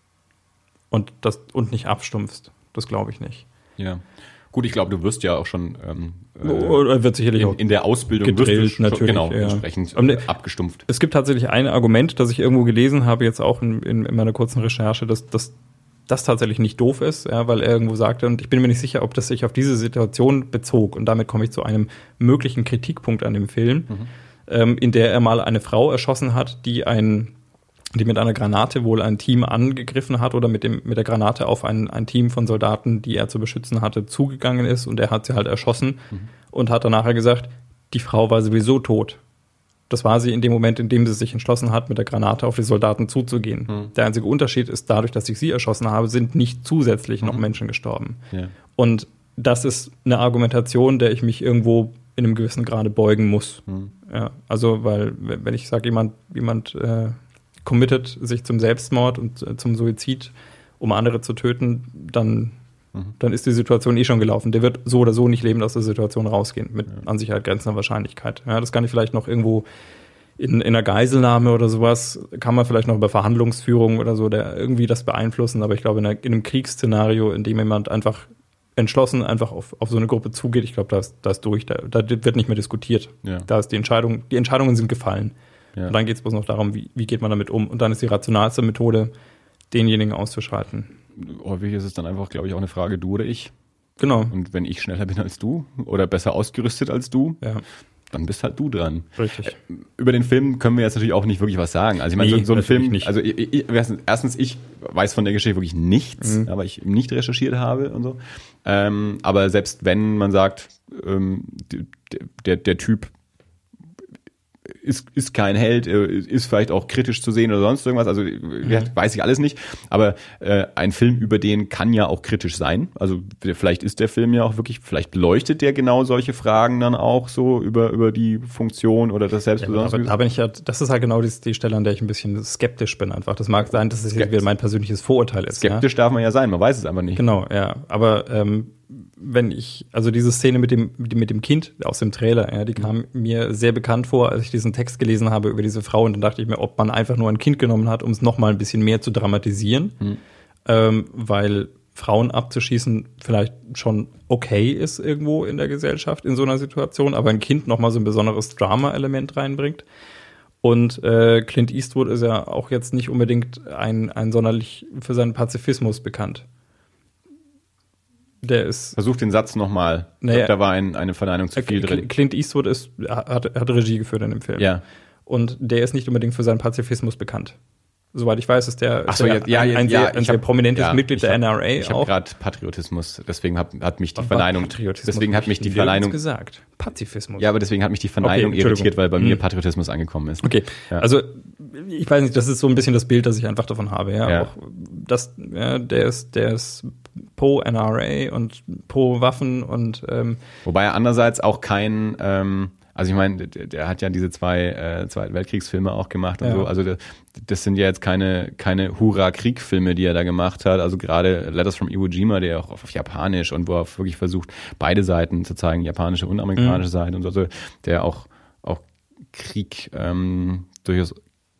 und, das, und nicht abstumpfst. Das glaube ich nicht. Ja. Gut, ich glaube, du wirst ja auch schon ähm, Oder wird sicherlich in, auch in der Ausbildung gedrillt, wirst du schon, natürlich, genau, ja. entsprechend Und abgestumpft. Es gibt tatsächlich ein Argument, das ich irgendwo gelesen habe, jetzt auch in, in, in meiner kurzen Recherche, dass das das tatsächlich nicht doof ist, ja, weil er irgendwo sagte, und ich bin mir nicht sicher, ob das sich auf diese Situation bezog, und damit komme ich zu einem möglichen Kritikpunkt an dem Film, mhm. ähm, in der er mal eine Frau erschossen hat, die ein, die mit einer Granate wohl ein Team angegriffen hat oder mit dem mit der Granate auf ein, ein Team von Soldaten, die er zu beschützen hatte, zugegangen ist, und er hat sie halt erschossen mhm. und hat dann nachher gesagt, die Frau war sowieso tot. Das war sie in dem Moment, in dem sie sich entschlossen hat, mit der Granate auf die Soldaten zuzugehen. Hm. Der einzige Unterschied ist, dadurch, dass ich sie erschossen habe, sind nicht zusätzlich noch hm. Menschen gestorben. Ja. Und das ist eine Argumentation, der ich mich irgendwo in einem gewissen Grade beugen muss. Hm. Ja, also, weil, wenn ich sage, jemand, jemand äh, committet sich zum Selbstmord und äh, zum Suizid, um andere zu töten, dann, mhm. dann ist die Situation eh schon gelaufen. Der wird so oder so nicht lebend aus der Situation rausgehen, mit ja. an Sicherheit grenzender Wahrscheinlichkeit. Ja, das kann ich vielleicht noch irgendwo in, in einer Geiselnahme oder sowas, kann man vielleicht noch über Verhandlungsführung oder so der irgendwie das beeinflussen, aber ich glaube, in, einer, in einem Kriegsszenario, in dem jemand einfach entschlossen einfach auf, auf so eine Gruppe zugeht, ich glaube, da ist, da ist durch, da, da wird nicht mehr diskutiert. Ja. Da ist die Entscheidung, die Entscheidungen sind gefallen. Ja. Und dann geht es bloß noch darum, wie, wie geht man damit um. Und dann ist die rationalste Methode, denjenigen auszuschalten. Häufig ist es dann einfach, glaube ich, auch eine Frage, du oder ich. Genau. Und wenn ich schneller bin als du oder besser ausgerüstet als du, ja. dann bist halt du dran. Richtig. Über den Film können wir jetzt natürlich auch nicht wirklich was sagen. Also ich meine, nee, so, so ein Film, nicht. also ich, ich, erstens, ich weiß von der Geschichte wirklich nichts, mhm. weil ich nicht recherchiert habe und so. Ähm, aber selbst wenn man sagt, ähm, der, der, der Typ ist, ist kein Held, ist vielleicht auch kritisch zu sehen oder sonst irgendwas, also mhm. weiß ich alles nicht, aber äh, ein Film über den kann ja auch kritisch sein, also vielleicht ist der Film ja auch wirklich, vielleicht beleuchtet der genau solche Fragen dann auch so über über die Funktion oder das Selbstbewusstsein. Ja, aber da bin ich ja, das ist halt genau die, die Stelle, an der ich ein bisschen skeptisch bin einfach. Das mag sein, dass es jetzt wieder mein persönliches Vorurteil ist. Skeptisch ja? darf man ja sein, man weiß es einfach nicht. Genau, ja, aber ähm, wenn ich, also diese Szene mit dem, mit dem Kind aus dem Trailer, ja, die kam mir sehr bekannt vor, als ich diesen Text gelesen habe über diese Frau, und dann dachte ich mir, ob man einfach nur ein Kind genommen hat, um es nochmal ein bisschen mehr zu dramatisieren, mhm. ähm, weil Frauen abzuschießen vielleicht schon okay ist irgendwo in der Gesellschaft in so einer Situation, aber ein Kind nochmal so ein besonderes Drama-Element reinbringt. Und äh, Clint Eastwood ist ja auch jetzt nicht unbedingt ein, ein sonderlich für seinen Pazifismus bekannt. Der ist. Versuch den Satz nochmal. Naja, da war ein, eine Verneinung zu viel drin. Clint Eastwood ist, hat, hat Regie geführt in dem Film. Ja. Und der ist nicht unbedingt für seinen Pazifismus bekannt. Soweit ich weiß, ist der, Ach so, ist ja, der ja, ein, ein ja, sehr, ein sehr hab, prominentes ja, Mitglied der hab, N R A. Ich habe gerade Patriotismus, deswegen hat, hat mich die Aber Verneinung. Deswegen hat mich die Verneinung gesagt. Pazifismus. Ja, aber deswegen hat mich die Verneinung okay, irritiert, weil bei mir hm. Patriotismus angekommen ist. Okay, ja. Also ich weiß nicht, das ist so ein bisschen das Bild, das ich einfach davon habe. Ja, ja. Auch das, ja, der ist, der ist pro N R A und pro Waffen und ähm, wobei er andererseits auch kein ähm, also ich meine, der, der hat ja diese zwei äh, Zweiten Weltkriegsfilme auch gemacht und ja. so. Also das, das sind ja jetzt keine keine Hurra-Krieg-Filme, die er da gemacht hat. Also gerade Letters from Iwo Jima, der auch auf, auf Japanisch und wo er wirklich versucht, beide Seiten zu zeigen, japanische und amerikanische mhm. Seite und so. Also der auch auch Krieg ähm, durchaus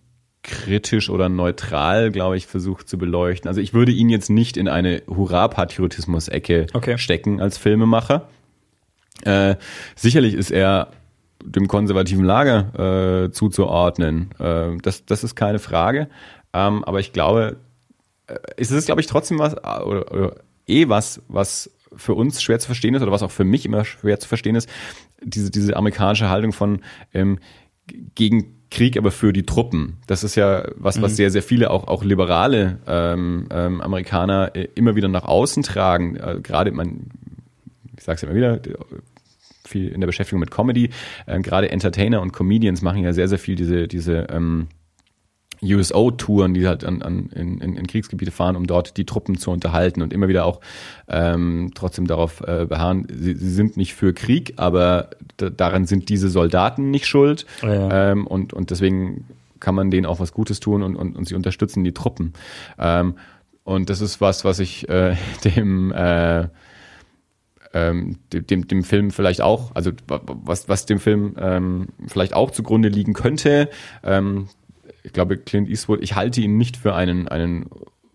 kritisch oder neutral, glaube ich, versucht zu beleuchten. Also ich würde ihn jetzt nicht in eine Hurra-Patriotismus-Ecke okay. stecken als Filmemacher. Äh, sicherlich ist er dem konservativen Lager äh, zuzuordnen. Äh, das, das ist keine Frage. Ähm, aber ich glaube, äh, es ist, glaube ich, trotzdem was, oder, oder eh was, was für uns schwer zu verstehen ist, oder was auch für mich immer schwer zu verstehen ist, diese, diese amerikanische Haltung von ähm, gegen Krieg, aber für die Truppen. Das ist ja was, was mhm. sehr, sehr viele, auch, auch liberale ähm, ähm, Amerikaner äh, immer wieder nach außen tragen. Äh, gerade, man, ich sage es immer wieder, viel in der Beschäftigung mit Comedy, äh, gerade Entertainer und Comedians machen ja sehr, sehr viel diese, diese ähm, U S O-Touren, die halt an, an, in, in Kriegsgebiete fahren, um dort die Truppen zu unterhalten und immer wieder auch ähm, trotzdem darauf äh, beharren, sie, sie sind nicht für Krieg, aber d- daran sind diese Soldaten nicht schuld. Ja, ja. Ähm, und, und deswegen kann man denen auch was Gutes tun und, und, und sie unterstützen die Truppen. Ähm, und das ist was, was ich äh, dem äh, ähm, dem, dem Film vielleicht auch, also was, was dem Film ähm, vielleicht auch zugrunde liegen könnte. Ähm, Ich glaube, Clint Eastwood, ich halte ihn nicht für einen, einen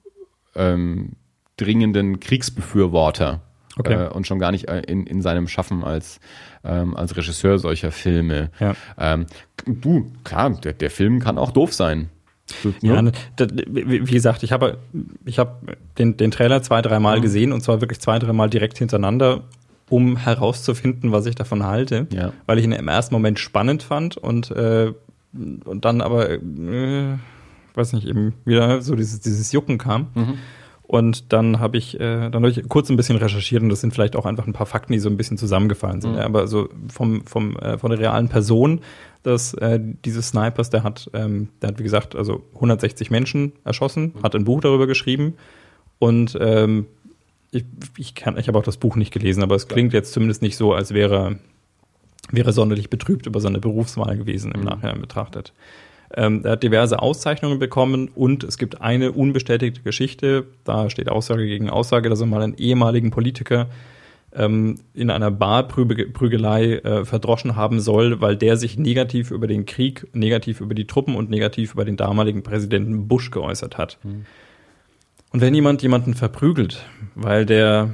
ähm, dringenden Kriegsbefürworter. Okay. Äh, und schon gar nicht in, in seinem Schaffen als, ähm, als Regisseur solcher Filme. Ja. Ähm, du, klar, der, der Film kann auch doof sein. Du, ja, ne? das, wie gesagt, ich habe ich hab den, den Trailer zwei, dreimal mhm. gesehen, und zwar wirklich zwei, dreimal direkt hintereinander, um herauszufinden, was ich davon halte. Ja. Weil ich ihn im ersten Moment spannend fand und äh, und dann aber, äh, weiß nicht, eben wieder so dieses, dieses Jucken kam. Mhm. Und dann habe ich, äh, dann habe ich kurz ein bisschen recherchiert, und das sind vielleicht auch einfach ein paar Fakten, die so ein bisschen zusammengefallen sind. Mhm. Ja, aber so vom, vom, äh, von der realen Person, dass äh, dieses Snipers, der hat, ähm, der hat, wie gesagt, also hundertsechzig Menschen erschossen, mhm. hat ein Buch darüber geschrieben, und ähm, ich, ich kann, ich habe auch das Buch nicht gelesen, aber es klingt jetzt zumindest nicht so, als wäre wäre sonderlich betrübt über seine Berufswahl gewesen, im mhm. Nachhinein betrachtet. Ähm, er hat diverse Auszeichnungen bekommen, und es gibt eine unbestätigte Geschichte, da steht Aussage gegen Aussage, dass er mal einen ehemaligen Politiker ähm, in einer Barprügelei äh, verdroschen haben soll, weil der sich negativ über den Krieg, negativ über die Truppen und negativ über den damaligen Präsidenten Bush geäußert hat. Mhm. Und wenn jemand jemanden verprügelt, weil der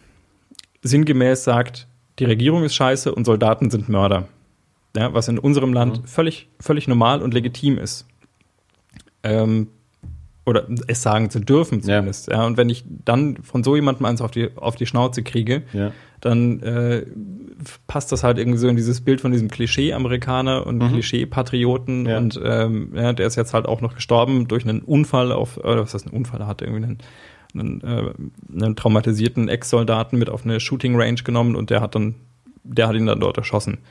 sinngemäß sagt, die Regierung ist scheiße und Soldaten sind Mörder, ja, was in unserem Land mhm. völlig, völlig normal und legitim ist. Ähm, oder es sagen zu dürfen zumindest. Ja. Ja, und wenn ich dann von so jemandem eins auf die, auf die Schnauze kriege, ja. dann äh, passt das halt irgendwie so in dieses Bild von diesem Klischee-Amerikaner und mhm. Klischee-Patrioten. Ja. Und ähm, ja, der ist jetzt halt auch noch gestorben durch einen Unfall auf, oder was heißt ein Unfall, er hat irgendwie einen Einen, äh, einen traumatisierten Ex-Soldaten mit auf eine Shooting-Range genommen, und der hat dann, der hat ihn dann dort erschossen.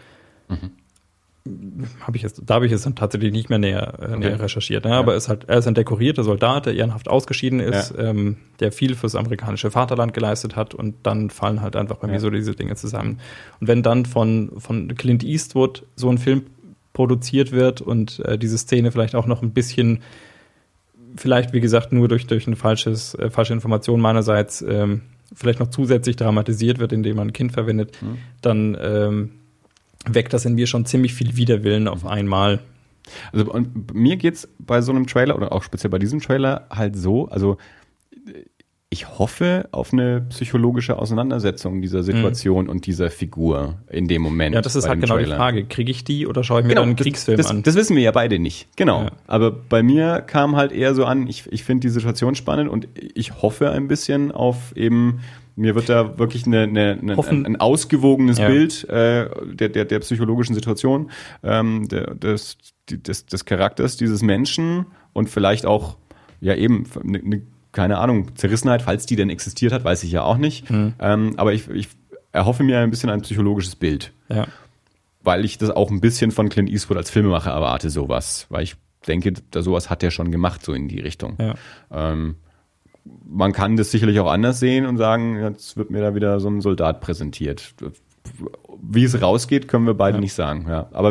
Mhm. Hab ich jetzt, da habe ich jetzt dann tatsächlich nicht mehr näher, äh, okay. näher recherchiert. Ne? Ja. Aber er ist halt, er ist ein dekorierter Soldat, der ehrenhaft ausgeschieden ist, ja. ähm, der viel fürs amerikanische Vaterland geleistet hat, und dann fallen halt einfach bei ja. mir so diese Dinge zusammen. Und wenn dann von, von Clint Eastwood so ein Film produziert wird und äh, diese Szene vielleicht auch noch ein bisschen, vielleicht, wie gesagt, nur durch, durch eine falsches, äh, falsche Information meinerseits ähm, vielleicht noch zusätzlich dramatisiert wird, indem man ein Kind verwendet, mhm. dann ähm, weckt das in mir schon ziemlich viel Widerwillen auf einmal. Also und mir geht's bei so einem Trailer, oder auch speziell bei diesem Trailer, halt so, also ich hoffe auf eine psychologische Auseinandersetzung dieser Situation mhm. und dieser Figur in dem Moment. Ja, das ist halt genau Trailer. Die Frage. Kriege ich die, oder schaue ich mir genau, dann einen das, Kriegsfilm das, an? Das wissen wir ja beide nicht. Genau. Ja. Aber bei mir kam halt eher so an, ich, ich finde die Situation spannend, und ich hoffe ein bisschen auf eben, mir wird da wirklich eine, eine, eine, ein, ein ausgewogenes ja. Bild äh, der, der, der psychologischen Situation, ähm, der, des, des, des Charakters dieses Menschen, und vielleicht auch ja eben eine, eine keine Ahnung, Zerrissenheit, falls die denn existiert hat, weiß ich ja auch nicht. Mhm. Ähm, aber ich, ich erhoffe mir ein bisschen ein psychologisches Bild. Ja. Weil ich das auch ein bisschen von Clint Eastwood als Filmemacher erwarte, sowas. Weil ich denke, da sowas hat er schon gemacht, so in die Richtung. Ja. Ähm, man kann das sicherlich auch anders sehen und sagen, jetzt wird mir da wieder so ein Soldat präsentiert. Wie es rausgeht, können wir beide ja. nicht sagen. Ja. Aber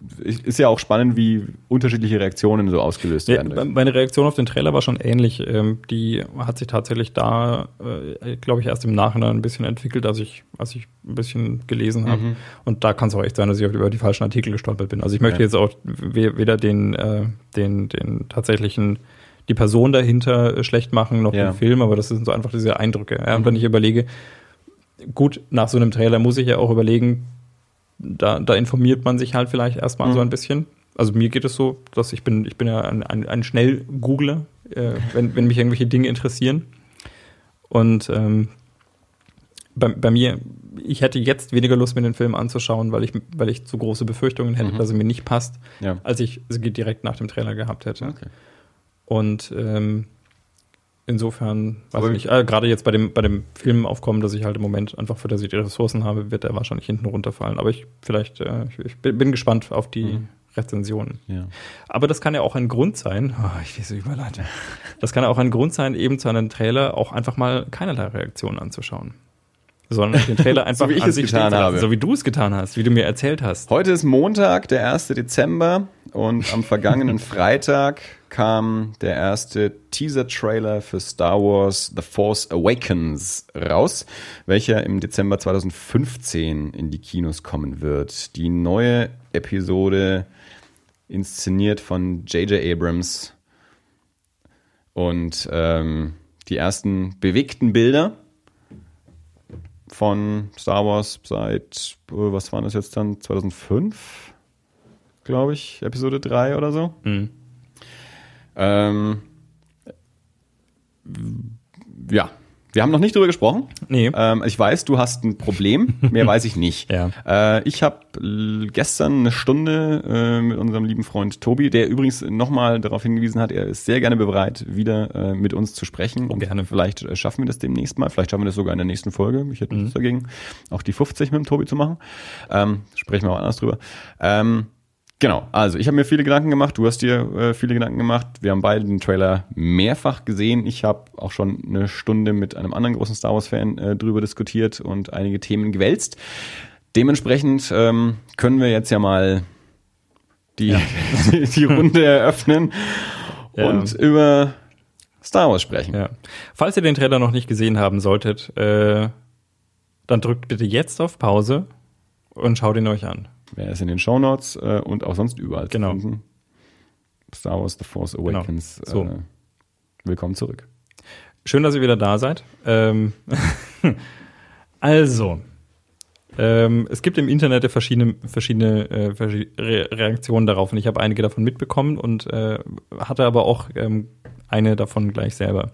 ist ja auch spannend, wie unterschiedliche Reaktionen so ausgelöst ja, werden. Meine Reaktion auf den Trailer war schon ähnlich. Die hat sich tatsächlich da, glaube ich, erst im Nachhinein ein bisschen entwickelt, als ich, als ich ein bisschen gelesen habe. Mhm. Und da kann es auch echt sein, dass ich über die falschen Artikel gestolpert bin. Also ich möchte ja. jetzt auch weder den, den, den tatsächlichen, die Person dahinter schlecht machen, noch ja. den Film, aber das sind so einfach diese Eindrücke. Ja, und mhm. wenn ich überlege, gut, nach so einem Trailer muss ich ja auch überlegen, Da, da informiert man sich halt vielleicht erstmal mhm. so ein bisschen. Also mir geht es so, dass ich bin, ich bin ja ein, ein, ein Schnell-Googler, äh, wenn, wenn mich irgendwelche Dinge interessieren. Und ähm, bei, bei mir, ich hätte jetzt weniger Lust, mir den Film anzuschauen, weil ich, weil ich zu große Befürchtungen hätte, mhm. dass er mir nicht passt, ja. als ich es direkt nach dem Trailer gehabt hätte. Okay. Und ähm, insofern, weiß ich nicht, äh, gerade jetzt bei dem, bei dem Filmaufkommen, das ich halt im Moment einfach für das ich die Ressourcen habe, wird er wahrscheinlich hinten runterfallen. Aber ich vielleicht, äh, ich, ich bin gespannt auf die mhm. Rezensionen. Ja. Aber das kann ja auch ein Grund sein, oh, ich will so überleiten, das kann ja auch ein Grund sein, eben zu einem Trailer auch einfach mal keinerlei Reaktionen anzuschauen. Sondern den Trailer einfach so wie ich es getan habe. So wie du es getan hast, wie du mir erzählt hast. Heute ist Montag, der erste Dezember und am vergangenen Freitag kam der erste Teaser-Trailer für Star Wars The Force Awakens raus, welcher im Dezember zwanzig fünfzehn in die Kinos kommen wird. Die neue Episode inszeniert von J J Abrams und ähm, die ersten bewegten Bilder von Star Wars seit, was war das jetzt dann, zweitausendfünf, glaube ich, Episode drei oder so. Mhm. Ähm, ja, wir haben noch nicht drüber gesprochen. Nee. Ähm, ich weiß, du hast ein Problem, mehr weiß ich nicht. Ja. Äh, ich habe gestern eine Stunde äh, mit unserem lieben Freund Tobi, der übrigens nochmal darauf hingewiesen hat, er ist sehr gerne bereit, wieder äh, mit uns zu sprechen. Oh, und gerne. Vielleicht äh, schaffen wir das demnächst mal. Vielleicht schaffen wir das sogar in der nächsten Folge. Ich hätte mhm. nichts dagegen, auch die fünfzig mit dem Tobi zu machen. Ähm, sprechen wir auch anders drüber. Ähm, Genau, also ich habe mir viele Gedanken gemacht, du hast dir äh, viele Gedanken gemacht. Wir haben beide den Trailer mehrfach gesehen. Ich habe auch schon eine Stunde mit einem anderen großen Star Wars-Fan äh, drüber diskutiert und einige Themen gewälzt. Dementsprechend ähm, können wir jetzt ja mal die, ja. die, die Runde eröffnen ja. und über Star Wars sprechen. Ja. Falls ihr den Trailer noch nicht gesehen haben solltet, äh, dann drückt bitte jetzt auf Pause und schaut ihn euch an. Wer ist in den Shownotes äh, und auch sonst überall genau. zu finden. Star Wars The Force Awakens. Genau. So. Äh, willkommen zurück. Schön, dass ihr wieder da seid. Ähm, also, ähm, es gibt im Internet verschiedene, verschiedene äh, Re- Reaktionen darauf und ich habe einige davon mitbekommen und äh, hatte aber auch ähm, eine davon gleich selber.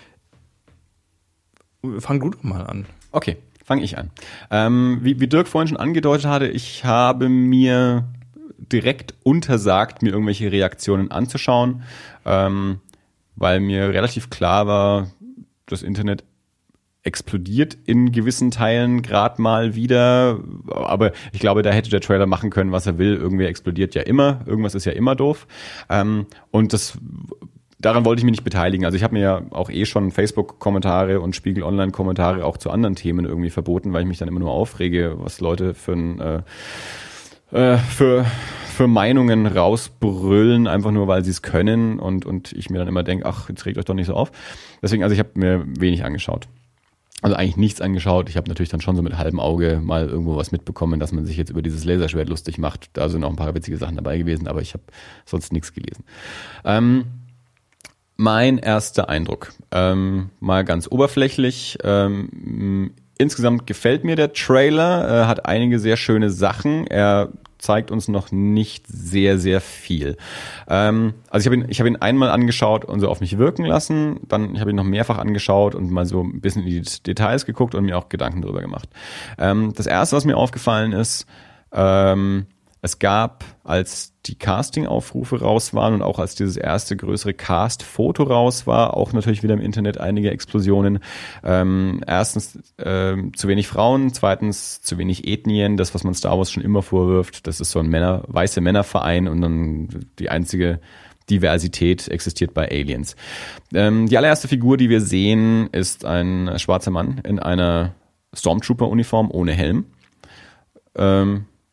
Fang du doch mal an. Okay. Fange ich an. Ähm, wie, wie Dirk vorhin schon angedeutet hatte, ich habe mir direkt untersagt, mir irgendwelche Reaktionen anzuschauen, ähm, weil mir relativ klar war, das Internet explodiert in gewissen Teilen gerade mal wieder, aber ich glaube, da hätte der Trailer machen können, was er will. Irgendwer explodiert ja immer, irgendwas ist ja immer doof. Ähm, und das Daran wollte ich mich nicht beteiligen. Also ich habe mir ja auch eh schon Facebook-Kommentare und Spiegel-Online-Kommentare auch zu anderen Themen irgendwie verboten, weil ich mich dann immer nur aufrege, was Leute für ein, äh, äh, für für Meinungen rausbrüllen, einfach nur, weil sie es können und und ich mir dann immer denke, ach, jetzt regt euch doch nicht so auf. Deswegen, also ich habe mir wenig angeschaut. Also eigentlich nichts angeschaut. Ich habe natürlich dann schon so mit halbem Auge mal irgendwo was mitbekommen, dass man sich jetzt über dieses Laserschwert lustig macht. Da sind auch ein paar witzige Sachen dabei gewesen, aber ich habe sonst nichts gelesen. Ähm, Mein erster Eindruck, ähm, mal ganz oberflächlich, ähm, insgesamt gefällt mir der Trailer, äh, hat einige sehr schöne Sachen, er zeigt uns noch nicht sehr, sehr viel. Ähm, also ich habe ihn, ich habe ihn einmal angeschaut und so auf mich wirken lassen, dann ich habe ihn noch mehrfach angeschaut und mal so ein bisschen in die Details geguckt und mir auch Gedanken darüber gemacht. Ähm, das erste, was mir aufgefallen ist, ähm, es gab, als die Casting-Aufrufe raus waren und auch als dieses erste größere Cast-Foto raus war, auch natürlich wieder im Internet einige Explosionen. Ähm, erstens ähm, zu wenig Frauen, zweitens zu wenig Ethnien, das, was man Star Wars schon immer vorwirft, das ist so ein Männer, weiße Männerverein und dann die einzige Diversität existiert bei Aliens. Ähm, die allererste Figur, die wir sehen, ist ein schwarzer Mann in einer Stormtrooper-Uniform ohne Helm. Ähm,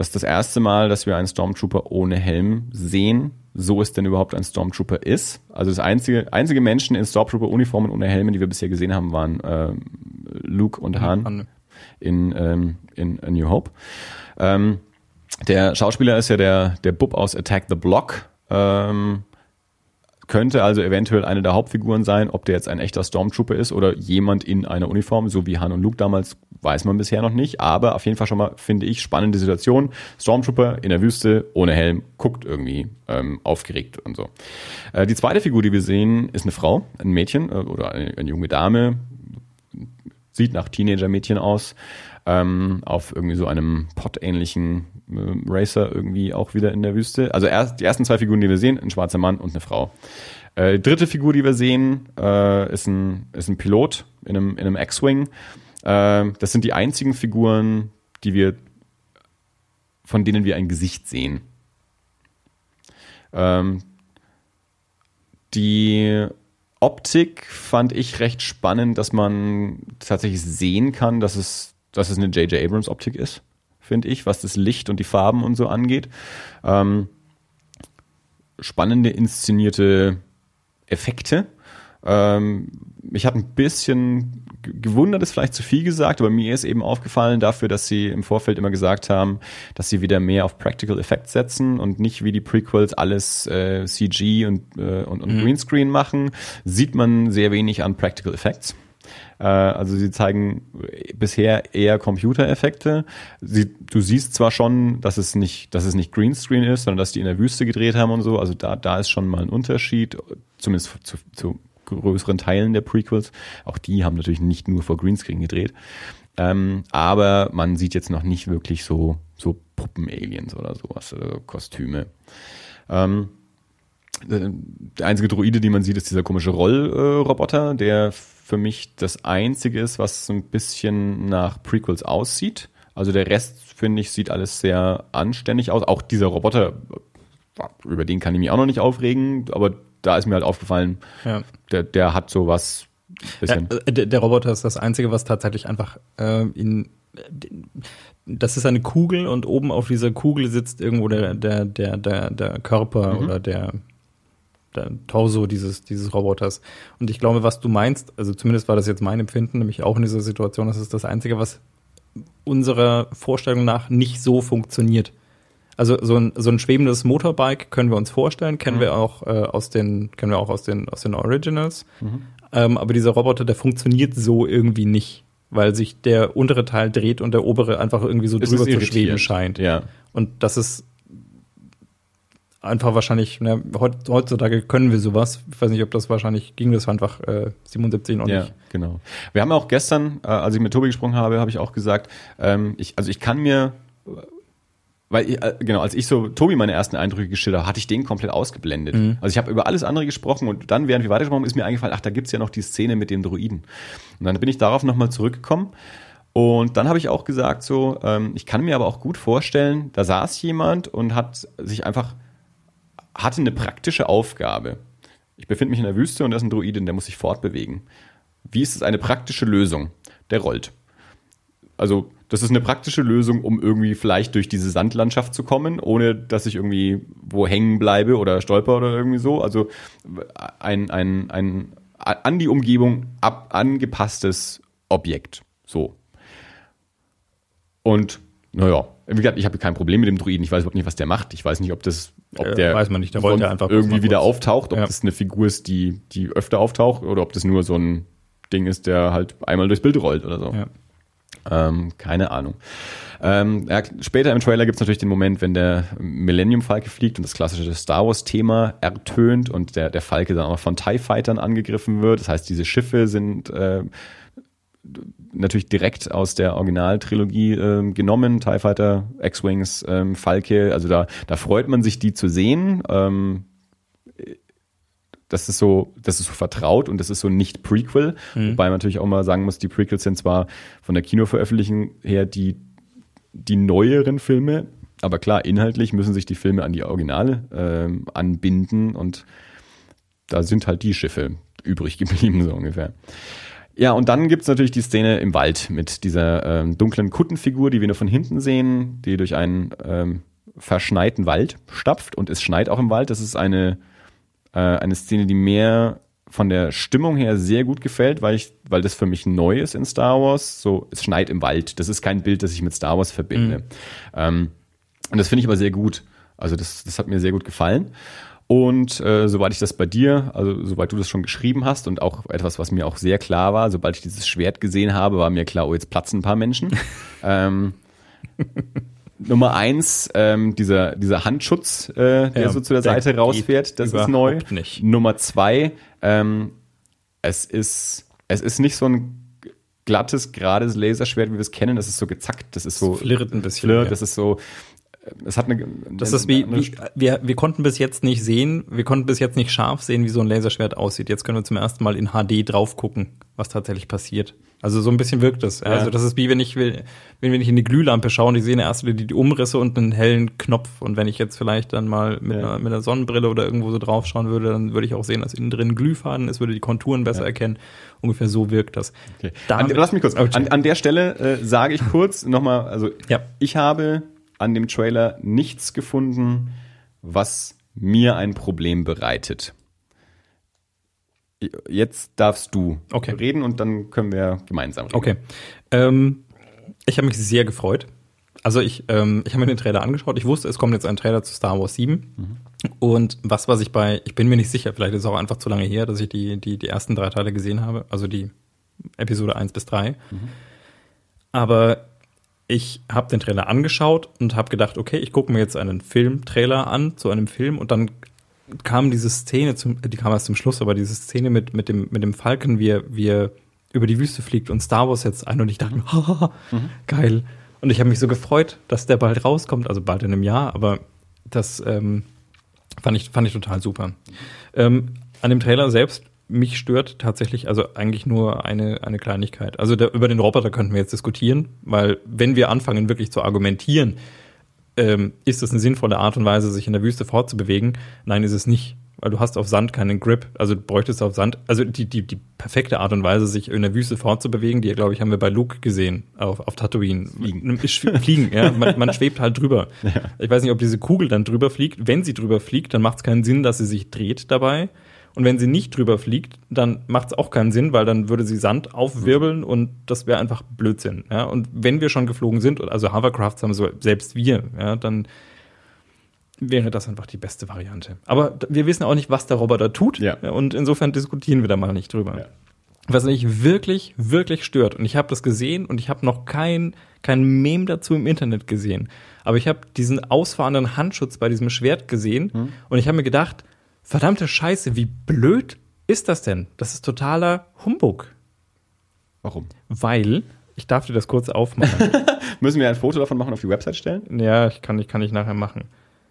das ist das erste Mal, dass wir einen Stormtrooper ohne Helm sehen, so es denn überhaupt ein Stormtrooper ist. Also das einzige, einzige Menschen in Stormtrooper-Uniformen ohne Helme, die wir bisher gesehen haben, waren äh, Luke und Han in, ähm, in A New Hope. Ähm, der Schauspieler ist ja der, der Bub aus Attack the Block. Ähm, könnte also eventuell eine der Hauptfiguren sein. Ob der jetzt ein echter Stormtrooper ist oder jemand in einer Uniform, so wie Han und Luke damals, weiß man bisher noch nicht. Aber auf jeden Fall schon mal, finde ich, spannende Situation. Stormtrooper in der Wüste, ohne Helm, guckt irgendwie ähm, aufgeregt und so. Äh, die zweite Figur, die wir sehen, ist eine Frau, ein Mädchen äh, oder eine, eine junge Dame. Sieht nach Teenager-Mädchen aus. Ähm, auf irgendwie so einem Pod-ähnlichen äh, Racer irgendwie auch wieder in der Wüste. Also erst, die ersten zwei Figuren, die wir sehen, ein schwarzer Mann und eine Frau. Äh, die dritte Figur, die wir sehen, äh, ist, ein, ist ein Pilot in einem, in einem X-Wing. Äh, das sind die einzigen Figuren, die wir, von denen wir ein Gesicht sehen. Ähm, die Optik fand ich recht spannend, dass man tatsächlich sehen kann, dass es dass es eine J J Abrams Optik ist, finde ich, was das Licht und die Farben und so angeht. Ähm, spannende inszenierte Effekte. Ähm, mich hat ein bisschen gewundert, ist vielleicht zu viel gesagt, aber mir ist eben aufgefallen dafür, dass sie im Vorfeld immer gesagt haben, dass sie wieder mehr auf Practical Effects setzen und nicht wie die Prequels alles äh, C G und, äh, und, und mhm. Greenscreen machen, sieht man sehr wenig an Practical Effects. Also sie zeigen bisher eher Computereffekte. Sie, du siehst zwar schon, dass es nicht, dass es nicht Greenscreen ist, sondern dass die in der Wüste gedreht haben und so. Also da, da ist schon mal ein Unterschied, zumindest zu, zu größeren Teilen der Prequels. Auch die haben natürlich nicht nur vor Greenscreen gedreht. Ähm, aber man sieht jetzt noch nicht wirklich so, so Puppen-Aliens oder sowas, oder Kostüme. Ähm, der einzige Droide, die man sieht, ist dieser komische Rollroboter, der für mich das Einzige ist, was ein bisschen nach Prequels aussieht. Also der Rest, finde ich, sieht alles sehr anständig aus. Auch dieser Roboter, über den kann ich mich auch noch nicht aufregen, aber da ist mir halt aufgefallen, ja. der, der hat sowas. Ja, der, der Roboter ist das Einzige, was tatsächlich einfach äh, in das ist eine Kugel und oben auf dieser Kugel sitzt irgendwo der, der, der, der, der Körper mhm. oder der der Torso dieses, dieses Roboters. Und ich glaube, was du meinst, also zumindest war das jetzt mein Empfinden, nämlich auch in dieser Situation, das ist das Einzige, was unserer Vorstellung nach nicht so funktioniert. Also so ein, so ein schwebendes Motorbike können wir uns vorstellen, kennen mhm. wir auch äh, aus den, kennen wir auch aus den, aus den Originals. Mhm. Ähm, aber dieser Roboter, der funktioniert so irgendwie nicht, weil sich der untere Teil dreht und der obere einfach irgendwie so drüber zu schweben scheint. Ja. Und das ist einfach wahrscheinlich, ne, heutzutage können wir sowas. Ich weiß nicht, ob das wahrscheinlich ging, das einfach äh, siebenundsiebzig noch ja, nicht. Ja, genau. Wir haben auch gestern, äh, als ich mit Tobi gesprochen habe, habe ich auch gesagt, ähm, ich, also ich kann mir, weil, ich, äh, genau, als ich so Tobi meine ersten Eindrücke geschildert habe, hatte ich den komplett ausgeblendet. Mhm. Also ich habe über alles andere gesprochen und dann, während wir weitergesprochen haben, ist mir eingefallen, ach, da gibt's ja noch die Szene mit dem Droiden. Und dann bin ich darauf nochmal zurückgekommen. Und dann habe ich auch gesagt, so, ähm, ich kann mir aber auch gut vorstellen, da saß jemand und hat sich einfach hatte eine praktische Aufgabe. Ich befinde mich in der Wüste und da ist ein Droide, der muss sich fortbewegen. Wie ist es eine praktische Lösung? Der rollt. Also das ist eine praktische Lösung, um irgendwie vielleicht durch diese Sandlandschaft zu kommen, ohne dass ich irgendwie wo hängen bleibe oder stolper oder irgendwie so. Also ein, ein, ein an die Umgebung ab, angepasstes Objekt. So. Und naja, wie gesagt, ich habe kein Problem mit dem Droiden. Ich weiß überhaupt nicht, was der macht. Ich weiß nicht, ob das ob der, weiß man nicht, der rollt ja einfach irgendwie wieder auftaucht, ob ja. das eine Figur ist, die, die öfter auftaucht oder ob das nur so ein Ding ist, der halt einmal durchs Bild rollt oder so. Ja. Ähm, keine Ahnung. Ähm, ja, später im Trailer gibt es natürlich den Moment, wenn der Millennium Falke fliegt und das klassische Star Wars Thema ertönt und der, der Falke dann auch von TIE Fightern angegriffen wird. Das heißt, diese Schiffe sind äh, natürlich direkt aus der Originaltrilogie äh, genommen, TIE Fighter, X-Wings, ähm, Falke, also da, da freut man sich, die zu sehen. Ähm, das ist so, das ist so vertraut und das ist so nicht Prequel, mhm. wobei man natürlich auch mal sagen muss, die Prequels sind zwar von der Kinoveröffentlichung her die, die neueren Filme, aber klar, inhaltlich müssen sich die Filme an die Originale ähm, anbinden und da sind halt die Schiffe übrig geblieben, so ungefähr. Ja, und dann gibt's natürlich die Szene im Wald mit dieser ähm, dunklen Kuttenfigur, die wir nur von hinten sehen, die durch einen ähm, verschneiten Wald stapft und es schneit auch im Wald. Das ist eine, äh, eine Szene, die mir von der Stimmung her sehr gut gefällt, weil ich, weil das für mich neu ist in Star Wars. So, es schneit im Wald. Das ist kein Bild, das ich mit Star Wars verbinde. Mhm. Ähm, und das finde ich aber sehr gut. Also das, das hat mir sehr gut gefallen. Und äh, soweit ich das bei dir, also soweit du das schon geschrieben hast und auch etwas, was mir auch sehr klar war, sobald ich dieses Schwert gesehen habe, war mir klar, oh, jetzt platzen ein paar Menschen. ähm, Nummer eins, ähm, dieser, dieser Handschutz, äh, der ja, so zu der, der Seite rausfährt, das ist neu. Nicht. Nummer zwei, ähm, es ist, es ist nicht so ein glattes, gerades Laserschwert, wie wir es kennen, das ist so gezackt, das ist so. Das flirrt ein bisschen. Flirrt, ja. Das ist so. Es hat eine, das ist wie, wie wir, wir konnten bis jetzt nicht sehen, wir konnten bis jetzt nicht scharf sehen, wie so ein Laserschwert aussieht. Jetzt können wir zum ersten Mal in H D drauf gucken, was tatsächlich passiert. Also so ein bisschen wirkt das. Ja. Also das ist wie wenn ich will, wenn wir nicht in die Glühlampe schauen, ich sehe in der ersten die, die Umrisse und einen hellen Knopf. Und wenn ich jetzt vielleicht dann mal mit, ja. einer, mit einer Sonnenbrille oder irgendwo so drauf schauen würde, dann würde ich auch sehen, dass innen drin ein Glühfaden ist, würde die Konturen besser ja. erkennen. Ungefähr so wirkt das. Okay. Damit, an, lass mich kurz. Okay. An, an der Stelle äh, sage ich kurz nochmal, also ja. ich habe an dem Trailer nichts gefunden, was mir ein Problem bereitet. Jetzt darfst du okay. reden und dann können wir gemeinsam reden. Okay. Ähm, ich habe mich sehr gefreut. Also ich, ähm, ich habe mir den Trailer angeschaut. Ich wusste, es kommt jetzt ein Trailer zu Star Wars sieben. Mhm. Und was, was ich bei, ich bin mir nicht sicher, vielleicht ist es auch einfach zu lange her, dass ich die, die, die ersten drei Teile gesehen habe. Also die Episode eins bis drei. Mhm. Aber ich habe den Trailer angeschaut und habe gedacht, okay, ich gucke mir jetzt einen Filmtrailer an zu einem Film und dann kam diese Szene, zum, die kam erst zum Schluss, aber diese Szene mit, mit, dem, mit dem Falken, wie er, wie er über die Wüste fliegt und Star Wars jetzt ein und ich dachte, haha, mhm. geil. Und ich habe mich so gefreut, dass der bald rauskommt, also bald in einem Jahr, aber das ähm, fand ich, fand ich total super. Ähm, an dem Trailer selbst, mich stört tatsächlich also eigentlich nur eine, eine Kleinigkeit. Also der, über den Roboter könnten wir jetzt diskutieren, weil wenn wir anfangen wirklich zu argumentieren, ähm, ist das eine sinnvolle Art und Weise, sich in der Wüste fortzubewegen? Nein, ist es nicht, weil du hast auf Sand keinen Grip. Also du bräuchtest auf Sand, also die, die, die perfekte Art und Weise, sich in der Wüste fortzubewegen, die, glaube ich, haben wir bei Luke gesehen, auf, auf Tatooine. Fliegen. Fliegen, ja. Man, man schwebt halt drüber. Ja. Ich weiß nicht, ob diese Kugel dann drüber fliegt. Wenn sie drüber fliegt, dann macht es keinen Sinn, dass sie sich dreht dabei. Und wenn sie nicht drüber fliegt, dann macht es auch keinen Sinn, weil dann würde sie Sand aufwirbeln und das wäre einfach Blödsinn. Ja? Und wenn wir schon geflogen sind, also Hovercrafts haben so selbst wir, ja, dann wäre das einfach die beste Variante. Aber wir wissen auch nicht, was der Roboter tut. Ja. Ja, und insofern diskutieren wir da mal nicht drüber. Ja. Was mich wirklich, wirklich stört, und ich habe das gesehen und ich habe noch kein, kein Meme dazu im Internet gesehen, aber ich habe diesen ausfahrenden Handschutz bei diesem Schwert gesehen hm. und ich habe mir gedacht, verdammte Scheiße, wie blöd ist das denn? Das ist totaler Humbug. Warum? Weil, ich darf dir das kurz aufmachen. Müssen wir ein Foto davon machen, auf die Website stellen? Ja, ich kann, ich kann ich nachher machen.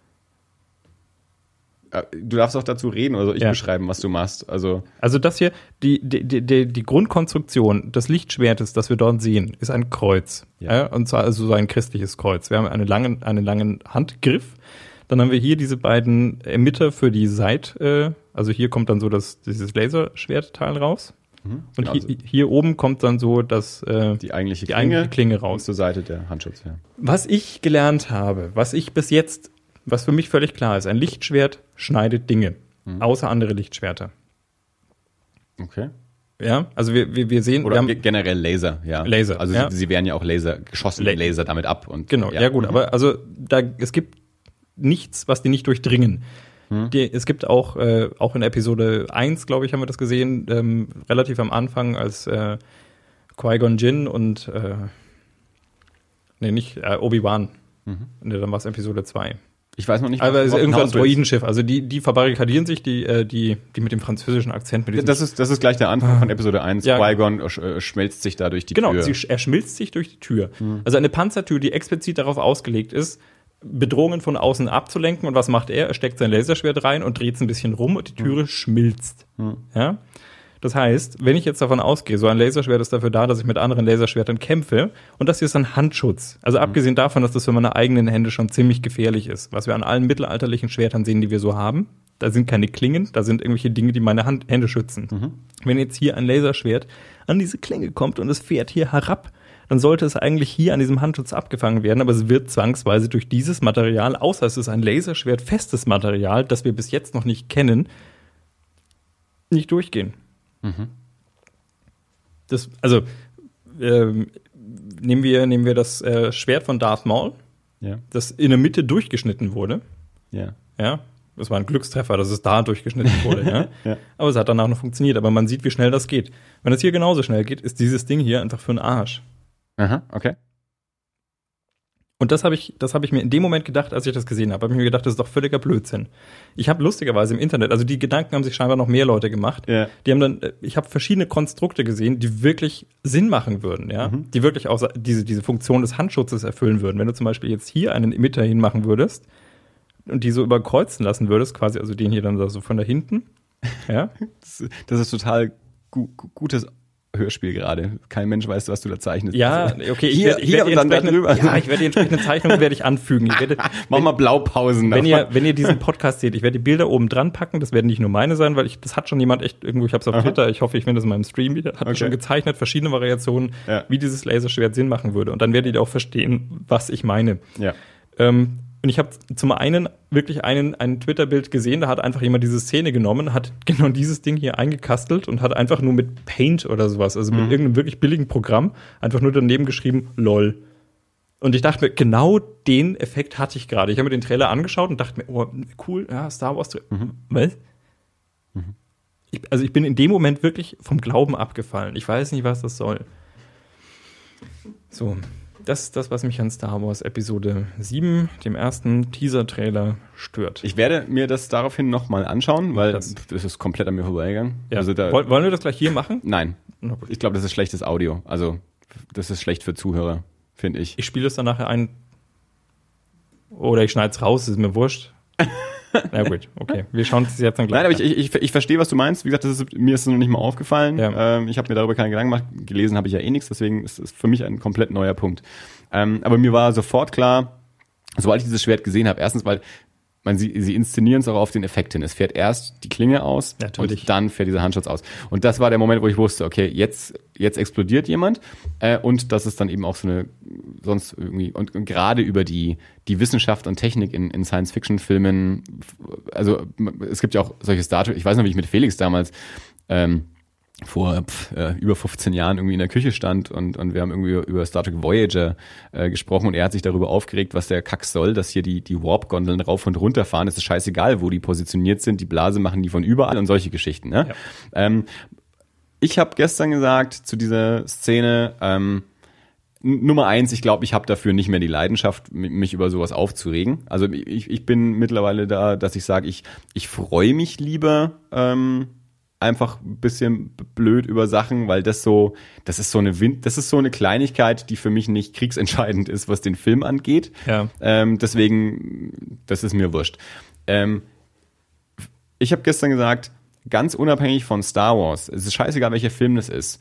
Du darfst auch dazu reden oder soll ich ja. beschreiben, was du machst? Also, also das hier, die, die, die, die Grundkonstruktion des Lichtschwertes, das wir dort sehen, ist ein Kreuz. Ja. Ja, und zwar also so ein christliches Kreuz. Wir haben einen langen, einen langen Handgriff. Dann haben wir hier diese beiden Emitter für die Seite, äh, also hier kommt dann so das, dieses Laserschwertteil raus. Mhm, und genau, hier, also hier oben kommt dann so das, äh, die eigentliche die Klinge, eigentliche Klinge raus. Zur Seite der Handschutz, ja. Was ich gelernt habe, was ich bis jetzt, was für mich völlig klar ist, ein Lichtschwert schneidet Dinge, mhm. außer andere Lichtschwerter. Okay. Ja, also wir, wir, wir sehen... Oder wir haben generell Laser, ja. Laser, Also ja. sie, sie wehren ja auch Laser, geschossen La- Laser damit ab. Und, genau, ja, ja gut, mhm. aber also da es gibt nichts, was die nicht durchdringen. Hm. Die, es gibt auch, äh, auch in Episode eins, glaube ich, haben wir das gesehen, ähm, relativ am Anfang, als äh, Qui-Gon Jinn und äh, nee, nicht äh, Obi-Wan. Mhm. Nee, dann war es Episode zwei. Ich weiß noch nicht, aber es ist irgendwann ein Droidenschiff. Also die, die verbarrikadieren sich, die, äh, die, die mit dem französischen Akzent. Mit das ist, das ist gleich der Anfang ah. von Episode eins. Ja. Qui-Gon äh, schmelzt sich da durch die genau, Tür. Genau, er schmilzt sich durch die Tür. Mhm. Also eine Panzertür, die explizit darauf ausgelegt ist, Bedrohungen von außen abzulenken. Und was macht er? Er steckt sein Laserschwert rein und dreht es ein bisschen rum und die Türe mhm. schmilzt. Mhm. Ja? Das heißt, wenn ich jetzt davon ausgehe, so ein Laserschwert ist dafür da, dass ich mit anderen Laserschwertern kämpfe und das hier ist ein Handschutz. Also mhm. abgesehen davon, dass das für meine eigenen Hände schon ziemlich gefährlich ist, was wir an allen mittelalterlichen Schwertern sehen, die wir so haben. Da sind keine Klingen, da sind irgendwelche Dinge, die meine Hand, Hände schützen. Mhm. Wenn jetzt hier ein Laserschwert an diese Klinge kommt und es fährt hier herab, dann sollte es eigentlich hier an diesem Handschutz abgefangen werden, aber es wird zwangsweise durch dieses Material, außer es ist ein Laserschwert festes Material, das wir bis jetzt noch nicht kennen, nicht durchgehen. Mhm. Das, also ähm, nehmen wir, nehmen wir das äh, Schwert von Darth Maul, ja. das in der Mitte durchgeschnitten wurde. Ja. Ja. Das war ein Glückstreffer, dass es da durchgeschnitten wurde. ja. Ja. Aber es hat danach noch funktioniert. Aber man sieht, wie schnell das geht. Wenn es hier genauso schnell geht, ist dieses Ding hier einfach für den Arsch. Aha, okay. Und das habe ich, das habe ich mir in dem Moment gedacht, als ich das gesehen habe. Habe ich mir gedacht, das ist doch völliger Blödsinn. Ich habe lustigerweise im Internet, also die Gedanken haben sich scheinbar noch mehr Leute gemacht. Ja. Die haben dann, ich habe verschiedene Konstrukte gesehen, die wirklich Sinn machen würden, ja, mhm. die wirklich auch diese diese Funktion des Handschutzes erfüllen würden. Wenn du zum Beispiel jetzt hier einen Emitter hinmachen würdest und die so überkreuzen lassen würdest, quasi, also den hier dann so von da hinten. Ja. Das, das ist total gu- gutes Hörspiel gerade. Kein Mensch weiß, was du da zeichnest. Ja, okay. Ich hier, werde, ich hier werde und dann da drüber. Ja, ich werde die entsprechende Zeichnung werde ich anfügen. Ich werde, Mach mal Blaupausen. Wenn ihr, wenn ihr diesen Podcast seht, ich werde die Bilder oben dran packen. Das werden nicht nur meine sein, weil ich, das hat schon jemand echt irgendwo, ich habe es auf Aha. Twitter, ich hoffe, ich finde das in meinem Stream wieder, hat okay. schon gezeichnet, verschiedene Variationen, ja. wie dieses Laserschwert Sinn machen würde. Und dann werdet ihr auch verstehen, was ich meine. Ja. Ähm, Und ich habe zum einen wirklich einen, ein Twitter-Bild gesehen, da hat einfach jemand diese Szene genommen, hat genau dieses Ding hier eingekastelt und hat einfach nur mit Paint oder sowas, also mit mhm. irgendeinem wirklich billigen Programm, einfach nur daneben geschrieben, lol. Und ich dachte mir, genau den Effekt hatte ich gerade. Ich habe mir den Trailer angeschaut und dachte mir, oh, cool, ja, Star Wars. Mhm. Was? Mhm. Ich, also ich bin in dem Moment wirklich vom Glauben abgefallen. Ich weiß nicht, was das soll. So. Das ist das, was mich an Star Wars Episode sieben, dem ersten Teaser-Trailer, stört. Ich werde mir das daraufhin nochmal anschauen, weil das, das ist komplett an mir vorbeigegangen. Ja. Also da, wollen wir das gleich hier machen? Nein. Ich glaube, das ist schlechtes Audio. Also das ist schlecht für Zuhörer, finde ich. Ich spiele es dann nachher ein. Oder ich schneide es raus, ist mir wurscht. Na gut, okay. Wir schauen es jetzt dann gleich an. Nein, aber ich, ich, ich verstehe, was du meinst. Wie gesagt, das ist, mir ist es noch nicht mal aufgefallen. Ja. Ähm, ich habe mir darüber keine Gedanken gemacht. Gelesen habe ich ja eh nichts, deswegen ist es für mich ein komplett neuer Punkt. Ähm, aber mir war sofort klar, sobald ich dieses Schwert gesehen habe, erstens, weil man sie, sie inszenieren es auch auf den Effekt hin. Es fährt erst die Klinge aus Natürlich. und dann fährt dieser Handschutz aus. Und das war der Moment, wo ich wusste, okay, jetzt, jetzt explodiert jemand. Äh, und das ist dann eben auch so eine, sonst irgendwie, und, und gerade über die, die Wissenschaft und Technik in, in Science-Fiction-Filmen, also es gibt ja auch solche Star Trek, ich weiß noch, wie ich mit Felix damals ähm, vor pf, äh, über fünfzehn Jahren irgendwie in der Küche stand und und wir haben irgendwie über Star Trek Voyager äh, gesprochen und er hat sich darüber aufgeregt, was der Kack soll, dass hier die die Warp-Gondeln rauf und runter fahren. Es ist scheißegal, wo die positioniert sind, die Blase machen die von überall und solche Geschichten. Ne? Ja. Ähm, ich habe gestern gesagt zu dieser Szene, ähm, Nummer eins, ich glaube, ich habe dafür nicht mehr die Leidenschaft, mich über sowas aufzuregen. Also ich, ich bin mittlerweile da, dass ich sage, ich ich freue mich lieber ähm, einfach ein bisschen blöd über Sachen, weil das so, das ist so eine Wind, das ist so eine Kleinigkeit, die für mich nicht kriegsentscheidend ist, was den Film angeht. Ja. Ähm, deswegen, das ist mir wurscht. Ähm, ich habe gestern gesagt, ganz unabhängig von Star Wars, es ist scheißegal, welcher Film das ist,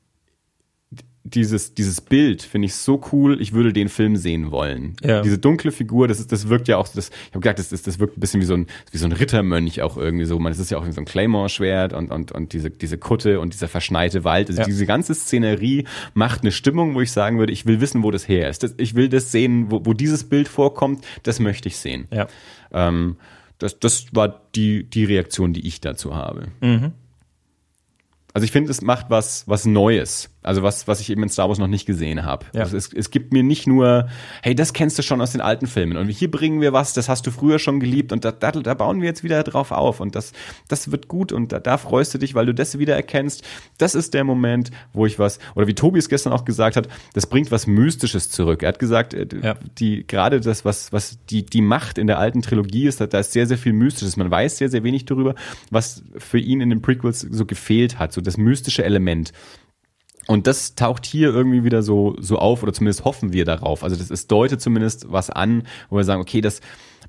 dieses dieses Bild finde ich so cool, ich würde den Film sehen wollen. Ja. Diese dunkle Figur, das ist das wirkt ja auch das ich habe gesagt, das ist das wirkt ein bisschen wie so ein wie so ein Rittermönch auch irgendwie so, man das ist ja auch wie so ein Claymore Schwert und und und diese diese Kutte und dieser verschneite Wald, also ja. diese ganze Szenerie macht eine Stimmung, wo ich sagen würde, ich will wissen, wo das her ist. Das, ich will das sehen, wo wo dieses Bild vorkommt, das möchte ich sehen. Ja. Ähm, das das war die die Reaktion, die ich dazu habe. Mhm. Also ich finde, es macht was was Neues. Also was was ich eben in Star Wars noch nicht gesehen habe. Ja. Also es, es gibt mir nicht nur, hey, das kennst du schon aus den alten Filmen und hier bringen wir was, das hast du früher schon geliebt und da, da, da bauen wir jetzt wieder drauf auf und das das wird gut und da, da freust du dich, weil du das wieder erkennst. Das ist der Moment, wo ich was, oder wie Tobi es gestern auch gesagt hat, das bringt was Mystisches zurück. Er hat gesagt, ja. die gerade das, was was die die Macht in der alten Trilogie ist, da ist sehr, sehr viel Mystisches. Man weiß sehr, sehr wenig darüber, was für ihn in den Prequels so gefehlt hat, so das mystische Element. Und das taucht hier irgendwie wieder so so auf, oder zumindest hoffen wir darauf. Also das es deutet zumindest was an, wo wir sagen, okay, das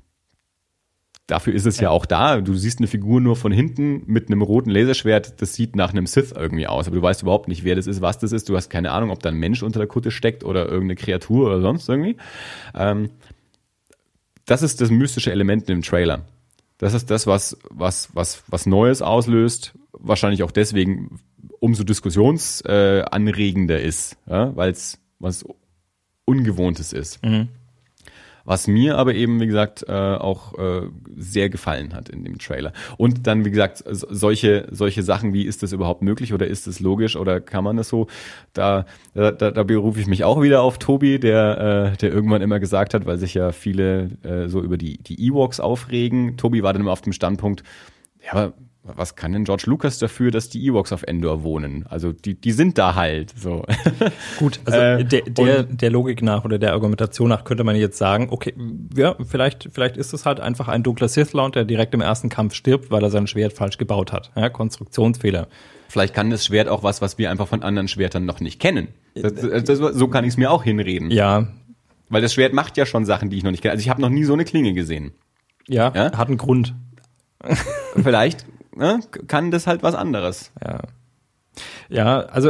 dafür ist es ja. ja auch da. Du siehst eine Figur nur von hinten mit einem roten Laserschwert, das sieht nach einem Sith irgendwie aus, aber du weißt überhaupt nicht, wer das ist, was das ist. Du hast keine Ahnung, ob da ein Mensch unter der Kutte steckt oder irgendeine Kreatur oder sonst irgendwie. Ähm, das ist das mystische Element in dem Trailer. Das ist das, was, was, was, was Neues auslöst. Wahrscheinlich auch deswegen umso diskussionsanregender äh, ist, ja? Weil es was Ungewohntes ist. Mhm. Was mir aber eben, wie gesagt, äh, auch äh, sehr gefallen hat in dem Trailer. Und dann, wie gesagt, solche solche Sachen wie, ist das überhaupt möglich oder ist das logisch oder kann man das so? Da da, da berufe ich mich auch wieder auf Tobi, der äh, der irgendwann immer gesagt hat, weil sich ja viele äh, so über die die Ewoks aufregen. Tobi war dann immer auf dem Standpunkt, ja, aber was kann denn George Lucas dafür, dass die Ewoks auf Endor wohnen? Also die die sind da halt so. Gut, also äh, der, der, der Logik nach oder der Argumentation nach könnte man jetzt sagen, okay, ja, vielleicht vielleicht ist es halt einfach ein dunkler Sith Lord, der direkt im ersten Kampf stirbt, weil er sein Schwert falsch gebaut hat. Ja, Konstruktionsfehler. Vielleicht kann das Schwert auch was, was wir einfach von anderen Schwertern noch nicht kennen. Das, das, das, so kann ich es mir auch hinreden. Ja. Weil das Schwert macht ja schon Sachen, die ich noch nicht kenne. Also ich habe noch nie so eine Klinge gesehen. Ja, ja? Hat einen Grund. Vielleicht ne, kann das halt was anderes. Ja, ja, also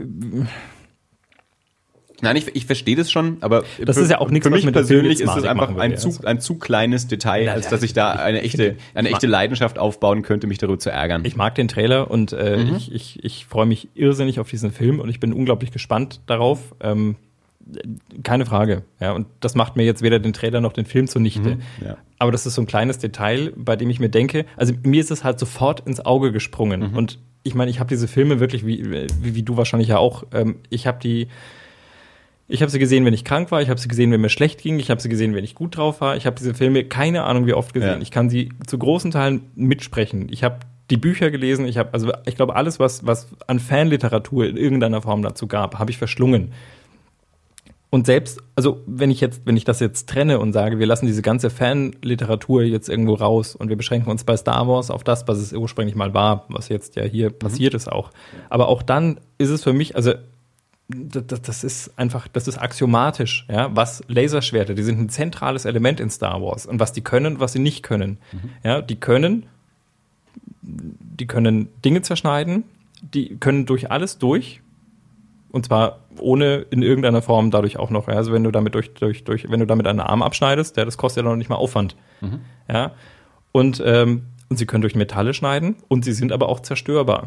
nein, ich, ich verstehe das schon, aber das für, ist ja auch nichts, für mich was mit persönlich ist es einfach ein zu, ein zu kleines Detail, als dass ich da eine echte, eine echte Leidenschaft aufbauen könnte, mich darüber zu ärgern. Ich mag den Trailer und äh, mhm. ich, ich, ich freue mich irrsinnig auf diesen Film und ich bin unglaublich gespannt darauf. Ähm, keine Frage. Ja, und das macht mir jetzt weder den Trailer noch den Film zunichte. Mhm, ja. Aber das ist so ein kleines Detail, bei dem ich mir denke, also mir ist es halt sofort ins Auge gesprungen. Mhm. Und ich meine, ich habe diese Filme wirklich, wie, wie, wie du wahrscheinlich ja auch, ähm, ich habe die Ich habe sie gesehen, wenn ich krank war. Ich habe sie gesehen, wenn mir schlecht ging. Ich habe sie gesehen, wenn ich gut drauf war. Ich habe diese Filme keine Ahnung wie oft gesehen. Ja. Ich kann sie zu großen Teilen mitsprechen. Ich habe die Bücher gelesen. Ich habe also ich glaube alles, was was an Fanliteratur in irgendeiner Form dazu gab, habe ich verschlungen. Und selbst, also wenn ich jetzt, wenn ich das jetzt trenne und sage, wir lassen diese ganze Fanliteratur jetzt irgendwo raus und wir beschränken uns bei Star Wars auf das, was es ursprünglich mal war, was jetzt ja hier mhm. passiert ist auch. Aber auch dann ist es für mich, also Das, das ist einfach, das ist axiomatisch, ja, was Laserschwerter, die sind ein zentrales Element in Star Wars und was die können, was sie nicht können. Mhm. Ja, die können, die können Dinge zerschneiden, die können durch alles durch und zwar ohne in irgendeiner Form dadurch auch noch, ja, also wenn du damit durch, durch, durch, wenn du damit einen Arm abschneidest, ja, das kostet ja noch nicht mal Aufwand, mhm. ja, und, ähm, und sie können durch Metalle schneiden und sie sind aber auch zerstörbar.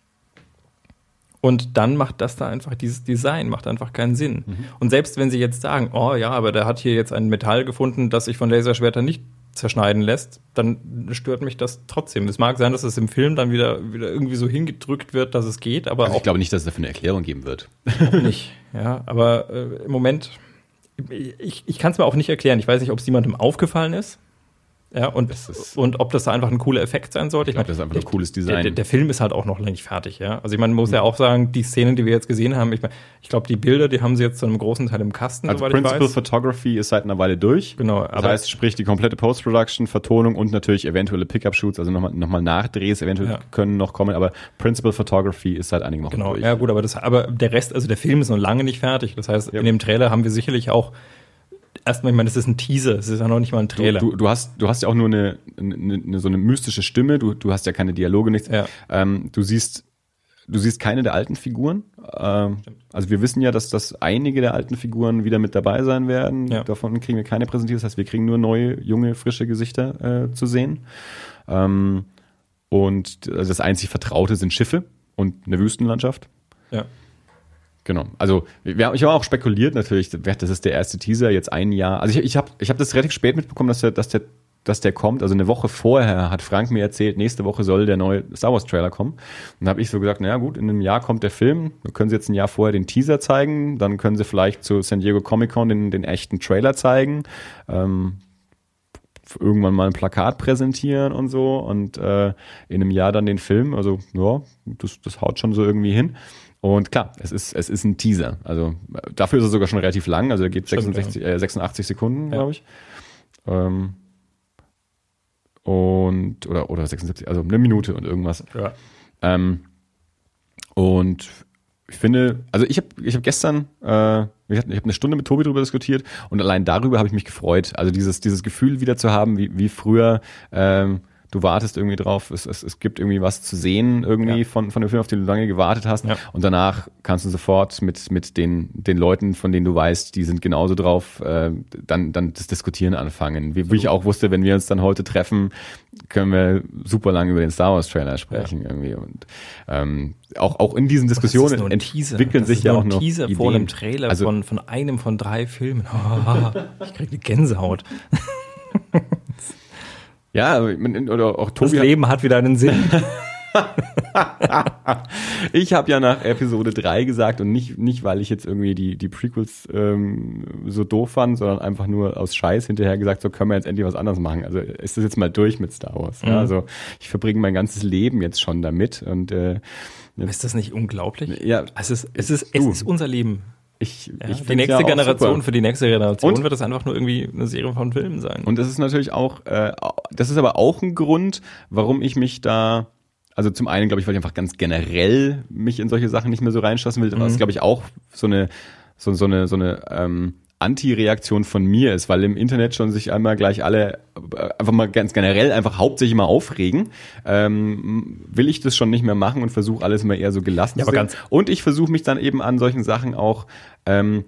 Und dann macht das da einfach, dieses Design macht einfach keinen Sinn. Mhm. Und selbst wenn sie jetzt sagen, oh ja, aber der hat hier jetzt ein Metall gefunden, das sich von Laserschwertern nicht zerschneiden lässt, dann stört mich das trotzdem. Es mag sein, dass es im Film dann wieder, wieder irgendwie so hingedrückt wird, dass es geht, aber also auch ich glaube nicht, dass es dafür eine Erklärung geben wird. Auch nicht, ja. Aber äh, im Moment, ich, ich kann es mir auch nicht erklären. Ich weiß nicht, ob es jemandem aufgefallen ist. Ja, und, und ob das da einfach ein cooler Effekt sein sollte. Ich, ich glaube, das ist einfach ein cooles Design. Der, der Film ist halt auch noch nicht fertig, ja. Also ich meine, man muss mhm. ja auch sagen, die Szenen, die wir jetzt gesehen haben, ich meine, ich glaube, die Bilder, die haben sie jetzt zu einem großen Teil im Kasten, also soweit Principal ich weiß. Photography ist seit einer Weile durch. Genau. Das aber heißt, sprich die komplette Post-Production, Vertonung und natürlich eventuelle Pickup-Shoots, also nochmal noch mal Nachdrehs eventuell ja. können noch kommen, aber Principal Photography ist seit einigen Wochen genau. durch. Ja gut, aber, das, aber der Rest, also der Film ist noch lange nicht fertig. Das heißt, ja. in dem Trailer haben wir sicherlich auch erstmal, ich meine, das ist ein Teaser, es ist ja noch nicht mal ein Trailer. Du, du, du, hast, du hast ja auch nur eine, eine, eine so eine mystische Stimme, du, du hast ja keine Dialoge, nichts. Ja. Ähm, du siehst, du siehst keine der alten Figuren. Ähm, also wir wissen ja, dass, dass einige der alten Figuren wieder mit dabei sein werden. Ja. Davon kriegen wir keine präsentiert, das heißt, wir kriegen nur neue, junge, frische Gesichter äh, zu sehen. Ähm, und also das einzig Vertraute sind Schiffe und eine Wüstenlandschaft. Ja. Genau, also wir, ich habe auch spekuliert natürlich, das ist der erste Teaser, jetzt ein Jahr. Also ich, ich habe ich hab das relativ spät mitbekommen, dass der, dass, der, dass der kommt. Also eine Woche vorher hat Frank mir erzählt, nächste Woche soll der neue Star Wars Trailer kommen. Und dann habe ich so gesagt, naja gut, in einem Jahr kommt der Film, dann können sie jetzt ein Jahr vorher den Teaser zeigen, dann können sie vielleicht zu San Diego Comic Con den, den echten Trailer zeigen, ähm, irgendwann mal ein Plakat präsentieren und so und äh, in einem Jahr dann den Film. Also ja, das, das haut schon so irgendwie hin. Und klar, es ist, es ist ein Teaser. Also dafür ist er sogar schon relativ lang. Also er geht sechsundsechzig, äh, sechsundachtzig Sekunden, ja. glaube ich. Ähm, und oder oder sechsundsiebzig, also eine Minute und irgendwas. Ja. Ähm, und ich finde, also ich habe ich hab gestern, äh, ich habe eine Stunde mit Tobi drüber diskutiert und allein darüber habe ich mich gefreut. Also dieses dieses Gefühl wieder zu haben, wie wie früher. Ähm, du wartest irgendwie drauf, es, es, es gibt irgendwie was zu sehen irgendwie ja. von, von dem Film, auf den du lange gewartet hast ja. und danach kannst du sofort mit, mit den, den Leuten, von denen du weißt, die sind genauso drauf, äh, dann, dann das Diskutieren anfangen. Wie, wie ich auch wusste, wenn wir uns dann heute treffen, können wir super lange über den Star Wars Trailer sprechen ja. irgendwie und ähm, auch, auch in diesen Diskussionen entwickeln sich ja auch noch Teaser Ideen. Vor einem Trailer also, von, von einem von drei Filmen. Oh, ich krieg eine Gänsehaut. Ja, oder auch Tobi. Das Leben hat wieder einen Sinn. Ich habe ja nach Episode drei gesagt und nicht, nicht weil ich jetzt irgendwie die, die Prequels ähm, so doof fand, sondern einfach nur aus Scheiß hinterher gesagt, so können wir jetzt endlich was anderes machen. Also ist das jetzt mal durch mit Star Wars. Mhm. Ja? Also ich verbringe mein ganzes Leben jetzt schon damit. Und äh, ist das nicht unglaublich? Ja, es ist, es ist, es ist unser Leben. Ich, ja, ich die nächste ja Generation, für die nächste Generation und, wird das einfach nur irgendwie eine Serie von Filmen sein. Und das ist natürlich auch, äh, das ist aber auch ein Grund, warum ich mich da, also zum einen, glaube ich, weil ich einfach ganz generell mich in solche Sachen nicht mehr so reinschlassen will, mhm. was, glaube ich, auch so eine, so, so eine, so eine ähm, Anti-Reaktion von mir ist, weil im Internet schon sich einmal gleich alle einfach mal ganz generell einfach hauptsächlich mal aufregen, ähm, will ich das schon nicht mehr machen und versuche alles mal eher so gelassen ja, zu sehen. Und ich versuche mich dann eben an solchen Sachen auch ähm,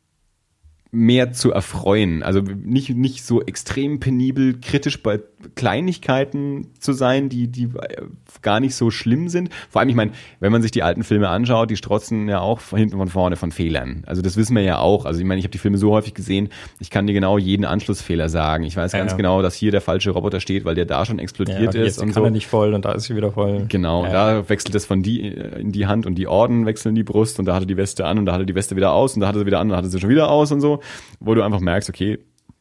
mehr zu erfreuen. Also nicht, nicht so extrem penibel kritisch bei Kleinigkeiten zu sein, die, die gar nicht so schlimm sind. Vor allem, ich meine, wenn man sich die alten Filme anschaut, die strotzen ja auch von hinten und von vorne von Fehlern. Also das wissen wir ja auch. Also ich meine, ich habe die Filme so häufig gesehen, ich kann dir genau jeden Anschlussfehler sagen. Ich weiß ja, ganz ja. genau, dass hier der falsche Roboter steht, weil der da schon explodiert ja, ist. Jetzt und kann so. er nicht voll und da ist sie wieder voll. Genau, ja. Da wechselt es von die in die Hand und die Orden wechseln die Brust und da hatte die Weste an und da hatte die Weste wieder aus und da hatte sie wieder an und da hatte sie schon wieder aus und so. Wo du einfach merkst, okay,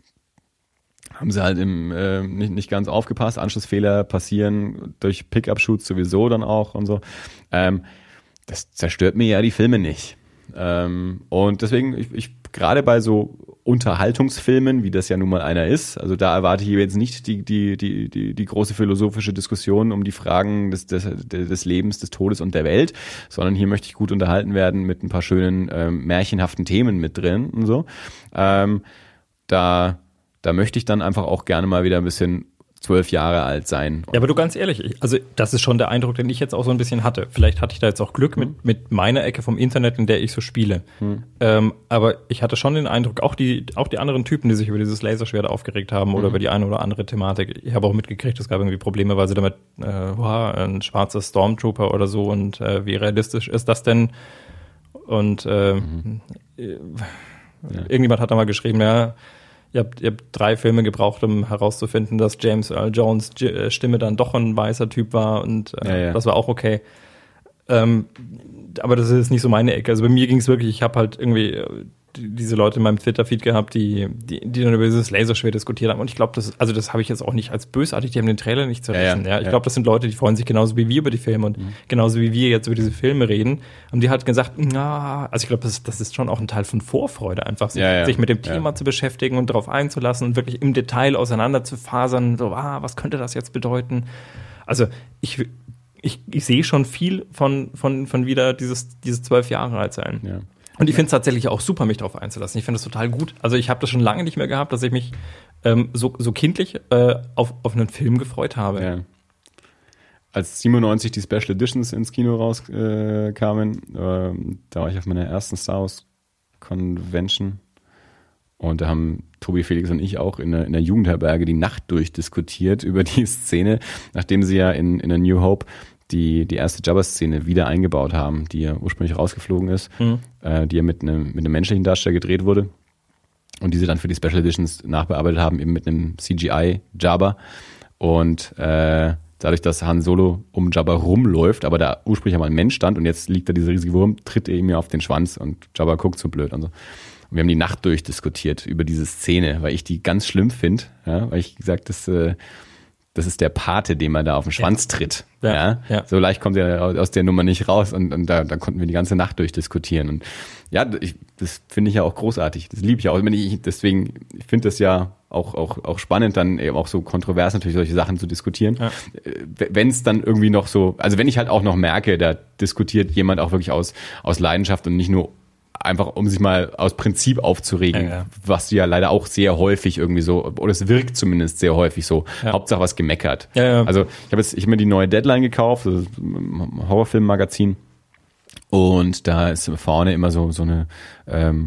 haben sie halt im, äh, nicht, nicht ganz aufgepasst, Anschlussfehler passieren durch Pickup-Shoots sowieso dann auch und so. Ähm, das zerstört mir ja die Filme nicht. Ähm, und deswegen, ich, ich gerade bei so Unterhaltungsfilmen, wie das ja nun mal einer ist, also da erwarte ich jetzt nicht die, die, die, die, die große philosophische Diskussion um die Fragen des, des, des Lebens, des Todes und der Welt, sondern hier möchte ich gut unterhalten werden mit ein paar schönen ähm, märchenhaften Themen mit drin und so. Ähm, da, da möchte ich dann einfach auch gerne mal wieder ein bisschen zwölf Jahre alt sein. Ja, aber du, ganz ehrlich, ich, also das ist schon der Eindruck, den ich jetzt auch so ein bisschen hatte. Vielleicht hatte ich da jetzt auch Glück mit, hm. mit meiner Ecke vom Internet, in der ich so spiele. Hm. Ähm, aber ich hatte schon den Eindruck, auch die, auch die anderen Typen, die sich über dieses Laserschwert aufgeregt haben hm. oder über die eine oder andere Thematik. Ich habe auch mitgekriegt, es gab irgendwie Probleme, weil sie damit, äh, wow, ein schwarzer Stormtrooper oder so und äh, wie realistisch ist das denn? Und äh, mhm. äh, ja. irgendjemand hat da mal geschrieben, ja, Ihr habt, ihr habt drei Filme gebraucht, um herauszufinden, dass James Earl Jones Stimme dann doch ein weißer Typ war und äh, ja, ja. das war auch okay. Ähm, aber das ist nicht so meine Ecke. Also bei mir ging es wirklich, ich habe halt irgendwie diese Leute in meinem Twitter-Feed gehabt, die, die, die dann über dieses Laserschwert diskutiert haben. Und ich glaube, das, also das habe ich jetzt auch nicht als bösartig, die haben den Trailer nicht zerrissen. Ja, ja. Ja. Ich glaube, das sind Leute, die freuen sich genauso wie wir über die Filme und mhm. genauso wie wir jetzt über diese Filme reden. Und die hat gesagt, na, also ich glaube, das, das ist schon auch ein Teil von Vorfreude, einfach sich, ja, ja. sich mit dem Thema ja. zu beschäftigen und darauf einzulassen und wirklich im Detail auseinander zu fasern. So, ah, was könnte das jetzt bedeuten? Also ich, ich, ich sehe schon viel von, von, von wieder dieses, dieses zwölf Jahre alt sein. Ja. Und ich finde es tatsächlich auch super, mich darauf einzulassen. Ich finde es total gut. Also ich habe das schon lange nicht mehr gehabt, dass ich mich ähm, so, so kindlich äh, auf, auf einen Film gefreut habe. Ja. Als siebenundneunzig die Special Editions ins Kino rauskamen, äh, äh, da war ich auf meiner ersten Star Wars Convention und da haben Tobi, Felix und ich auch in der, in der Jugendherberge die Nacht durchdiskutiert über die Szene, nachdem sie ja in, in der New Hope die die erste Jabba-Szene wieder eingebaut haben, die ja ursprünglich rausgeflogen ist, mhm. äh, die ja mit einem mit einem menschlichen Darsteller gedreht wurde und die sie dann für die Special Editions nachbearbeitet haben, eben mit einem C G I-Jabba und äh, dadurch, dass Han Solo um Jabba rumläuft, aber da ursprünglich einmal ein Mensch stand und jetzt liegt da dieser riesige Wurm, tritt er ihm ja auf den Schwanz und Jabba guckt so blöd und so. Und wir haben die Nacht durchdiskutiert über diese Szene, weil ich die ganz schlimm finde, ja, weil ich gesagt, das äh, das ist der Pate, dem er da auf den Schwanz ja. tritt. Ja, ja? ja. So leicht kommt er aus der Nummer nicht raus und, und da, da konnten wir die ganze Nacht durchdiskutieren. Und ja, ich, das finde ich ja auch großartig. Das liebe ich auch. Ich, deswegen, ich finde das ja auch, auch, auch spannend, dann eben auch so kontrovers natürlich solche Sachen zu diskutieren. Ja. Wenn es dann irgendwie noch so, also wenn ich halt auch noch merke, da diskutiert jemand auch wirklich aus, aus Leidenschaft und nicht nur einfach um sich mal aus Prinzip aufzuregen, ja, ja. was ja leider auch sehr häufig irgendwie so, oder es wirkt zumindest sehr häufig so, ja. Hauptsache was gemeckert. Ja, ja. Also ich habe jetzt, ich habe mir die neue Deadline gekauft, das ist ein Horrorfilm-Magazin, und da ist vorne immer so, so eine, ähm,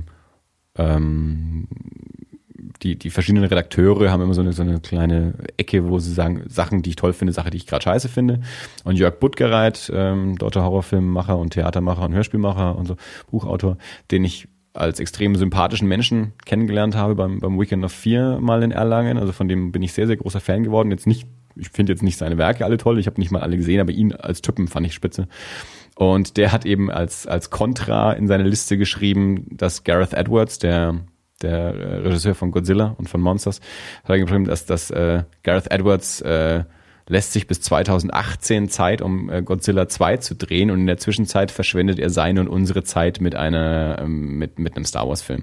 ähm, die, die verschiedenen Redakteure haben immer so eine, so eine kleine Ecke, wo sie sagen, Sachen, die ich toll finde, Sachen, die ich gerade scheiße finde. Und Jörg Buttgereit, ähm, deutscher Horrorfilmmacher und Theatermacher und Hörspielmacher und so, Buchautor, den ich als extrem sympathischen Menschen kennengelernt habe beim, beim Weekend of Fear mal in Erlangen. Also von dem bin ich sehr, sehr großer Fan geworden. Jetzt nicht, ich finde jetzt nicht seine Werke alle toll, ich habe nicht mal alle gesehen, aber ihn als Typen fand ich spitze. Und der hat eben als, als Kontra in seine Liste geschrieben, dass Gareth Edwards, der der Regisseur von Godzilla und von Monsters, hat er geschrieben, dass, dass äh, Gareth Edwards äh, lässt sich bis zweitausendachtzehn Zeit, um äh, Godzilla zwei zu drehen, und in der Zwischenzeit verschwendet er seine und unsere Zeit mit einer ähm, mit mit einem Star Wars Film.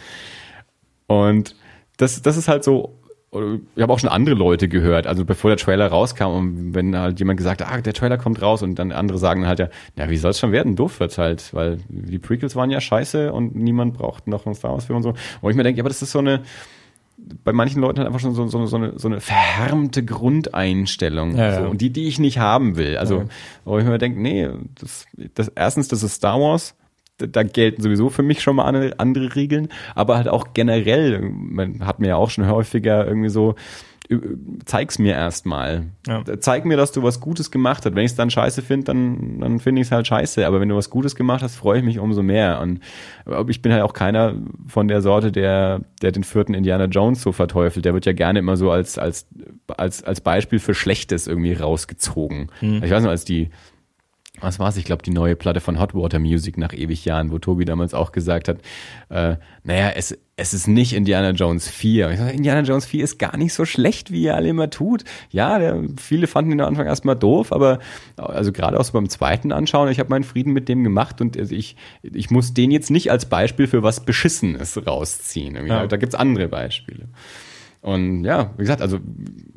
Und das das ist halt so. Ich habe auch schon andere Leute gehört, also bevor der Trailer rauskam, und wenn halt jemand gesagt hat, ah, der Trailer kommt raus, und dann andere sagen halt ja, na, wie soll es schon werden? Doof wird's halt, weil die Prequels waren ja scheiße und niemand braucht noch einen Star Wars Film und so. Und ich mir denke, ja, aber das ist so eine, bei manchen Leuten halt einfach schon so, so, so, eine, so eine verhärmte Grundeinstellung, ja, ja. So, und die, die ich nicht haben will. Also, ja. Wo ich mir denke, nee, das, das erstens, das ist Star Wars. Da gelten sowieso für mich schon mal andere, andere Regeln, aber halt auch generell, man hat mir ja auch schon häufiger irgendwie so, zeig's mir erstmal. Ja. Zeig mir, dass du was Gutes gemacht hast. Wenn ich es dann scheiße finde, dann, dann finde ich es halt scheiße, aber wenn du was Gutes gemacht hast, freue ich mich umso mehr. Und ich bin halt auch keiner von der Sorte, der, der den vierten Indiana Jones so verteufelt. Der wird ja gerne immer so als, als, als, als Beispiel für Schlechtes irgendwie rausgezogen. Mhm. Ich weiß noch, als die Was war's? Ich glaube, die neue Platte von Hot Water Music nach ewig Jahren, wo Tobi damals auch gesagt hat, äh, naja, es, es ist nicht Indiana Jones vier. Ich sage, Indiana Jones vier ist gar nicht so schlecht, wie ihr alle immer tut. Ja, der, viele fanden ihn am Anfang erstmal doof, aber also gerade auch so beim zweiten Anschauen, ich habe meinen Frieden mit dem gemacht, und ich, ich muss den jetzt nicht als Beispiel für was Beschissenes rausziehen. Ja. Da gibt's andere Beispiele. Und ja, wie gesagt, also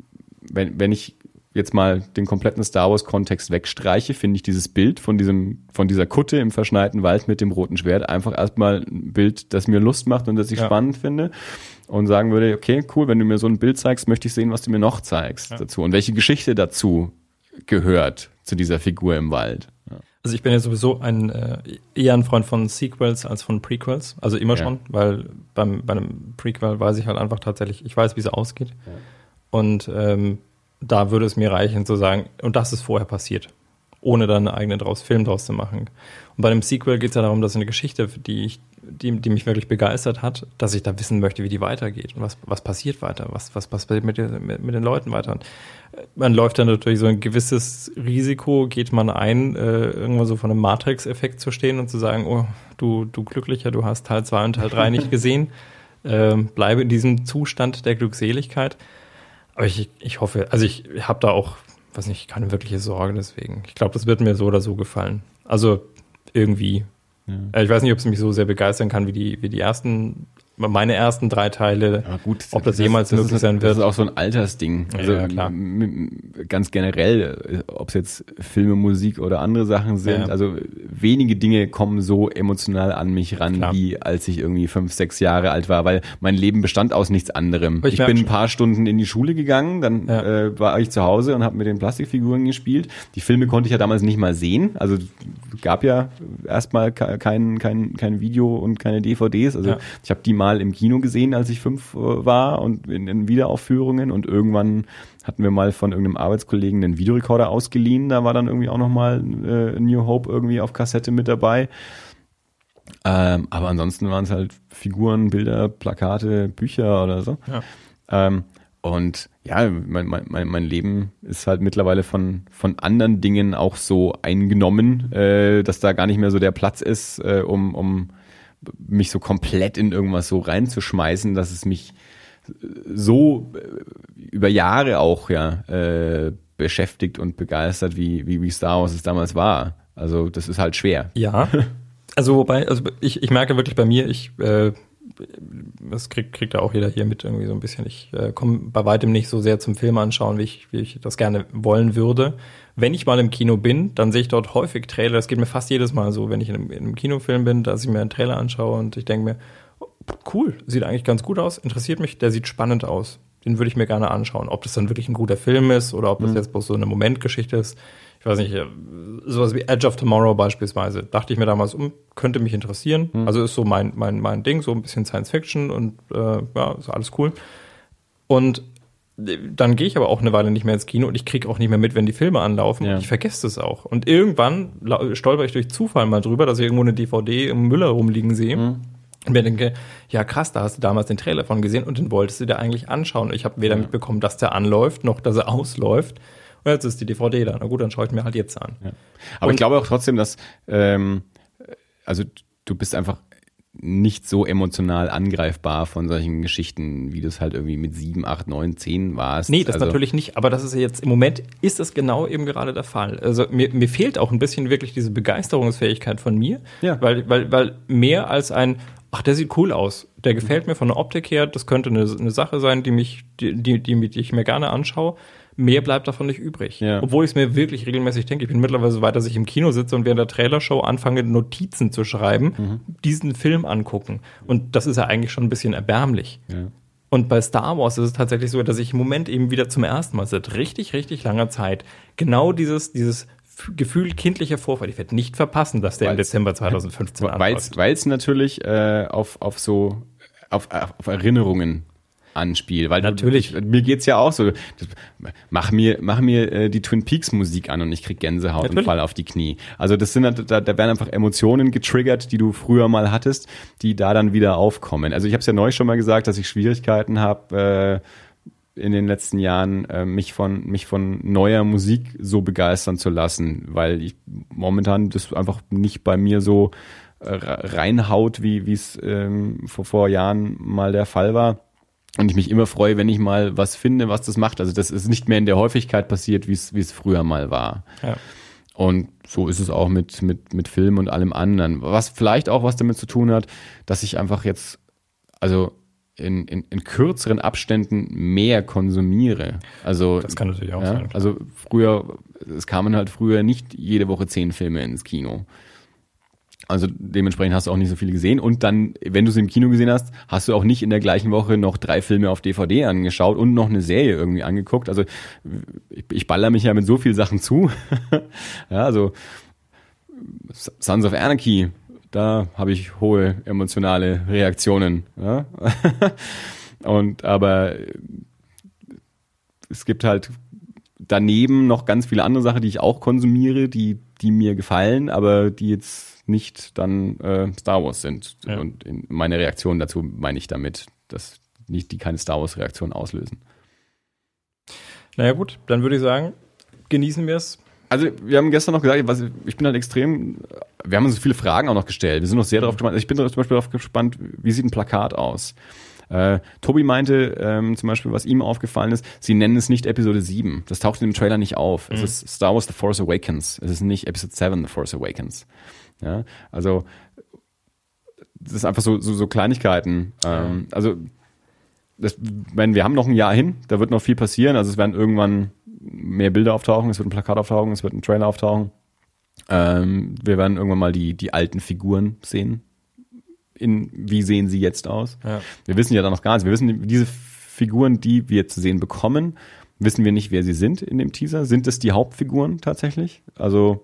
wenn, wenn ich jetzt mal den kompletten Star Wars Kontext wegstreiche, finde ich dieses Bild von diesem, von dieser Kutte im verschneiten Wald mit dem roten Schwert einfach erstmal ein Bild, das mir Lust macht und das ich ja. spannend finde, und sagen würde, okay, cool, wenn du mir so ein Bild zeigst, möchte ich sehen, was du mir noch zeigst ja. dazu, und welche Geschichte dazu gehört zu dieser Figur im Wald. Ja. Also ich bin ja sowieso ein äh, eher ein Freund von Sequels als von Prequels, also immer ja. schon, weil beim, bei einem Prequel weiß ich halt einfach tatsächlich, ich weiß, wie es ausgeht ja. und ähm, da würde es mir reichen zu sagen, und das ist vorher passiert, ohne dann einen eigenen draus, Film draus zu machen. Und bei einem Sequel geht es ja darum, dass eine Geschichte, die, ich, die, die mich wirklich begeistert hat, dass ich da wissen möchte, wie die weitergeht und was, was passiert weiter, was, was passiert mit, mit, mit den Leuten weiter. Und man läuft dann natürlich so ein gewisses Risiko, geht man ein, äh, irgendwo so von einem Matrix-Effekt zu stehen und zu sagen, oh, du, du Glücklicher, du hast Teil zwei und Teil drei nicht gesehen, äh, bleibe in diesem Zustand der Glückseligkeit. Aber ich, ich hoffe, also ich habe da auch, weiß nicht, keine wirkliche Sorge deswegen. Ich glaube, das wird mir so oder so gefallen. Also irgendwie. Ja. Ich weiß nicht, ob es mich so sehr begeistern kann wie die, wie die ersten, meine ersten drei Teile. Ja, gut, ob das, das jemals das möglich ist, sein wird. Das ist auch so ein Altersding. Also ja, klar. Ganz generell, ob es jetzt Filme, Musik oder andere Sachen sind. Ja. Also wenige Dinge kommen so emotional an mich ran, klar. wie als ich irgendwie fünf, sechs Jahre alt war, weil mein Leben bestand aus nichts anderem. Ich, ich bin ein paar Stunden in die Schule gegangen, dann ja. äh, war ich zu Hause und habe mit den Plastikfiguren gespielt. Die Filme konnte ich ja damals nicht mal sehen. Also gab ja erstmal kein, kein, kein Video und keine D V Ds. Also ja. ich habe die mal im Kino gesehen, als ich fünf war, und in, in Wiederaufführungen, und irgendwann hatten wir mal von irgendeinem Arbeitskollegen einen Videorekorder ausgeliehen, da war dann irgendwie auch nochmal äh, New Hope irgendwie auf Kassette mit dabei. Ähm, aber ansonsten waren es halt Figuren, Bilder, Plakate, Bücher oder so. Ja. Ähm, und ja, mein, mein, mein Leben ist halt mittlerweile von, von anderen Dingen auch so eingenommen, äh, dass da gar nicht mehr so der Platz ist, äh, um, um mich so komplett in irgendwas so reinzuschmeißen, dass es mich so über Jahre auch ja äh, beschäftigt und begeistert, wie, wie, wie Star Wars es damals war. Also das ist halt schwer. Ja, also wobei, also ich, ich merke wirklich bei mir, ich äh, das kriegt, kriegt ja auch jeder hier mit irgendwie so ein bisschen. Ich äh, komme bei weitem nicht so sehr zum Film anschauen, wie ich, wie ich das gerne wollen würde. Wenn ich mal im Kino bin, dann sehe ich dort häufig Trailer. Das geht mir fast jedes Mal so, wenn ich in einem, in einem Kinofilm bin, dass ich mir einen Trailer anschaue und ich denke mir, oh, cool, sieht eigentlich ganz gut aus, interessiert mich, der sieht spannend aus. Den würde ich mir gerne anschauen. Ob das dann wirklich ein guter Film ist oder ob das mhm. jetzt bloß so eine Momentgeschichte ist. Ich weiß nicht, sowas wie Edge of Tomorrow beispielsweise. Dachte ich mir damals, um, könnte mich interessieren. Mhm. Also ist so mein, mein, mein Ding, so ein bisschen Science Fiction und äh, ja, ist alles cool. Und dann gehe ich aber auch eine Weile nicht mehr ins Kino und ich kriege auch nicht mehr mit, wenn die Filme anlaufen. Ja. Und ich vergesse das auch. Und irgendwann stolper ich durch Zufall mal drüber, dass ich irgendwo eine D V D im Müller rumliegen sehe. Mhm. Und mir denke, ja krass, da hast du damals den Trailer von gesehen und den wolltest du dir eigentlich anschauen. Und ich habe weder ja. mitbekommen, dass der anläuft, noch dass er ausläuft. Und jetzt ist die D V D da. Na gut, dann schaue ich mir halt jetzt an. Ja. Aber und ich glaube auch trotzdem, dass ähm, also du bist einfach nicht so emotional angreifbar von solchen Geschichten, wie du es halt irgendwie mit sieben, acht, neun, zehn warst. Nee, das also natürlich nicht, aber das ist ja jetzt, im Moment ist das genau eben gerade der Fall. Also mir, mir fehlt auch ein bisschen wirklich diese Begeisterungsfähigkeit von mir, ja. weil, weil, weil mehr als ein, ach, der sieht cool aus, der gefällt mir von der Optik her, das könnte eine, eine Sache sein, die mich, die, die, die, die ich mir gerne anschaue. Mehr bleibt davon nicht übrig. Ja. Obwohl ich es mir wirklich regelmäßig denke. Ich bin mittlerweile so weit, dass ich im Kino sitze und während der Trailershow anfange, Notizen zu schreiben, mhm. diesen Film angucken. Und das ist ja eigentlich schon ein bisschen erbärmlich. Ja. Und bei Star Wars ist es tatsächlich so, dass ich im Moment eben wieder zum ersten Mal seit richtig, richtig langer Zeit genau dieses, dieses Gefühl kindlicher Vorfreude. Ich werde nicht verpassen, dass der weil's, im Dezember zwanzig fünfzehn anläuft. Weil es natürlich äh, auf, auf so auf, auf Erinnerungen anspiel, weil natürlich du, mir geht's ja auch so, mach mir mach mir äh, die Twin Peaks Musik an und ich krieg Gänsehaut natürlich. Und fall auf die Knie. Also das sind da, da werden einfach Emotionen getriggert, die du früher mal hattest, die da dann wieder aufkommen. Also ich habe es ja neulich schon mal gesagt, dass ich Schwierigkeiten habe äh, in den letzten Jahren äh, mich von mich von neuer Musik so begeistern zu lassen, weil ich momentan das einfach nicht bei mir so äh, reinhaut, wie wie es ähm, vor vor Jahren mal der Fall war. Und ich mich immer freue, wenn ich mal was finde, was das macht. Also das ist nicht mehr in der Häufigkeit passiert, wie es wie es früher mal war. Ja. Und so ist es auch mit mit mit Film und allem anderen. Was vielleicht auch was damit zu tun hat, dass ich einfach jetzt also in in, in kürzeren Abständen mehr konsumiere. Also das kann natürlich auch ja, sein. Also früher, es kamen halt früher nicht jede Woche zehn Filme ins Kino. Also dementsprechend hast du auch nicht so viele gesehen. Und dann, wenn du sie im Kino gesehen hast, hast du auch nicht in der gleichen Woche noch drei Filme auf D V D angeschaut und noch eine Serie irgendwie angeguckt. Also ich, ich baller mich ja mit so viel Sachen zu. Ja, also Sons of Anarchy, da habe ich hohe emotionale Reaktionen. Ja? Und aber es gibt halt daneben noch ganz viele andere Sachen, die ich auch konsumiere, die, die mir gefallen, aber die jetzt nicht dann äh, Star Wars sind. Ja. Und in meine Reaktion dazu meine ich damit, dass nicht die keine Star Wars Reaktion auslösen. Naja gut, dann würde ich sagen, genießen wir es. Also wir haben gestern noch gesagt, was, ich bin halt extrem, wir haben uns so viele Fragen auch noch gestellt. Wir sind noch sehr darauf gespannt. Ich bin zum Beispiel darauf gespannt, wie sieht ein Plakat aus? Äh, Tobi meinte ähm, zum Beispiel, was ihm aufgefallen ist, sie nennen es nicht Episode sieben. Das taucht in dem Trailer nicht auf. Mhm. Es ist Star Wars The Force Awakens. Es ist nicht Episode seven The Force Awakens. Ja, also das ist einfach so so, so Kleinigkeiten. Ähm, also das, wenn wir haben noch ein Jahr hin, da wird noch viel passieren. Also es werden irgendwann mehr Bilder auftauchen, es wird ein Plakat auftauchen, es wird ein Trailer auftauchen. Ähm, wir werden irgendwann mal die die alten Figuren sehen. In wie sehen sie jetzt aus? Ja. Wir wissen ja da noch gar nichts. Wir wissen, diese Figuren, die wir zu sehen bekommen, wissen wir nicht, wer sie sind in dem Teaser. Sind es die Hauptfiguren tatsächlich? Also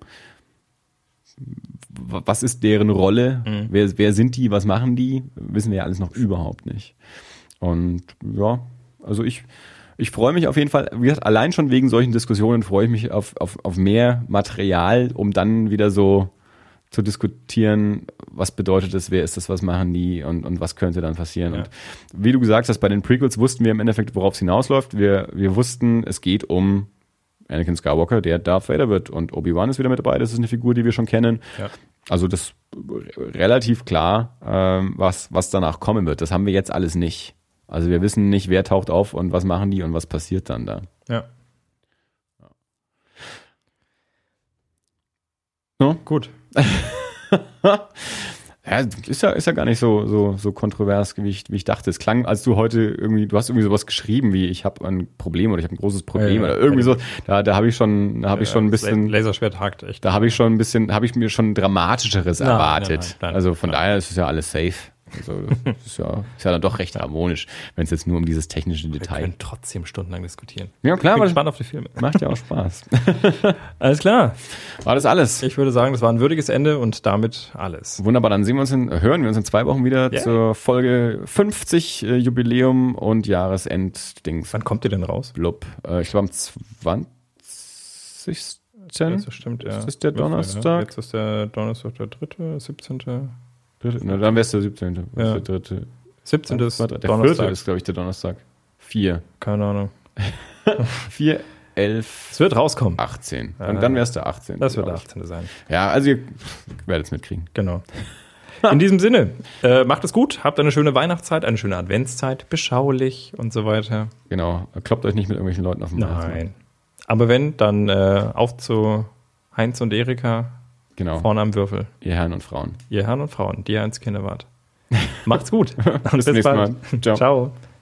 was ist deren Rolle? Mhm. Wer, wer sind die? Was machen die? Wissen wir ja alles noch überhaupt nicht. Und ja, also ich, ich freue mich auf jeden Fall, wie gesagt, allein schon wegen solchen Diskussionen freue ich mich auf, auf, auf mehr Material, um dann wieder so zu diskutieren, was bedeutet das, wer ist das, was machen die und, und was könnte dann passieren. Ja. Und wie du gesagt hast, bei den Prequels wussten wir im Endeffekt, worauf es hinausläuft. Wir, wir wussten, es geht um Anakin Skywalker, der Darth Vader wird, und Obi-Wan ist wieder mit dabei, das ist eine Figur, die wir schon kennen. Ja. Also das relativ klar, ähm, was, was danach kommen wird. Das haben wir jetzt alles nicht. Also wir wissen nicht, wer taucht auf und was machen die und was passiert dann da. Ja. No? Gut. Ja, ist ja, ist ja gar nicht so, so, so kontrovers, wie ich, wie ich dachte. Es klang, als du heute irgendwie, du hast irgendwie sowas geschrieben wie, ich habe ein Problem oder ich habe ein großes Problem Ja, ja, oder irgendwie ja. so. Da, da habe ich schon, da habe ich Ja, schon ein das bisschen, Laserschwert hakt echt. da habe ich schon ein bisschen, habe ich mir schon dramatischeres Nein, erwartet. nein, nein, nein, also von nein. daher ist es ja alles safe. Also das ist ja, ist ja dann doch recht harmonisch, wenn es jetzt nur um dieses technische Wir Detail. können trotzdem stundenlang diskutieren. Ja klar, Ich bin weil gespannt auf die Filme. macht ja auch Spaß. Alles klar. War das alles? Ich würde sagen, das war ein würdiges Ende und damit alles. Wunderbar, dann sehen wir uns in, hören wir uns in zwei Wochen wieder Yeah. zur Folge fünfzig äh, Jubiläum und Jahresend-Dings. Wann kommt ihr denn raus? Blub. Äh, ich glaube am zwanzigsten Das stimmt, ja. Ist das der Donnerstag? Jetzt ist der Donnerstag der dritte, siebzehnte. Na, dann wär's der siebzehnte. Ja. Der dritte. siebzehnte ist Der vierte Donnerstag. ist, glaube ich, der Donnerstag. Vier. Keine Ahnung. Vier, elf, Es wird rauskommen. achtzehn. Ah. Und dann wär's der achtzehnte. Das wird der glaub ich. achtzehnte sein. Ja, also ihr werdet es mitkriegen. Genau. In diesem Sinne, äh, macht es gut, habt eine schöne Weihnachtszeit, eine schöne Adventszeit, beschaulich und so weiter. Genau. Kloppt euch nicht mit irgendwelchen Leuten auf den Hals. Nein. Aber wenn, dann äh, auf zu Heinz und Erika Genau. vorne am Würfel. Ihr Herren und Frauen. Ihr Herren und Frauen, die ihr als Kinder wart. Macht's gut. Und Bis zum nächsten Mal. Ciao. Ciao.